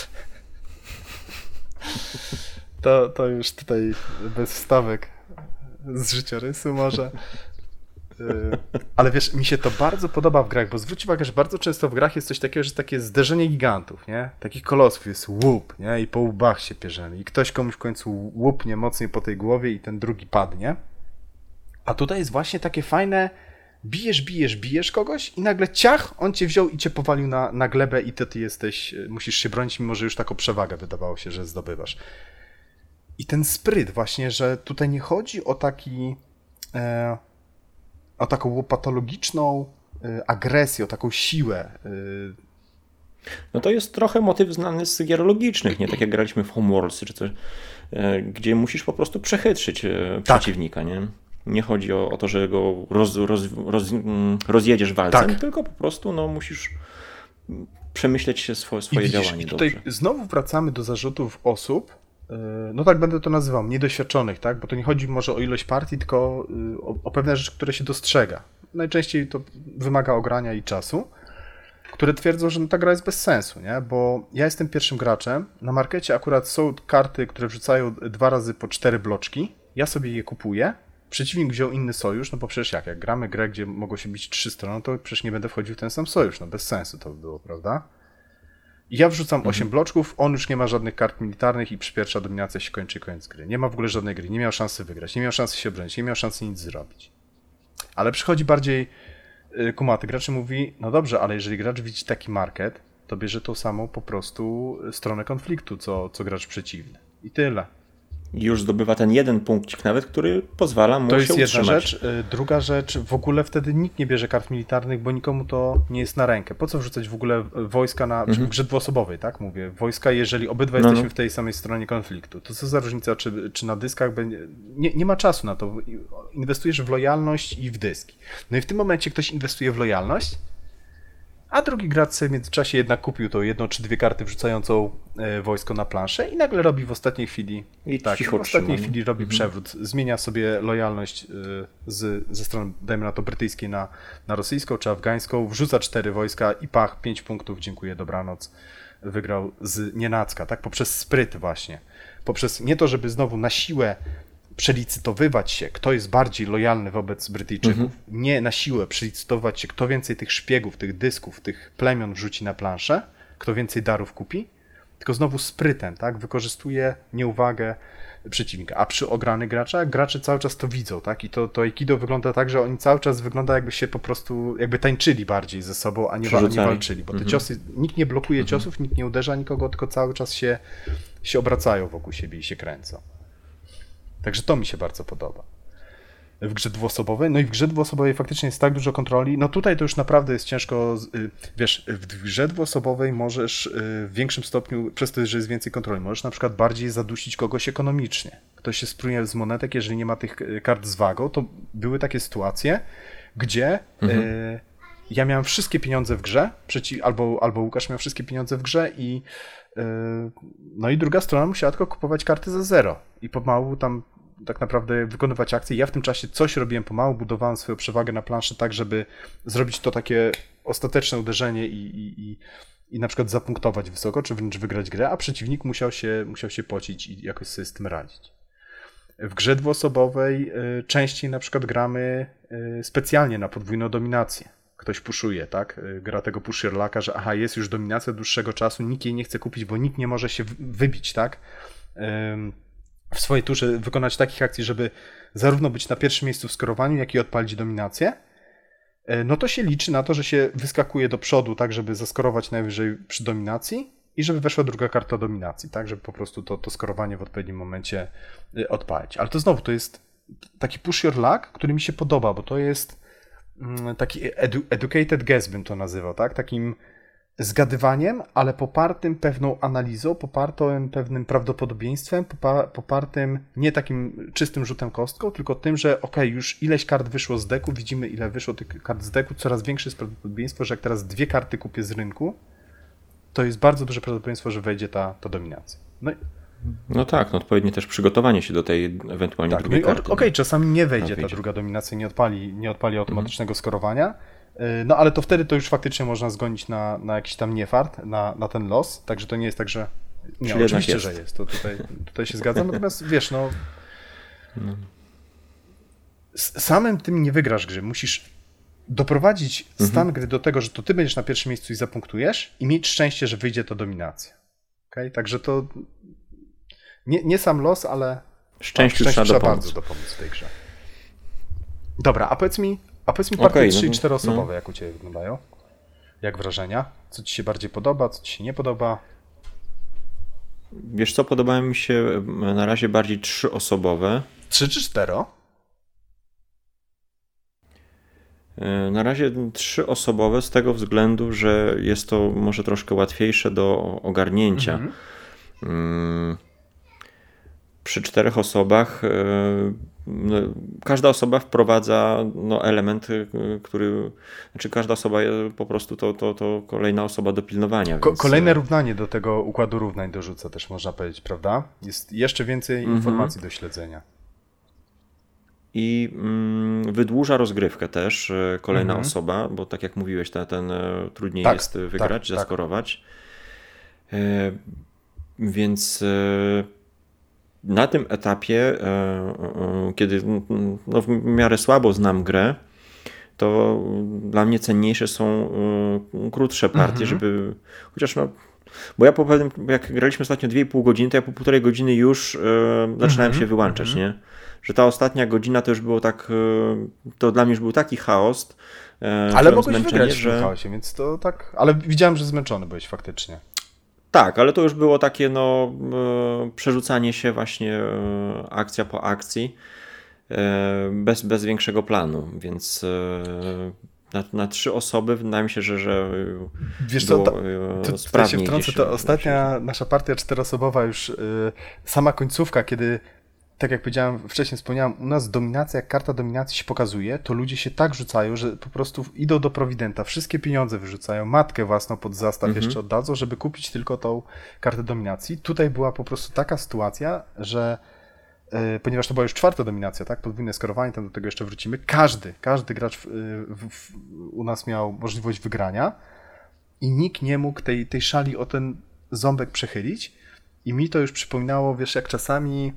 To już tutaj bez wstawek z życiorysu może. Ale wiesz, mi się to bardzo podoba w grach, bo zwróć uwagę, że bardzo często w grach jest coś takiego, że takie zderzenie gigantów, nie? Takich kolosów jest łup, nie? I po łbach się pierzemy. I ktoś komuś w końcu łupnie mocniej po tej głowie i ten drugi padnie. A tutaj jest właśnie takie fajne, bijesz kogoś i nagle ciach, on cię wziął i cię powalił na glebę i ty musisz się bronić, mimo że już taką przewagę wydawało się, że zdobywasz. I ten spryt właśnie, że tutaj nie chodzi o o taką patologiczną agresję, o taką siłę. No to jest trochę motyw znany z gier logicznych, nie? Tak jak graliśmy w Homeworlds czy coś, gdzie musisz po prostu przechytrzyć przeciwnika, nie? Nie chodzi o to, że go rozjedziesz walcem, tylko po prostu musisz przemyśleć swoje działanie. I tutaj znowu wracamy do zarzutów osób, tak będę to nazywał, niedoświadczonych, tak? Bo to nie chodzi może o ilość partii, tylko o pewne rzeczy, które się dostrzega. Najczęściej to wymaga ogrania i czasu, które twierdzą, że ta gra jest bez sensu, nie? Bo ja jestem pierwszym graczem, na markecie akurat są karty, które wrzucają 2 razy po 4 bloczki, ja sobie je kupuję, przeciwnik wziął inny sojusz, bo przecież jak gramy grę, gdzie mogą się bić 3 strony, to przecież nie będę wchodził w ten sam sojusz, bez sensu to by było, prawda? I ja wrzucam 8 bloczków, on już nie ma żadnych kart militarnych i przy pierwsza dominacja się kończy koniec gry. Nie ma w ogóle żadnej gry, nie miał szansy wygrać, nie miał szansy się obronić, nie miał szansy nic zrobić. Ale przychodzi bardziej kumaty gracz mówi, no dobrze, ale jeżeli gracz widzi taki market, to bierze tą samą po prostu stronę konfliktu, co gracz przeciwny. I tyle. I już zdobywa ten jeden punkcik nawet, który pozwala mu się utrzymać. To jest jedna rzecz. Druga rzecz, w ogóle wtedy nikt nie bierze kart militarnych, bo nikomu to nie jest na rękę. Po co wrzucać w ogóle wojska w grze dwuosobowej, tak mówię? Wojska, jeżeli obydwa jesteśmy w tej samej stronie konfliktu. To co za różnica, czy na dyskach będzie... Nie ma czasu na to. Inwestujesz w lojalność i w dyski. No i w tym momencie ktoś inwestuje w lojalność, a drugi gracz sobie w międzyczasie jednak kupił tą 1 czy 2 karty wrzucającą wojsko na planszę i nagle robi w ostatniej chwili robi przewrót. Zmienia sobie lojalność ze strony, dajmy na to, brytyjskiej na rosyjską czy afgańską, wrzuca 4 wojska i 5 punktów, dziękuję, dobranoc. Wygrał z nienacka, tak? Poprzez spryt właśnie. Poprzez nie to, żeby znowu na siłę przelicytowywać się, kto jest bardziej lojalny wobec Brytyjczyków, nie na siłę przelicytować się, kto więcej tych szpiegów, tych dysków, tych plemion wrzuci na planszę, kto więcej darów kupi, tylko znowu sprytem, tak, wykorzystuje nieuwagę przeciwnika. A przy ogranych graczach, gracze cały czas to widzą, tak, i to Aikido wygląda tak, że oni cały czas wygląda jakby się po prostu, jakby tańczyli bardziej ze sobą, a nie walczyli, bo te ciosy, nikt nie blokuje ciosów, nikt nie uderza nikogo, tylko cały czas się obracają wokół siebie i się kręcą. Także to mi się bardzo podoba. W grze dwuosobowej. No i w grze dwuosobowej faktycznie jest tak dużo kontroli. No tutaj to już naprawdę jest ciężko. Wiesz, w grze dwuosobowej możesz w większym stopniu, przez to, że jest więcej kontroli, możesz na przykład bardziej zadusić kogoś ekonomicznie. Ktoś się spruje z monetek, jeżeli nie ma tych kart z wagą, to były takie sytuacje, gdzie ja miałem wszystkie pieniądze w grze, albo Łukasz miał wszystkie pieniądze w grze i no i druga strona musiała tylko kupować karty za 0 i pomału tam tak naprawdę wykonywać akcje. Ja w tym czasie coś robiłem pomału, budowałem swoją przewagę na planszy tak, żeby zrobić to takie ostateczne uderzenie i na przykład zapunktować wysoko, czy wręcz wygrać grę, a przeciwnik musiał się pocić i jakoś sobie z tym radzić. W grze dwuosobowej częściej na przykład gramy specjalnie na podwójną dominację. Ktoś puszuje, tak? Gra tego push-your-lucka, że jest już dominacja dłuższego czasu, nikt jej nie chce kupić, bo nikt nie może się wybić, tak? W swojej turze wykonać takich akcji, żeby zarówno być na pierwszym miejscu w skorowaniu, jak i odpalić dominację. No to się liczy na to, że się wyskakuje do przodu, tak, żeby zaskorować najwyżej przy dominacji i żeby weszła druga karta dominacji, tak, żeby po prostu to skorowanie w odpowiednim momencie odpalić. Ale to znowu, to jest taki push-your-luck, który mi się podoba, bo to jest taki educated guess bym to nazywał, tak? Takim zgadywaniem, ale popartym pewną analizą, popartym pewnym prawdopodobieństwem, popartym nie takim czystym rzutem kostką, tylko tym, że już ileś kart wyszło z deku, widzimy ile wyszło tych kart z deku, coraz większe jest prawdopodobieństwo, że jak teraz 2 karty kupię z rynku, to jest bardzo duże prawdopodobieństwo, że wejdzie ta dominacja. No tak, odpowiednie też przygotowanie się do tej ewentualnie drugiej karty. Czasami nie wejdzie ta druga dominacja, nie odpali automatycznego skorowania, no ale to wtedy to już faktycznie można zgonić na jakiś tam niefart, na ten los, także to nie jest tak, że... Nie, oczywiście, że jest, to tutaj się zgadzam, natomiast wiesz, samym tym nie wygrasz gry, musisz doprowadzić stan gry do tego, że to ty będziesz na pierwszym miejscu i zapunktujesz i mieć szczęście, że wyjdzie to dominacja. Okay? Także to nie sam los, ale szczęściu trzeba bardzo dopomóc w tej grze. Dobra, a powiedz mi partie 3 i 4 osobowe, jak u Ciebie wyglądają? Jak wrażenia? Co Ci się bardziej podoba, co Ci się nie podoba? Wiesz co, podobały mi się na razie bardziej 3 osobowe. 3 czy 4? Na razie 3 osobowe z tego względu, że jest to może troszkę łatwiejsze do ogarnięcia. przy 4 osobach no, każda osoba wprowadza element, który, znaczy każda osoba po prostu to kolejna osoba do pilnowania. Więc... Kolejne równanie do tego układu równań dorzuca też, można powiedzieć, prawda? Jest jeszcze więcej informacji do śledzenia. I wydłuża rozgrywkę też kolejna osoba, bo tak jak mówiłeś, ten trudniej jest wygrać, zaskorować. Więc na tym etapie, kiedy w miarę słabo znam grę, to dla mnie cenniejsze są krótsze partie, żeby chociaż bo ja po pewnym, jak graliśmy ostatnio 2,5 godziny, to ja po 1,5 godziny już zaczynałem się wyłączać, nie? Że ta ostatnia godzina to już było tak, to dla mnie już był taki chaos. Ale mogłeś wygrać w tym chaosie, więc to tak, ale widziałem, że zmęczony byłeś faktycznie. Tak, ale to już było takie przerzucanie się właśnie akcja po akcji bez większego planu, więc na 3 osoby wydaje mi się, że wiesz co, tutaj się wtrącę, to ostatnia nasza partia 4-osobowa już sama końcówka, kiedy tak jak powiedziałem, wcześniej wspomniałem, u nas dominacja, jak karta dominacji się pokazuje, to ludzie się tak rzucają, że po prostu idą do prowidenta, wszystkie pieniądze wyrzucają, matkę własną pod zastaw jeszcze oddadzą, żeby kupić tylko tą kartę dominacji. Tutaj była po prostu taka sytuacja, że ponieważ to była już 4. dominacja, tak, podwójne skorowanie, tam do tego jeszcze wrócimy, każdy gracz u nas miał możliwość wygrania i nikt nie mógł tej szali o ten ząbek przechylić i mi to już przypominało, wiesz, jak czasami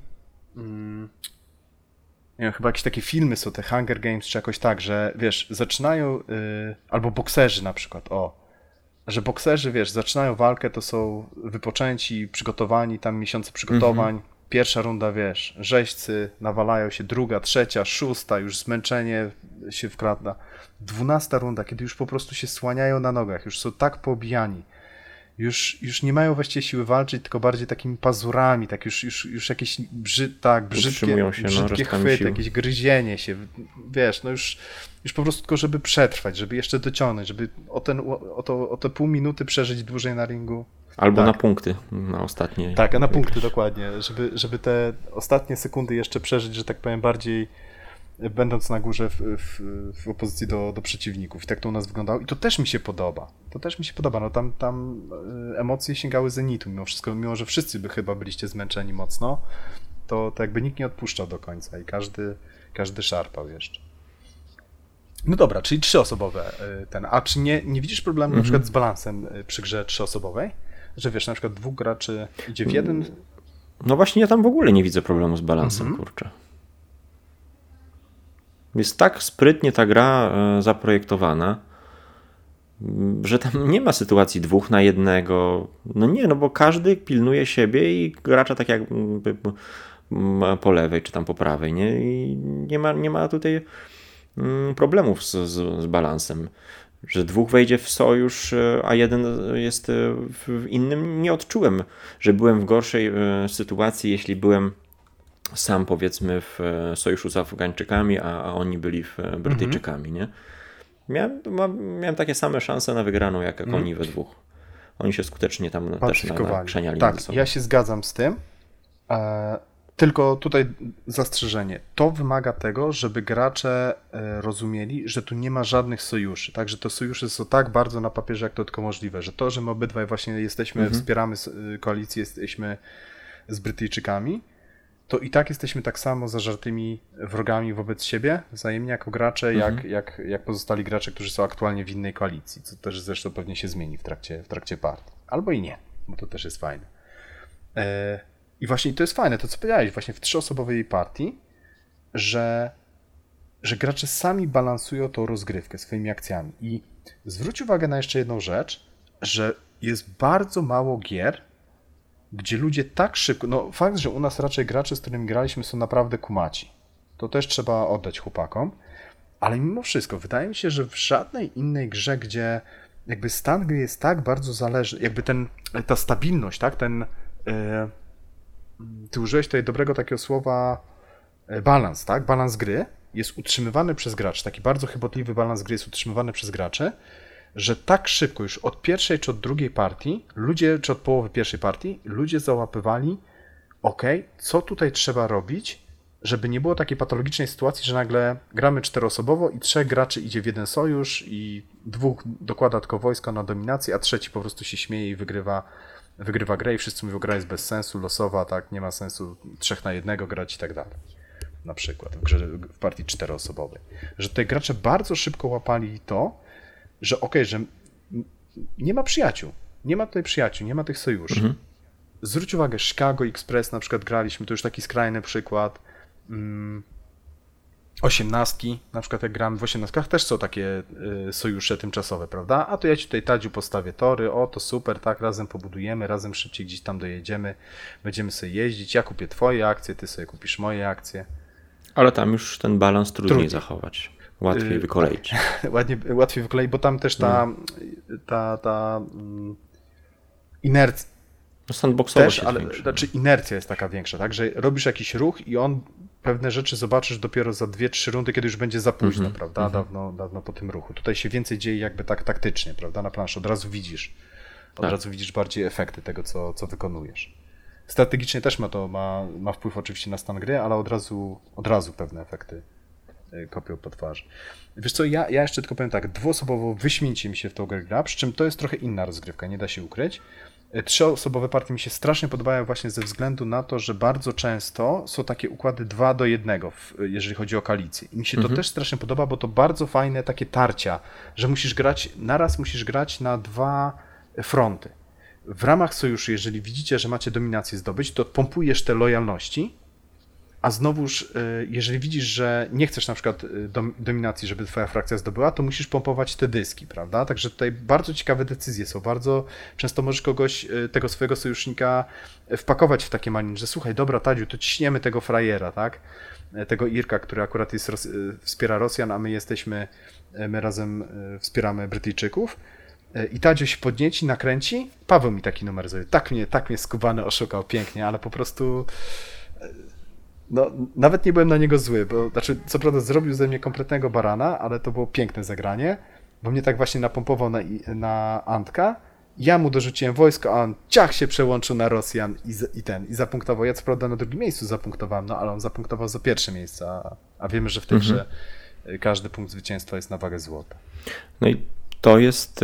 nie wiem, chyba jakieś takie filmy są, te Hunger Games czy jakoś tak, że wiesz, zaczynają, albo bokserzy na przykład, że bokserzy, wiesz, zaczynają walkę, to są wypoczęci, przygotowani, tam miesiące przygotowań, pierwsza runda, wiesz, rzeźcy, nawalają się, 2., 3., 6., już zmęczenie się wkradła, 12. runda, kiedy już po prostu się słaniają na nogach, już są tak poobijani, już nie mają właściwie siły walczyć, tylko bardziej takimi pazurami, tak już jakieś brzydkie chwyty, jakieś gryzienie się, wiesz, no już po prostu tylko, żeby przetrwać, żeby jeszcze dociągnąć, żeby o te pół minuty przeżyć dłużej na ringu. Albo na punkty, na ostatnie. Tak, a na punkty dokładnie, żeby te ostatnie sekundy jeszcze przeżyć, że tak powiem, bardziej będąc na górze w opozycji do przeciwników. I tak to u nas wyglądało. I to też mi się podoba. No tam emocje sięgały zenitu mimo wszystko, mimo że wszyscy chyba byliście zmęczeni mocno, to jakby nikt nie odpuszczał do końca i każdy szarpał jeszcze. No dobra, czyli 3-osobowe a czy nie widzisz problemu na przykład z balansem przy grze 3-osobowej? Że wiesz, na przykład 2 graczy idzie w jeden... No właśnie ja tam w ogóle nie widzę problemu z balansem, kurczę. Jest tak sprytnie ta gra zaprojektowana, że tam nie ma sytuacji 2 na 1. No nie, no bo każdy pilnuje siebie i gracza tak jakby po lewej czy tam po prawej, nie? I nie ma tutaj problemów z balansem. Że 2 wejdzie w sojusz, a 1 jest w innym. Nie odczułem, że byłem w gorszej sytuacji, jeśli byłem sam, powiedzmy, w sojuszu z Afgańczykami, a oni byli w Brytyjczykami, nie? Miałem takie same szanse na wygraną, jak oni we 2. Oni się skutecznie tam też nakrzaniali. Tak, ja się zgadzam z tym. Tylko tutaj zastrzeżenie. To wymaga tego, żeby gracze rozumieli, że tu nie ma żadnych sojuszy. Tak, że te sojusze są tak bardzo na papierze, jak to tylko możliwe. Że to, że my obydwaj właśnie jesteśmy, wspieramy koalicję, jesteśmy z Brytyjczykami, to i tak jesteśmy tak samo zażartymi wrogami wobec siebie wzajemnie jako gracze, jak pozostali gracze, którzy są aktualnie w innej koalicji, co też zresztą pewnie się zmieni w trakcie partii. Albo i nie, bo to też jest fajne. I właśnie to jest fajne, to co powiedziałeś, właśnie w 3-osobowej partii, że gracze sami balansują tą rozgrywkę swoimi akcjami. I zwróć uwagę na jeszcze jedną rzecz, że jest bardzo mało gier, gdzie ludzie tak szybko, no fakt, że u nas raczej gracze, z którymi graliśmy, są naprawdę kumaci. To też trzeba oddać chłopakom, ale mimo wszystko wydaje mi się, że w żadnej innej grze, gdzie jakby stan gry jest tak bardzo zależny, jakby ta stabilność, tak, ty użyłeś tutaj dobrego takiego słowa balans, tak, balans gry jest utrzymywany przez graczy, taki bardzo chybotliwy balans gry jest utrzymywany przez graczy, że tak szybko, już od pierwszej czy od drugiej partii, czy od połowy pierwszej partii, ludzie załapywali co tutaj trzeba robić, żeby nie było takiej patologicznej sytuacji, że nagle gramy 4-osobowo i 3 graczy idzie w jeden sojusz i 2 dokłada tylko wojska na dominację, a 3 po prostu się śmieje i wygrywa grę i wszyscy mówią, gra jest bez sensu, losowa, tak, nie ma sensu 3 na 1 grać i tak dalej. Na przykład w partii 4-osobowej. Że tutaj gracze bardzo szybko łapali to, że że nie ma przyjaciół, nie ma tutaj przyjaciół, nie ma tych sojuszy. Zwróć uwagę, Chicago Express na przykład graliśmy, to już taki skrajny przykład. 18, na przykład jak gramy w 18 też są takie sojusze tymczasowe, prawda? A to ja ci tutaj, Tadziu, postawię tory, to super, tak, razem pobudujemy, razem szybciej gdzieś tam dojedziemy, będziemy sobie jeździć, ja kupię twoje akcje, ty sobie kupisz moje akcje. Ale tam już ten balans trudniej zachować, łatwiej wykoleić. Łatwiej wykoleić, bo tam też ta inercja, sandboxowo też, ale znaczy inercja jest taka większa, tak, że robisz jakiś ruch i on pewne rzeczy zobaczysz dopiero za 2-3 rundy, kiedy już będzie za późno, prawda, dawno po tym ruchu. Tutaj się więcej dzieje jakby tak taktycznie, prawda, na planszy, od razu widzisz bardziej efekty tego, co wykonujesz. Strategicznie też ma wpływ oczywiście na stan gry, ale od razu pewne efekty kopią po twarzy. Wiesz co, ja jeszcze tylko powiem tak, 2-osobowo wyśmienicie mi się w tą grę gra, przy czym to jest trochę inna rozgrywka, nie da się ukryć. 3-osobowe partie mi się strasznie podobają właśnie ze względu na to, że bardzo często są takie układy 2-1, jeżeli chodzi o koalicję. I mi się to też strasznie podoba, bo to bardzo fajne takie tarcia, że musisz grać na 2 fronty. W ramach sojuszu, jeżeli widzicie, że macie dominację zdobyć, to pompujesz te lojalności, a znowuż, jeżeli widzisz, że nie chcesz na przykład dominacji, żeby twoja frakcja zdobyła, to musisz pompować te dyski, prawda? Także tutaj bardzo ciekawe decyzje są. Bardzo często możesz kogoś, tego swojego sojusznika wpakować w takie maniny, że słuchaj, dobra, Tadziu, to ciśniemy tego frajera, tak? Tego Irka, który akurat wspiera Rosjan, a my razem wspieramy Brytyjczyków. I Tadziu się podnieci, nakręci. Paweł mi taki numer zrobił. Tak mnie skubany oszukał pięknie, ale po prostu... No, nawet nie byłem na niego zły, bo znaczy, co prawda zrobił ze mnie kompletnego barana, ale to było piękne zagranie, bo mnie tak właśnie napompował na Antka, ja mu dorzuciłem wojsko, a on ciach się przełączył na Rosjan i zapunktował. Ja co prawda na drugim miejscu zapunktowałem, no ale on zapunktował za pierwsze miejsce, a wiemy, że w tej grze każdy punkt zwycięstwa jest na wagę złota. No i to jest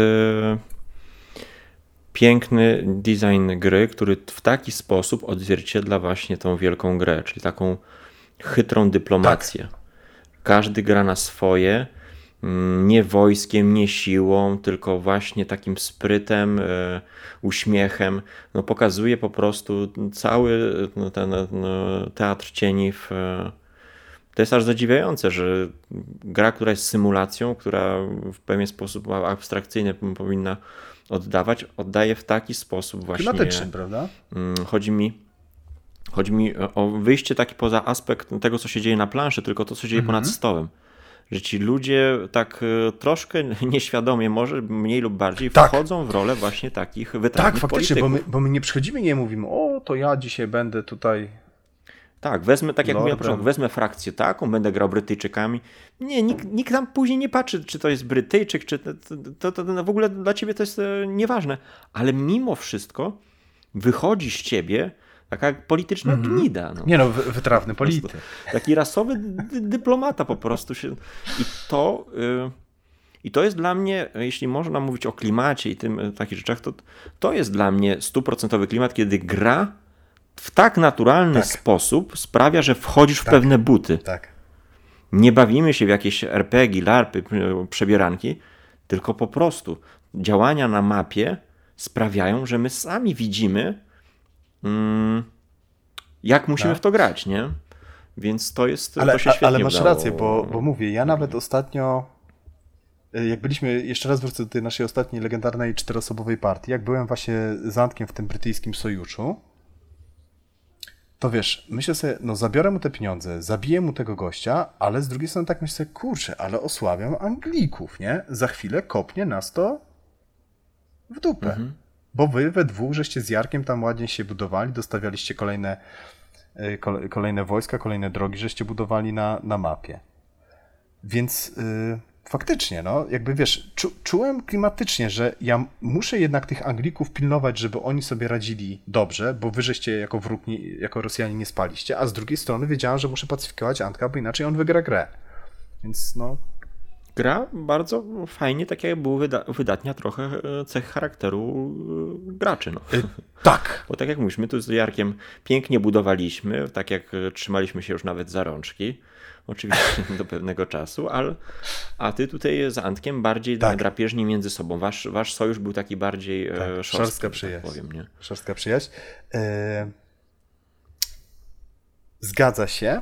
piękny design gry, który w taki sposób odzwierciedla właśnie tą wielką grę, czyli taką chytrą dyplomację. Tak. Każdy gra na swoje, nie wojskiem, nie siłą, tylko właśnie takim sprytem, uśmiechem. No, pokazuje po prostu cały ten teatr cieni. To jest aż zadziwiające, że gra, która jest symulacją, która w pewien sposób abstrakcyjny powinna oddaje w taki sposób właśnie. Klimatyczny, prawda? Chodzi mi o wyjście taki poza aspekt tego, co się dzieje na planszy, tylko to, co się dzieje ponad stołem. Że ci ludzie tak troszkę nieświadomie, może mniej lub bardziej, wchodzą w rolę właśnie takich wytrawnych faktycznie, polityków. bo my nie przychodzimy i nie mówimy, to ja dzisiaj będę tutaj... Tak, tak jak mówiłem na początku, wezmę frakcję taką, będę grał Brytyjczykami. Nie, nikt tam później nie patrzy, czy to jest Brytyjczyk, czy to w ogóle dla ciebie to jest nieważne. Ale mimo wszystko wychodzi z ciebie taka polityczna gnida. No. Nie wytrawny polityk. Taki rasowy dyplomata po prostu. I to jest dla mnie, jeśli można mówić o klimacie i takich rzeczach, to jest dla mnie 100% klimat, kiedy gra w tak naturalny sposób sprawia, że wchodzisz w pewne buty. Tak. Nie bawimy się w jakieś RPG, larpy, przebieranki, tylko po prostu działania na mapie sprawiają, że my sami widzimy, jak musimy w to grać, nie? Więc to jest, to się świetnie ale masz udało. rację, bo mówię, ja nawet ostatnio, jak byliśmy, jeszcze raz wrócę do tej naszej ostatniej legendarnej 4-osobowej partii, jak byłem właśnie z Antkiem w tym brytyjskim sojuszu, to wiesz, myślę sobie, zabiorę mu te pieniądze, zabiję mu tego gościa, ale z drugiej strony tak myślę sobie, kurczę, ale osłabiam Anglików, nie? Za chwilę kopnie nas to w dupę. Bo wy we dwóch żeście z Jarkiem tam ładnie się budowali, dostawialiście kolejne wojska, kolejne drogi, żeście budowali na mapie. Więc faktycznie, no, jakby wiesz, czułem klimatycznie, że ja muszę jednak tych Anglików pilnować, żeby oni sobie radzili dobrze, bo wy żeście jako wróg, jako Rosjanie nie spaliście, a z drugiej strony wiedziałem, że muszę pacyfikować Antka, bo inaczej on wygra grę. Więc no... Gra bardzo fajnie, tak jak był wydatnia trochę cech charakteru graczy. No. Tak. Bo tak jak mówiliśmy, tu z Jarkiem pięknie budowaliśmy, tak jak trzymaliśmy się już nawet za rączki, oczywiście do pewnego czasu, a ty tutaj z Antkiem bardziej drapieżni między sobą. Wasz sojusz był taki bardziej szorstka przyjaźń. Tak powiem, nie? Szorstka przyjaźń. Zgadza się.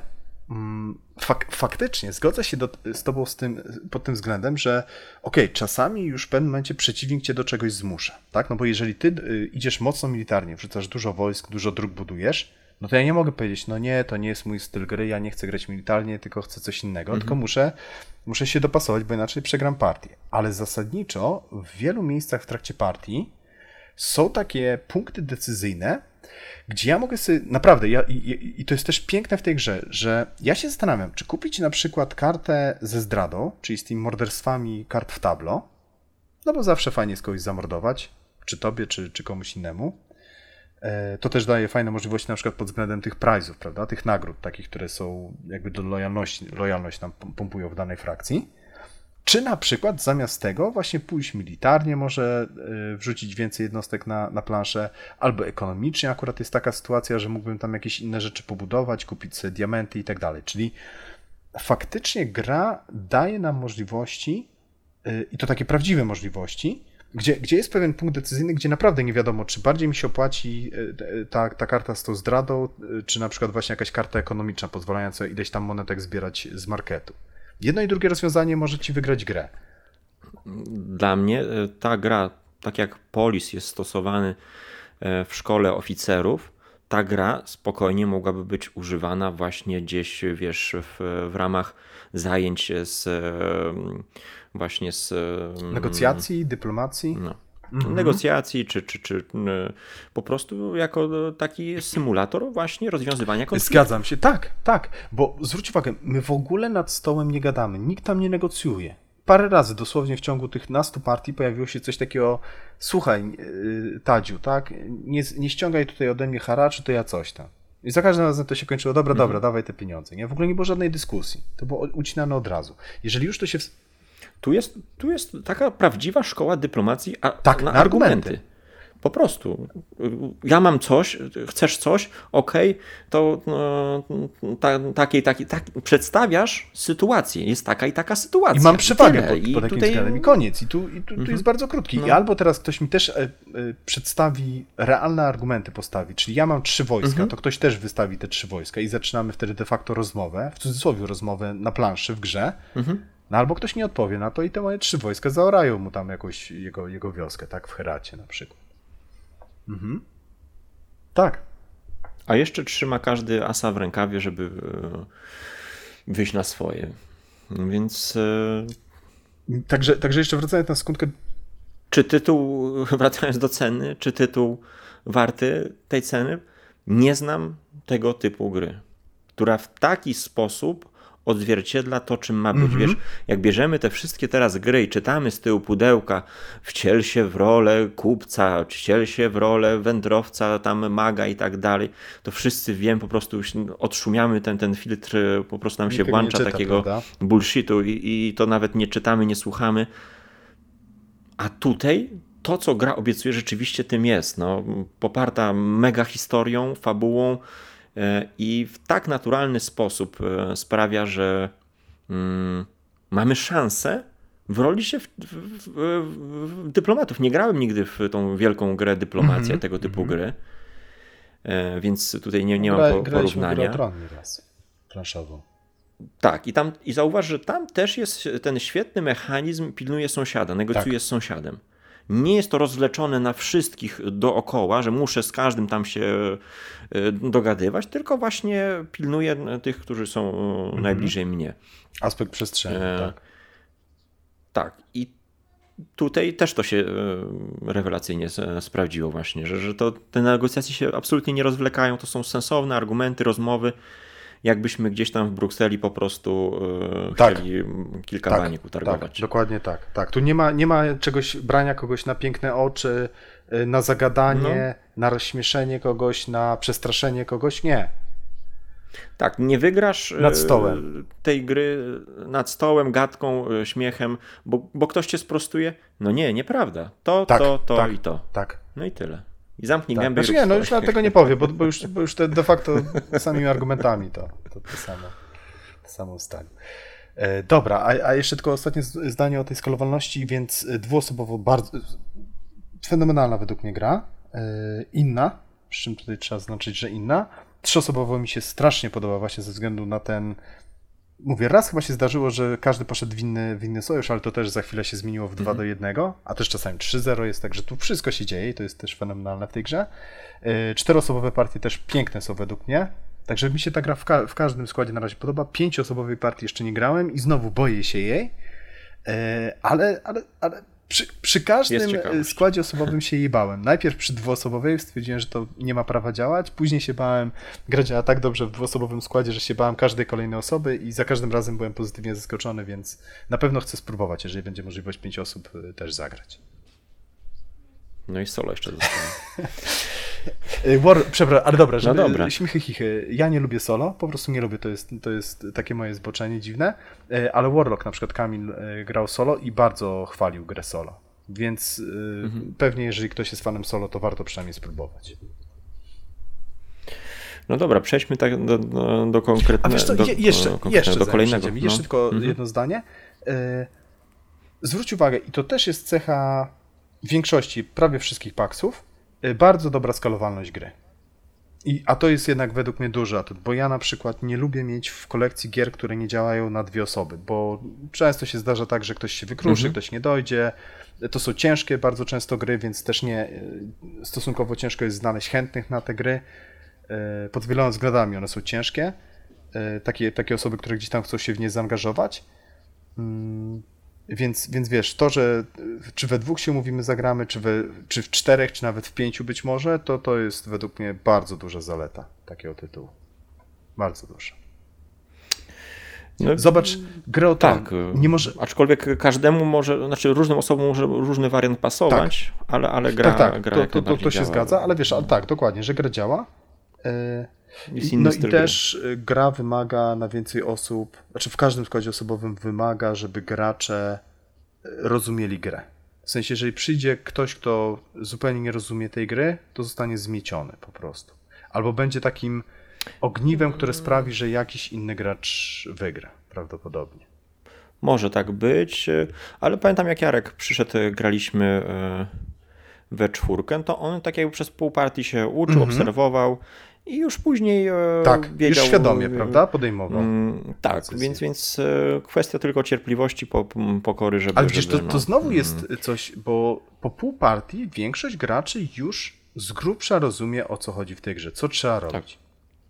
Faktycznie zgodzę się z tobą pod tym względem, że czasami już w pewnym momencie przeciwnik cię do czegoś zmusza, tak? No bo jeżeli ty idziesz mocno militarnie, wrzucasz dużo wojsk, dużo dróg budujesz, no to ja nie mogę powiedzieć, no nie, to nie jest mój styl gry, ja nie chcę grać militarnie, tylko chcę coś innego, tylko muszę się dopasować, bo inaczej przegram partię. Ale zasadniczo w wielu miejscach w trakcie partii są takie punkty decyzyjne, gdzie ja mogę sobie, naprawdę, i to jest też piękne w tej grze, że ja się zastanawiam, czy kupić na przykład kartę ze zdradą, czyli z tymi morderstwami kart w tablo, no bo zawsze fajnie jest kogoś zamordować, czy tobie, czy komuś innemu. To też daje fajne możliwości na przykład pod względem tych prizów, prawda, tych nagród, takich, które są jakby do lojalność nam pompują w danej frakcji. Czy na przykład zamiast tego właśnie pójść militarnie, może wrzucić więcej jednostek na planszę, albo ekonomicznie akurat jest taka sytuacja, że mógłbym tam jakieś inne rzeczy pobudować, kupić sobie diamenty i tak dalej. Czyli faktycznie gra daje nam możliwości, i to takie prawdziwe możliwości, gdzie jest pewien punkt decyzyjny, gdzie naprawdę nie wiadomo, czy bardziej mi się opłaci ta karta z tą zdradą, czy na przykład właśnie jakaś karta ekonomiczna pozwalająca ileś tam monetek zbierać z marketu. Jedno i drugie rozwiązanie może ci wygrać grę. Dla mnie ta gra, tak jak Polis jest stosowany w szkole oficerów, ta gra spokojnie mogłaby być używana właśnie gdzieś, wiesz, w ramach zajęć właśnie z negocjacji, dyplomacji. No. Negocjacji, czy po prostu jako taki symulator właśnie rozwiązywania konfliktu. Zgadzam się, tak, bo zwróć uwagę, my w ogóle nad stołem nie gadamy, nikt tam nie negocjuje. Parę razy dosłownie w ciągu tych nastu partii pojawiło się coś takiego, słuchaj, Tadziu, tak, nie ściągaj tutaj ode mnie haraczu, to ja coś tam. I za każdym razem to się kończyło, dobra, dawaj te pieniądze. Nie? W ogóle nie było żadnej dyskusji, to było ucinane od razu. Jeżeli już to się... Tu jest taka prawdziwa szkoła dyplomacji na argumenty. Po prostu. Ja mam coś, chcesz coś, okej, to przedstawiasz sytuację. Jest taka i taka sytuacja. I mam przewagę pod takim względem. I koniec. I tu jest bardzo krótki. No. I albo teraz ktoś mi też przedstawi, realne argumenty postawi. Czyli ja mam 3 wojska, to ktoś też wystawi te 3 wojska i zaczynamy wtedy de facto rozmowę, w cudzysłowie rozmowę na planszy w grze. No albo ktoś nie odpowie na to i te moje 3 wojska zaorają mu tam jakąś jego wioskę, tak? W Heracie na przykład. Tak. A jeszcze trzyma każdy asa w rękawie, żeby wyjść na swoje. Więc... Także jeszcze wracając na sekundkę. Czy tytuł, wracając do ceny, czy tytuł warty tej ceny? Nie znam tego typu gry, która w taki sposób odzwierciedla to, czym ma być. Wiesz, jak bierzemy te wszystkie teraz gry i czytamy z tyłu pudełka, wciel się w rolę kupca, wciel się w rolę wędrowca, tam maga i tak dalej, to wszyscy wiem, po prostu już odszumiamy ten filtr, po prostu nam się włącza czyta, takiego prawda? Bullshitu i to nawet nie czytamy, nie słuchamy. A tutaj to, co gra obiecuje, rzeczywiście tym jest. No, poparta mega historią, fabułą, i w tak naturalny sposób sprawia, że mamy szansę wrobić się w dyplomatów. Nie grałem nigdy w tą wielką grę dyplomacja, tego typu gry, więc tutaj nie mam porównania. Graliśmy w Tron raz, planszowo. Tak, i zauważ, że tam też jest ten świetny mechanizm, pilnuje sąsiada, negocjuje z sąsiadem. Nie jest to rozwleczone na wszystkich dookoła, że muszę z każdym tam się dogadywać, tylko właśnie pilnuję tych, którzy są najbliżej mnie. Aspekt przestrzenny, tak. Tak. I tutaj też to się rewelacyjnie sprawdziło właśnie, że te negocjacje się absolutnie nie rozwlekają, to są sensowne argumenty, rozmowy jakbyśmy gdzieś tam w Brukseli po prostu chcieli kilka baniek utargować. Tak, dokładnie tak. Tak. Tu nie ma czegoś, brania kogoś na piękne oczy, na zagadanie, na rozśmieszenie kogoś, na przestraszenie kogoś. Nie. Tak, nie wygrasz nad stołem tej gry nad stołem, gadką, śmiechem, bo ktoś cię sprostuje. No nie, nieprawda. To i to. Tak. No i tyle. I zamknij gębę. Znaczy nie, no już tego nie powiem, bo już te de facto samymi argumentami to samo ustali. Dobra, a jeszcze tylko ostatnie zdanie o tej skalowalności, więc dwuosobowo bardzo fenomenalna według mnie gra. Inna, przy czym tutaj trzeba zaznaczyć, że inna. Trzyosobowo mi się strasznie podoba właśnie ze względu na ten... Mówię, raz chyba się zdarzyło, że każdy poszedł w inny sojusz, ale to też za chwilę się zmieniło w 2-1, a też czasami 3-0 jest, także tu wszystko się dzieje i to jest też fenomenalne w tej grze. Czteroosobowe partie też piękne są według mnie, także mi się ta gra w każdym składzie na razie podoba. 5-osobowej partii jeszcze nie grałem i znowu boję się jej, ale przy każdym składzie osobowym się jej bałem. Najpierw przy dwuosobowej stwierdziłem, że to nie ma prawa działać, później się bałem, gra działa tak dobrze w dwuosobowym składzie, że się bałem każdej kolejnej osoby i za każdym razem byłem pozytywnie zaskoczony, więc na pewno chcę spróbować, jeżeli będzie możliwość 5 osób też zagrać. No i solo jeszcze zostanie. Przepraszam, ale dobra, żeby dobra. Śmichy chichy. Ja nie lubię solo, po prostu nie lubię, to jest takie moje zboczenie dziwne, ale Warlock na przykład Kamil grał solo i bardzo chwalił grę solo, więc pewnie jeżeli ktoś jest fanem solo, to warto przynajmniej spróbować. No dobra, przejdźmy tak do konkretnego. A wiesz co, jeszcze do kolejnego. Jeszcze tylko jedno zdanie. Zwróć uwagę, i to też jest cecha większości, prawie wszystkich paksów, bardzo dobra skalowalność gry. A to jest jednak według mnie duży atut, bo ja na przykład nie lubię mieć w kolekcji gier, które nie działają na 2 osoby, bo często się zdarza tak, że ktoś się wykruszy, ktoś nie dojdzie. To są ciężkie bardzo często gry, więc też stosunkowo ciężko jest znaleźć chętnych na te gry. Pod wieloma względami one są ciężkie. Takie osoby, które gdzieś tam chcą się w nie zaangażować. Więc wiesz, to, że czy we 2 się umówimy, zagramy, czy w 4, czy nawet w 5 być może, to jest według mnie bardzo duża zaleta takiego tytułu. Bardzo duża. Zobacz, grę o tak, nie może... Aczkolwiek każdemu może, znaczy różnym osobom może różny wariant pasować, ale gra to się zgadza, ale wiesz, tak, dokładnie, że gra działa. I też gra wymaga na więcej osób, znaczy w każdym składzie osobowym wymaga, żeby gracze rozumieli grę. W sensie, jeżeli przyjdzie ktoś, kto zupełnie nie rozumie tej gry, to zostanie zmieciony po prostu. Albo będzie takim ogniwem, które sprawi, że jakiś inny gracz wygra prawdopodobnie. Może tak być, ale pamiętam jak Jarek przyszedł, graliśmy we 4, to on tak jakby przez pół partii się uczył, obserwował i już później wiedział... już świadomie, prawda? Podejmował. Tak, więc kwestia tylko cierpliwości, pokory, żeby... Ale widzisz, to znowu jest coś, bo po pół partii większość graczy już z grubsza rozumie, o co chodzi w tej grze, co trzeba robić. Tak.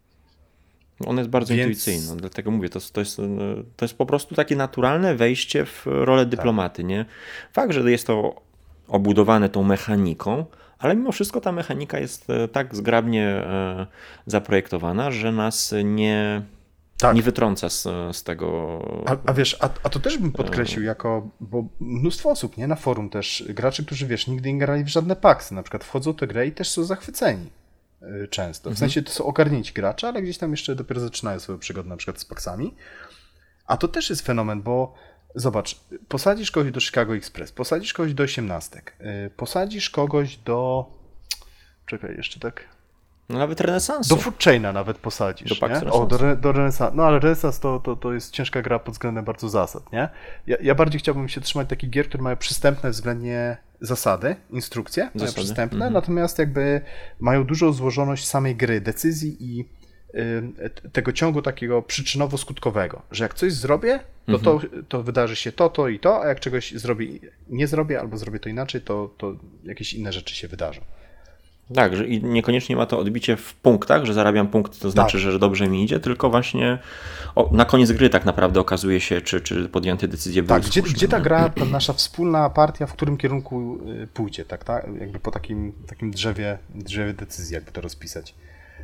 On jest bardzo intuicyjny, dlatego mówię, to jest po prostu takie naturalne wejście w rolę dyplomaty, nie? Fakt, że jest to obudowane tą mechaniką, ale mimo wszystko ta mechanika jest tak zgrabnie zaprojektowana, że nas nie wytrąca z tego... A wiesz, a to też bym podkreślił bo mnóstwo osób, nie, na forum też, graczy, którzy wiesz, nigdy nie grali w żadne paksy, na przykład wchodzą w tę grę i też są zachwyceni często. W sensie to są ogarnięci gracze, ale gdzieś tam jeszcze dopiero zaczynają swoją przygodę na przykład z paksami. A to też jest fenomen, bo zobacz, posadzisz kogoś do Chicago Express, posadzisz kogoś do 18, posadzisz kogoś do... Czekaj, jeszcze tak... No nawet renesansu. Do Food Chaina nawet posadzisz, do nie? Do renesansu. No ale renesans to jest ciężka gra pod względem bardzo zasad, nie? Ja bardziej chciałbym się trzymać takich gier, które mają przystępne względnie zasady, instrukcje, mają przystępne, natomiast jakby mają dużą złożoność samej gry, decyzji i tego ciągu takiego przyczynowo-skutkowego, że jak coś zrobię, to wydarzy się to i to, a jak czegoś nie zrobię albo zrobię to inaczej, to jakieś inne rzeczy się wydarzą. Tak, że i niekoniecznie ma to odbicie w punktach, że zarabiam punkt, to znaczy, że dobrze mi idzie, tylko właśnie na koniec gry tak naprawdę okazuje się, czy podjęte decyzje były słuszne. Gdzie ta gra, ta nasza wspólna partia, w którym kierunku pójdzie, tak? Jakby po takim drzewie decyzji, jakby to rozpisać.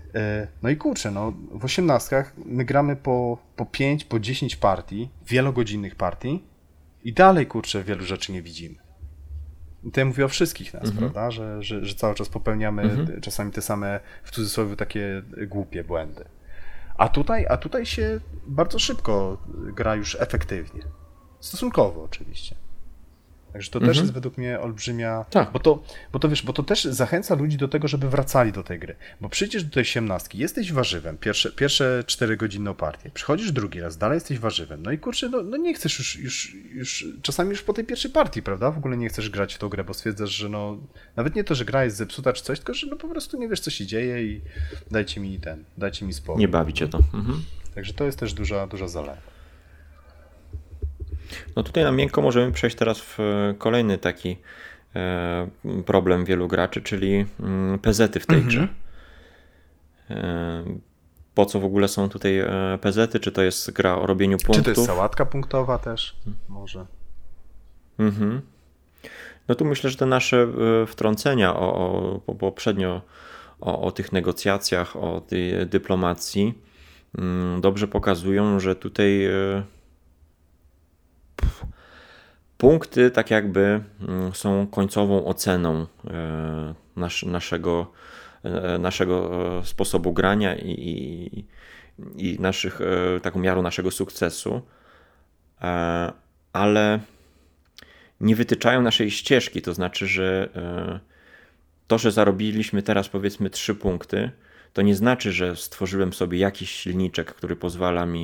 No i kurczę, no w 18 my gramy po 5, po 10 partii, wielogodzinnych partii i dalej, kurczę, wielu rzeczy nie widzimy. I to ja mówię o wszystkich nas, prawda, że cały czas popełniamy czasami te same, w cudzysłowie, takie głupie błędy. A tutaj się bardzo szybko gra już efektywnie. Stosunkowo oczywiście. Także to też jest według mnie olbrzymia... Tak. Bo to też zachęca ludzi do tego, żeby wracali do tej gry. Bo przyjdziesz do tej 18, jesteś warzywem, pierwsze 4-godzinną partię, przychodzisz drugi raz, dalej jesteś warzywem, no i kurczę, no nie chcesz już czasami już po tej pierwszej partii, prawda? W ogóle nie chcesz grać w tą grę, bo stwierdzasz, że no nawet nie to, że gra jest zepsuta czy coś, tylko że no po prostu nie wiesz, co się dzieje i dajcie mi spokój. Nie bawi cię to. Także to jest też duża zaleta. No tutaj na miękko możemy przejść teraz w kolejny taki problem wielu graczy, czyli PZ-y w tej grze. Po co w ogóle są tutaj PZ-y? Czy to jest gra o robieniu punktów? Czy to jest sałatka punktowa też? Może. No tu myślę, że te nasze wtrącenia poprzednio o tych negocjacjach, o tej dyplomacji dobrze pokazują, że tutaj punkty tak jakby są końcową oceną naszego sposobu grania i taką miarą naszego sukcesu, ale nie wytyczają naszej ścieżki, to znaczy, że to, że zarobiliśmy teraz powiedzmy 3 punkty, to nie znaczy, że stworzyłem sobie jakiś silniczek, który pozwala mi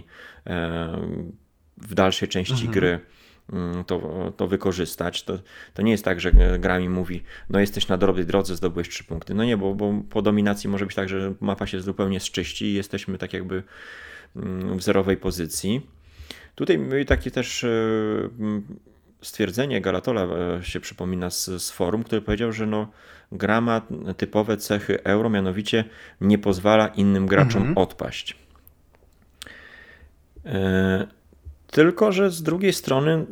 w dalszej części gry to wykorzystać. To nie jest tak, że gra mi mówi, no jesteś na dobrej drodze, zdobyłeś 3 punkty. No nie, bo po dominacji może być tak, że mapa się zupełnie zczyści i jesteśmy tak jakby w zerowej pozycji. Tutaj takie też stwierdzenie Galatola się przypomina z forum, który powiedział, że no, gra ma typowe cechy euro, mianowicie nie pozwala innym graczom odpaść. Tylko że z drugiej strony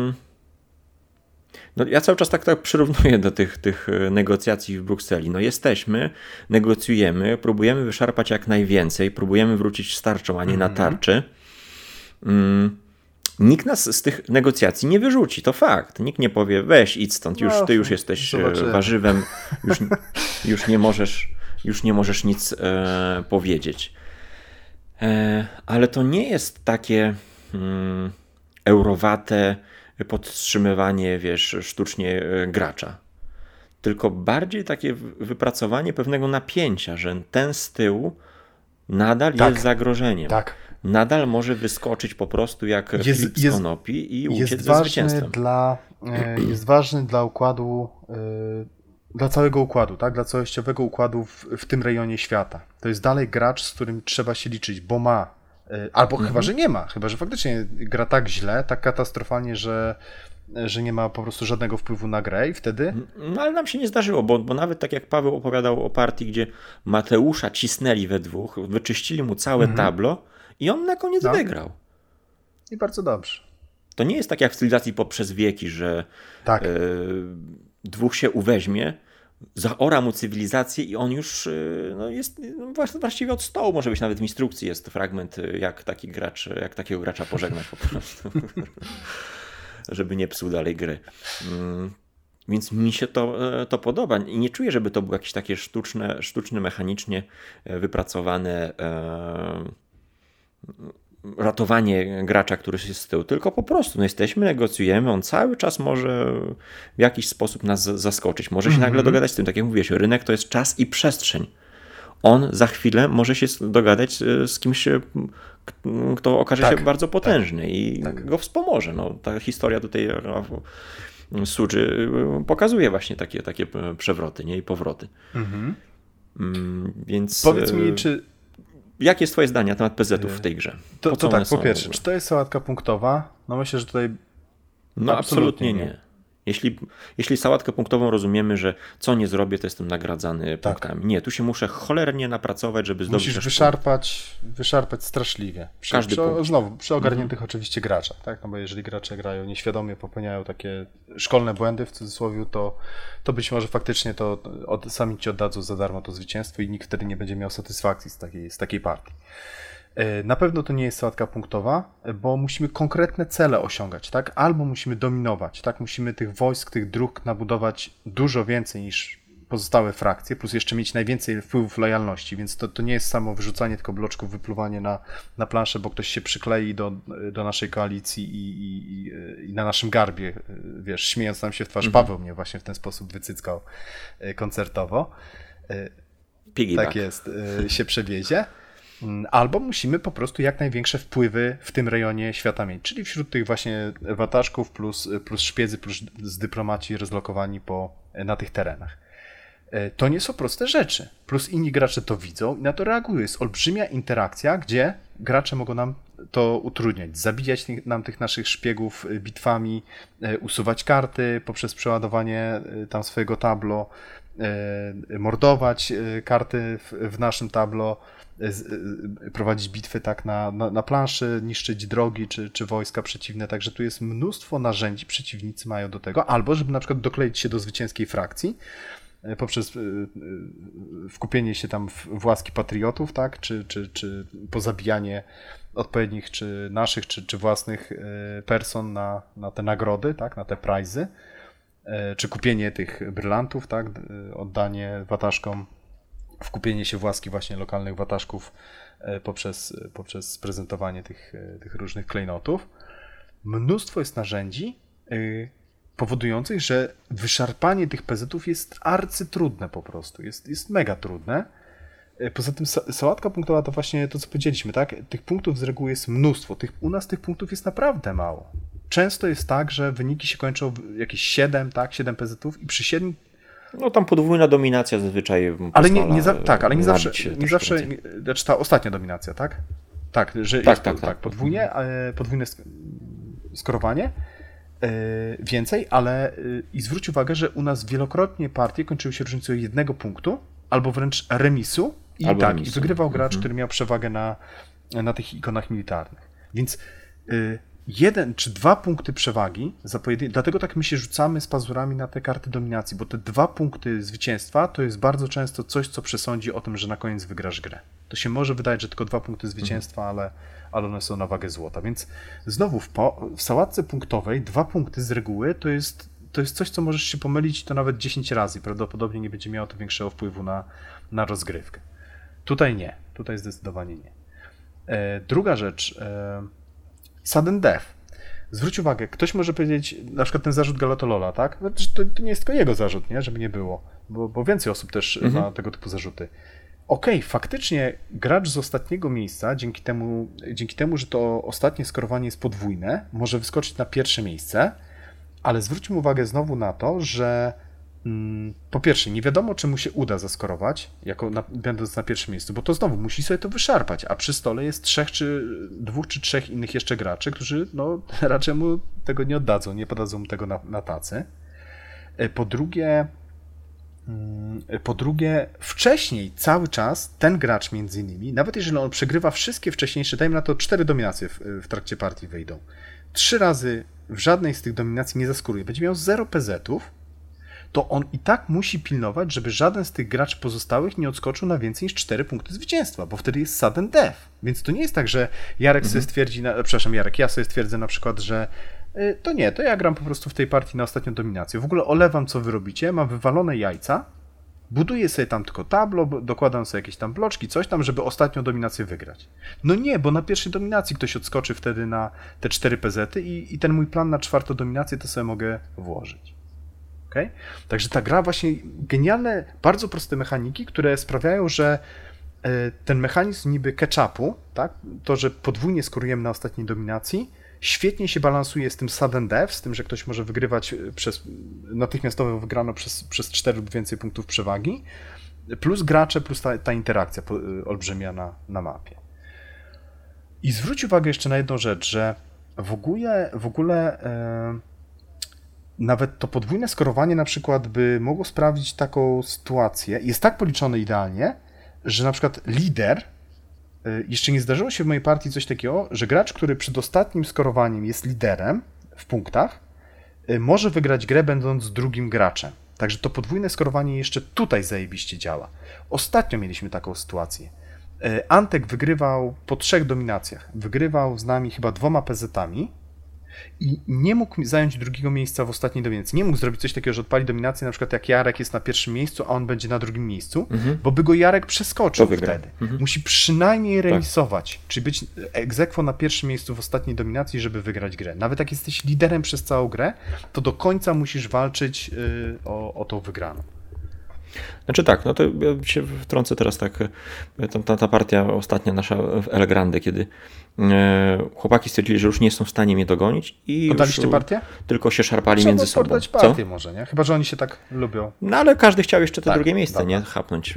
no ja cały czas tak przyrównuję do tych negocjacji w Brukseli. No jesteśmy, negocjujemy, próbujemy wyszarpać jak najwięcej, próbujemy wrócić z tarczą, a nie na tarczy. Nikt nas z tych negocjacji nie wyrzuci, to fakt. Nikt nie powie, weź idź stąd, ty już jesteś warzywem, już nie możesz nic powiedzieć. Ale to nie jest takie eurowate podtrzymywanie, wiesz, sztucznie gracza. Tylko bardziej takie wypracowanie pewnego napięcia, że ten z tyłu nadal jest zagrożeniem. Tak. Nadal może wyskoczyć po prostu jak Filip z konopi i uciec ze zwycięstwem. Jest ważny dla układu, dla całego układu, tak? Dla całościowego układu w tym rejonie świata. To jest dalej gracz, z którym trzeba się liczyć, bo ma. Albo chyba, że nie ma. Chyba, że faktycznie gra tak źle, tak katastrofalnie, że nie ma po prostu żadnego wpływu na grę i wtedy... No ale nam się nie zdarzyło, bo nawet tak jak Paweł opowiadał o partii, gdzie Mateusza cisnęli we dwóch, wyczyścili mu całe tablo i on na koniec wygrał. I bardzo dobrze. To nie jest tak jak w cywilizacji poprzez wieki, że dwóch się uweźmie, zaora mu cywilizację i on już jest właściwie od stołu, może być nawet w instrukcji jest fragment, jak takiego gracza pożegnać po prostu, żeby nie psuł dalej gry. Więc mi się to podoba i nie czuję, żeby to było jakieś takie sztuczne mechanicznie wypracowane ratowanie gracza, który jest z tyłu, tylko po prostu jesteśmy, negocjujemy, on cały czas może w jakiś sposób nas zaskoczyć, może się nagle dogadać z tym, tak jak mówiłeś, rynek to jest czas i przestrzeń. On za chwilę może się dogadać z kimś, kto okaże się bardzo potężny i go wspomoże. No, ta historia tutaj Sudży pokazuje właśnie takie przewroty, nie, i powroty. Więc powiedz mi, czy jakie jest twoje zdanie na temat PZ-ów w tej grze? To tak, po pierwsze, czy to jest sałatka punktowa? No myślę, że tutaj absolutnie nie. Jeśli sałatkę punktową rozumiemy, że co nie zrobię, to jestem nagradzany punktami. Nie, tu się muszę cholernie napracować, żeby zdobyć... Musisz wyszarpać straszliwie. Znowu, przy ogarniętych oczywiście graczach, tak? No bo jeżeli gracze grają nieświadomie, popełniają takie szkolne błędy w cudzysłowie, to być może faktycznie sami ci oddadzą za darmo to zwycięstwo i nikt wtedy nie będzie miał satysfakcji z takiej partii. Na pewno to nie jest sałatka punktowa, bo musimy konkretne cele osiągać, tak? Albo musimy dominować, tak? Musimy tych wojsk, tych dróg nabudować dużo więcej niż pozostałe frakcje, plus jeszcze mieć najwięcej wpływów lojalności, więc to nie jest samo wyrzucanie tylko bloczków, wypluwanie na planszę, bo ktoś się przyklei do naszej koalicji i na naszym garbie, wiesz, śmiejąc nam się w twarz. Paweł mnie właśnie w ten sposób wycyckał koncertowo. Piggyback. Tak jest, się przewiezie. Albo musimy po prostu jak największe wpływy w tym rejonie świata mieć, czyli wśród tych właśnie wataszków plus szpiedzy, plus z dyplomaci rozlokowani na tych terenach. To nie są proste rzeczy. Plus inni gracze to widzą i na to reagują. Jest olbrzymia interakcja, gdzie gracze mogą nam to utrudniać, zabijać nam tych naszych szpiegów bitwami, usuwać karty poprzez przeładowanie tam swojego tablo, mordować karty w naszym tablo, prowadzić bitwy tak na planszy, niszczyć drogi czy wojska przeciwne, także tu jest mnóstwo narzędzi przeciwnicy mają do tego, albo żeby na przykład dokleić się do zwycięskiej frakcji poprzez wkupienie się tam w łaski patriotów, tak, czy pozabijanie odpowiednich czy naszych, czy własnych person na te nagrody, tak, na te prizy, czy kupienie tych brylantów, tak, oddanie wataszkom, wkupienie się w łaski właśnie lokalnych wataszków poprzez prezentowanie tych różnych klejnotów. Mnóstwo jest narzędzi powodujących, że wyszarpanie tych PZ-ów jest arcytrudne po prostu. Jest mega trudne. Poza tym sałatka punktowa to właśnie to, co powiedzieliśmy, tak? Tych punktów z reguły jest mnóstwo. U nas tych punktów jest naprawdę mało. Często jest tak, że wyniki się kończą jakieś 7, tak? 7 PZ-ów i przy 7... No tam podwójna dominacja zazwyczaj. Ale ale nie zawsze, znaczy ta ostatnia dominacja, tak? Tak, że tak. Podwójne skorowanie. Więcej, ale i zwróć uwagę, że u nas wielokrotnie partie kończyły się różnicą 1 punktu, albo wręcz remisu i wygrywał gracz, który miał przewagę na tych ikonach militarnych. Więc 1 czy 2 punkty przewagi za pojedynek, dlatego tak my się rzucamy z pazurami na te karty dominacji, bo te 2 punkty zwycięstwa to jest bardzo często coś, co przesądzi o tym, że na koniec wygrasz grę. To się może wydać, że tylko 2 punkty zwycięstwa, ale one są na wagę złota. Więc znowu w sałatce punktowej 2 punkty z reguły to jest coś, co możesz się pomylić to nawet 10 razy. Prawdopodobnie nie będzie miało to większego wpływu na rozgrywkę. Tutaj nie. Tutaj zdecydowanie nie. Druga rzecz. Sudden death. Zwróć uwagę, ktoś może powiedzieć, na przykład ten zarzut Galatolola, tak? To nie jest tylko jego zarzut, nie? Żeby nie było, bo więcej osób też ma tego typu zarzuty. Okej, faktycznie gracz z ostatniego miejsca, dzięki temu, że to ostatnie skorowanie jest podwójne, może wyskoczyć na pierwsze miejsce, ale zwróćmy uwagę znowu na to, że po pierwsze, nie wiadomo, czy mu się uda zaskorować, będąc na pierwszym miejscu, bo to znowu musi sobie to wyszarpać, a przy stole jest 2 czy 3 innych jeszcze graczy, którzy raczej mu tego nie oddadzą, nie podadzą mu tego na tacy. Po drugie, wcześniej cały czas ten gracz między innymi, nawet jeżeli on przegrywa wszystkie wcześniejsze, dajmy na to 4 dominacje w trakcie partii wyjdą, 3 razy w żadnej z tych dominacji nie zaskoruje, będzie miał 0 PZ-ów, to on i tak musi pilnować, żeby żaden z tych graczy pozostałych nie odskoczył na więcej niż 4 punkty zwycięstwa, bo wtedy jest sudden death. Więc to nie jest tak, że Jarek sobie stwierdzi, ja sobie stwierdzę na przykład, że to ja gram po prostu w tej partii na ostatnią dominację. W ogóle olewam, co wy robicie, mam wywalone jajca, buduję sobie tam tylko tablo, dokładam sobie jakieś tam bloczki, coś tam, żeby ostatnią dominację wygrać. No nie, bo na pierwszej dominacji ktoś odskoczy wtedy na te 4 PZ-y i ten mój plan na 4. dominację to sobie mogę włożyć. Okay? Także ta gra właśnie genialne, bardzo proste mechaniki, które sprawiają, że ten mechanizm niby catch-upu, tak? To, że podwójnie skorujemy na ostatniej dominacji, świetnie się balansuje z tym sudden death, z tym, że ktoś może wygrywać natychmiastowo wygrano przez 4 lub więcej punktów przewagi, plus gracze, plus ta interakcja olbrzymia na mapie. I zwróć uwagę jeszcze na jedną rzecz, że w ogóle nawet to podwójne skorowanie na przykład by mogło sprawdzić taką sytuację, jest tak policzone idealnie, że na przykład lider, jeszcze nie zdarzyło się w mojej partii coś takiego, że gracz, który przed ostatnim skorowaniem jest liderem w punktach, może wygrać grę będąc drugim graczem. Także to podwójne skorowanie jeszcze tutaj zajebiście działa. Ostatnio mieliśmy taką sytuację. Antek wygrywał po 3 dominacjach. Wygrywał z nami chyba 2 PZ-ami i nie mógł zająć drugiego miejsca w ostatniej dominacji. Nie mógł zrobić coś takiego, że odpali dominację, na przykład jak Jarek jest na pierwszym miejscu, a on będzie na drugim miejscu, bo by go Jarek przeskoczył wtedy. Musi przynajmniej remisować, czyli być ex aequo na pierwszym miejscu w ostatniej dominacji, żeby wygrać grę. Nawet jak jesteś liderem przez całą grę, to do końca musisz walczyć o tą wygraną. Znaczy tak, no to ja się wtrącę teraz tak, ta partia ostatnia nasza w El Grande, kiedy chłopaki stwierdzili, że już nie są w stanie mnie dogonić i oddaliście partię? Tylko się szarpali między sobą. Oddać partię może, nie? Chyba że oni się tak lubią. No ale każdy chciał jeszcze to drugie miejsce, nie? Chapnąć,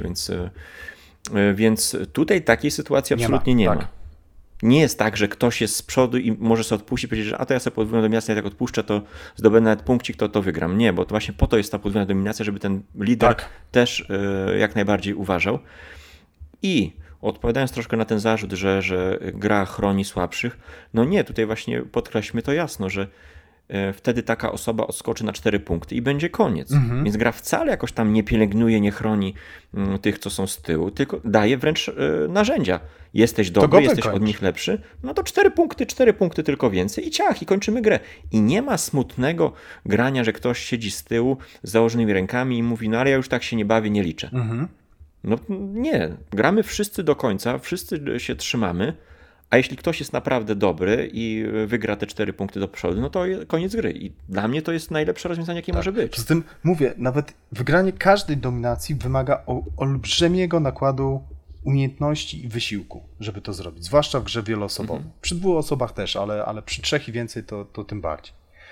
więc tutaj takiej sytuacji absolutnie nie ma. Nie jest tak, że ktoś jest z przodu i może sobie odpuścić i powiedzieć, że to ja sobie podwójną dominację, jak odpouszczę, to zdobędę nawet punkcik, to wygram. Nie, bo to właśnie po to jest ta podwójna dominacja, żeby ten lider też jak najbardziej uważał. I odpowiadając troszkę na ten zarzut, że gra chroni słabszych, no nie, tutaj właśnie podkreślmy to jasno, że wtedy taka osoba odskoczy na 4 punkty i będzie koniec. Więc gra wcale jakoś tam nie pielęgnuje, nie chroni tych, co są z tyłu, tylko daje wręcz narzędzia. Jesteś dobry, jesteś od nich lepszy, no to 4 punkty tylko więcej i ciach, i kończymy grę. I nie ma smutnego grania, że ktoś siedzi z tyłu z założonymi rękami i mówi, no ale ja już tak się nie bawię, nie liczę. No nie, gramy wszyscy do końca, wszyscy się trzymamy, a jeśli ktoś jest naprawdę dobry i wygra te 4 punkty do przodu, no to koniec gry. I dla mnie to jest najlepsze rozwiązanie, jakie może być. Poza tym mówię, nawet wygranie każdej dominacji wymaga olbrzymiego nakładu umiejętności i wysiłku, żeby to zrobić. Zwłaszcza w grze wieloosobowej. Przy 2 osobach też, ale przy 3 i więcej to tym bardziej.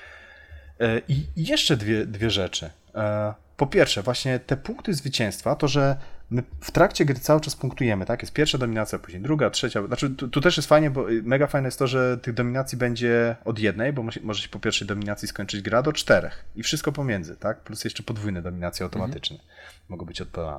I jeszcze dwie rzeczy. Po pierwsze, właśnie te punkty zwycięstwa, to, że my w trakcie gry cały czas punktujemy, tak? Jest pierwsza dominacja, później druga, trzecia. Znaczy, tu też jest fajnie, bo mega fajne jest to, że tych dominacji będzie od 1, bo może się po pierwszej dominacji skończyć gra do 4 i wszystko pomiędzy, tak? Plus jeszcze podwójne dominacje automatyczne mogą być odpalane.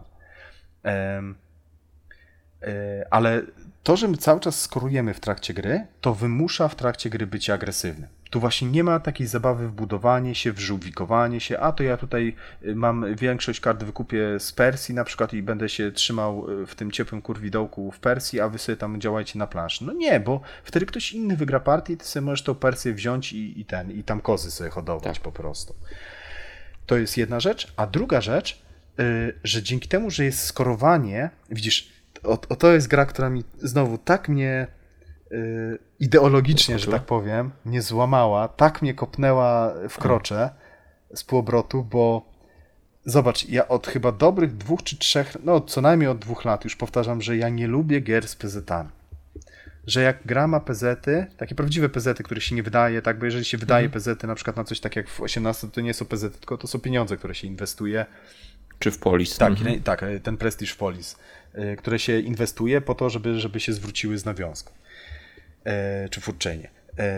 Ale to, że my cały czas skorujemy w trakcie gry, to wymusza w trakcie gry bycie agresywnym. Tu właśnie nie ma takiej zabawy w budowanie się, w żółwikowanie się, to ja tutaj mam większość kart wykupię z Persji na przykład i będę się trzymał w tym ciepłym kurwidołku w Persji, a wy sobie tam działajcie na planszy. No nie, bo wtedy ktoś inny wygra partię i ty sobie możesz tą Persję wziąć i tam kozy sobie hodować po prostu. To jest jedna rzecz, a druga rzecz, że dzięki temu, że jest skorowanie, widzisz, to jest gra, która mi znowu tak mnie ideologicznie, że tak powiem, nie złamała, tak mnie kopnęła w krocze z półobrotu, bo zobacz, ja od chyba dobrych 2 czy 3, no co najmniej od 2 lat już powtarzam, że ja nie lubię gier z PZ-ami. Że jak gra ma PZ-y, takie prawdziwe PZ-y, które się nie wydaje, tak, bo jeżeli się wydaje PZ-y na przykład na coś tak jak w 18, to nie są PZ-y, tylko to są pieniądze, które się inwestuje. Czy w Polis. Tak, ten prestiż w Polis, które się inwestuje po to, żeby się zwróciły z nawiązką. Czy w Urczenie.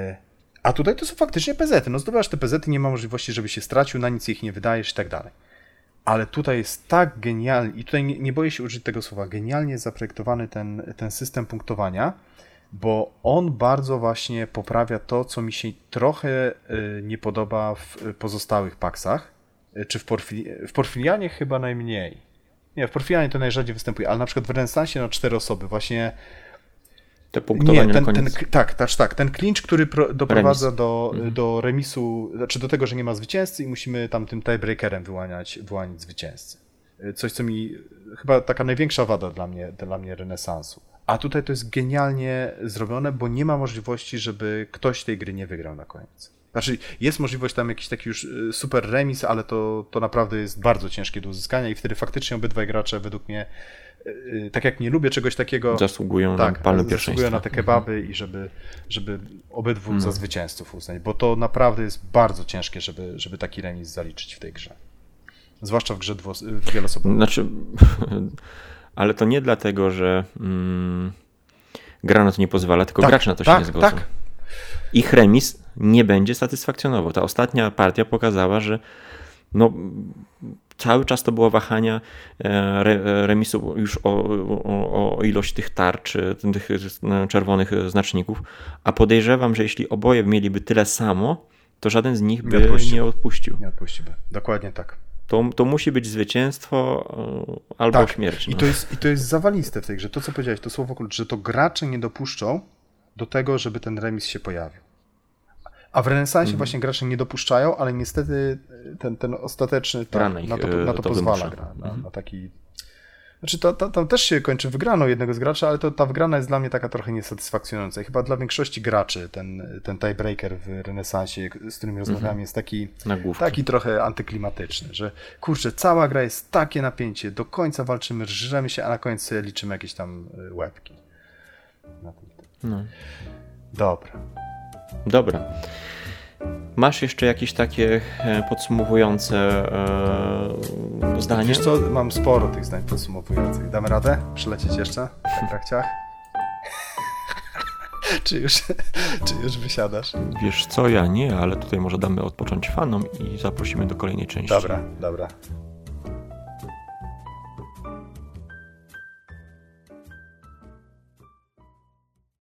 A tutaj to są faktycznie PZ-y. No zdobywasz te PZ-y, nie ma możliwości, żeby się stracił, na nic ich nie wydajesz i tak dalej. Ale tutaj jest tak genialnie, i tutaj nie boję się użyć tego słowa, genialnie zaprojektowany ten system punktowania, bo on bardzo właśnie poprawia to, co mi się trochę nie podoba w pozostałych paksach, czy w Porfirianie chyba najmniej. Nie, w Porfirianie to najrzadziej występuje, ale na przykład w Renesansie na 4 osoby właśnie te punktowanie na koniec. Tak, ten clinch, który doprowadza do remisu, znaczy do tego, że nie ma zwycięzcy i musimy tam tym tiebreakerem wyłaniać zwycięzcę. Coś, co mi chyba taka największa wada dla mnie renesansu. A tutaj to jest genialnie zrobione, bo nie ma możliwości, żeby ktoś tej gry nie wygrał na koniec. Znaczy jest możliwość tam jakiś taki już super remis, ale to naprawdę jest bardzo ciężkie do uzyskania i wtedy faktycznie obydwaj gracze według mnie, tak jak nie lubię czegoś takiego, zasługują na palne pierwszeństwo. Zasługują na te kebaby i żeby obydwu za zwycięzców uznać, bo to naprawdę jest bardzo ciężkie, żeby taki remis zaliczyć w tej grze. Zwłaszcza w grze wieloosobowej. Znaczy, ale to nie dlatego, że gra na to nie pozwala, tylko gracze na to się nie zgodzą. Tak. Ich remis nie będzie satysfakcjonował. Ta ostatnia partia pokazała, że no, cały czas to było wahania remisu już o ilość tych tarcz, tych czerwonych znaczników, a podejrzewam, że jeśli oboje mieliby tyle samo, to żaden z nich by nie odpuścił. Nie odpuściłby. Dokładnie tak. To musi być zwycięstwo albo śmierć. No. I to jest zawaliste w tej grze. To, co powiedziałeś, to słowo klucz, że to gracze nie dopuszczą do tego, żeby ten remis się pojawił. A w renesansie właśnie gracze nie dopuszczają, ale niestety ten ostateczny na to pozwala gra. Na taki... Znaczy tam też się kończy wygraną jednego z graczy, ale ta wygrana jest dla mnie taka trochę niesatysfakcjonująca. I chyba dla większości graczy ten tiebreaker w renesansie, z którym rozmawiamy, jest taki trochę antyklimatyczny, że kurczę, cała gra jest takie napięcie, do końca walczymy, żremy się, a na końcu liczymy jakieś tam łebki. No. Dobra. Masz jeszcze jakieś takie podsumowujące zdanie? Wiesz co, mam sporo tych zdań podsumowujących. Damy radę? Przylecieć jeszcze? W trakciach? czy już wysiadasz? Wiesz co, ja nie, ale tutaj może damy odpocząć fanom i zaprosimy do kolejnej części. Dobra.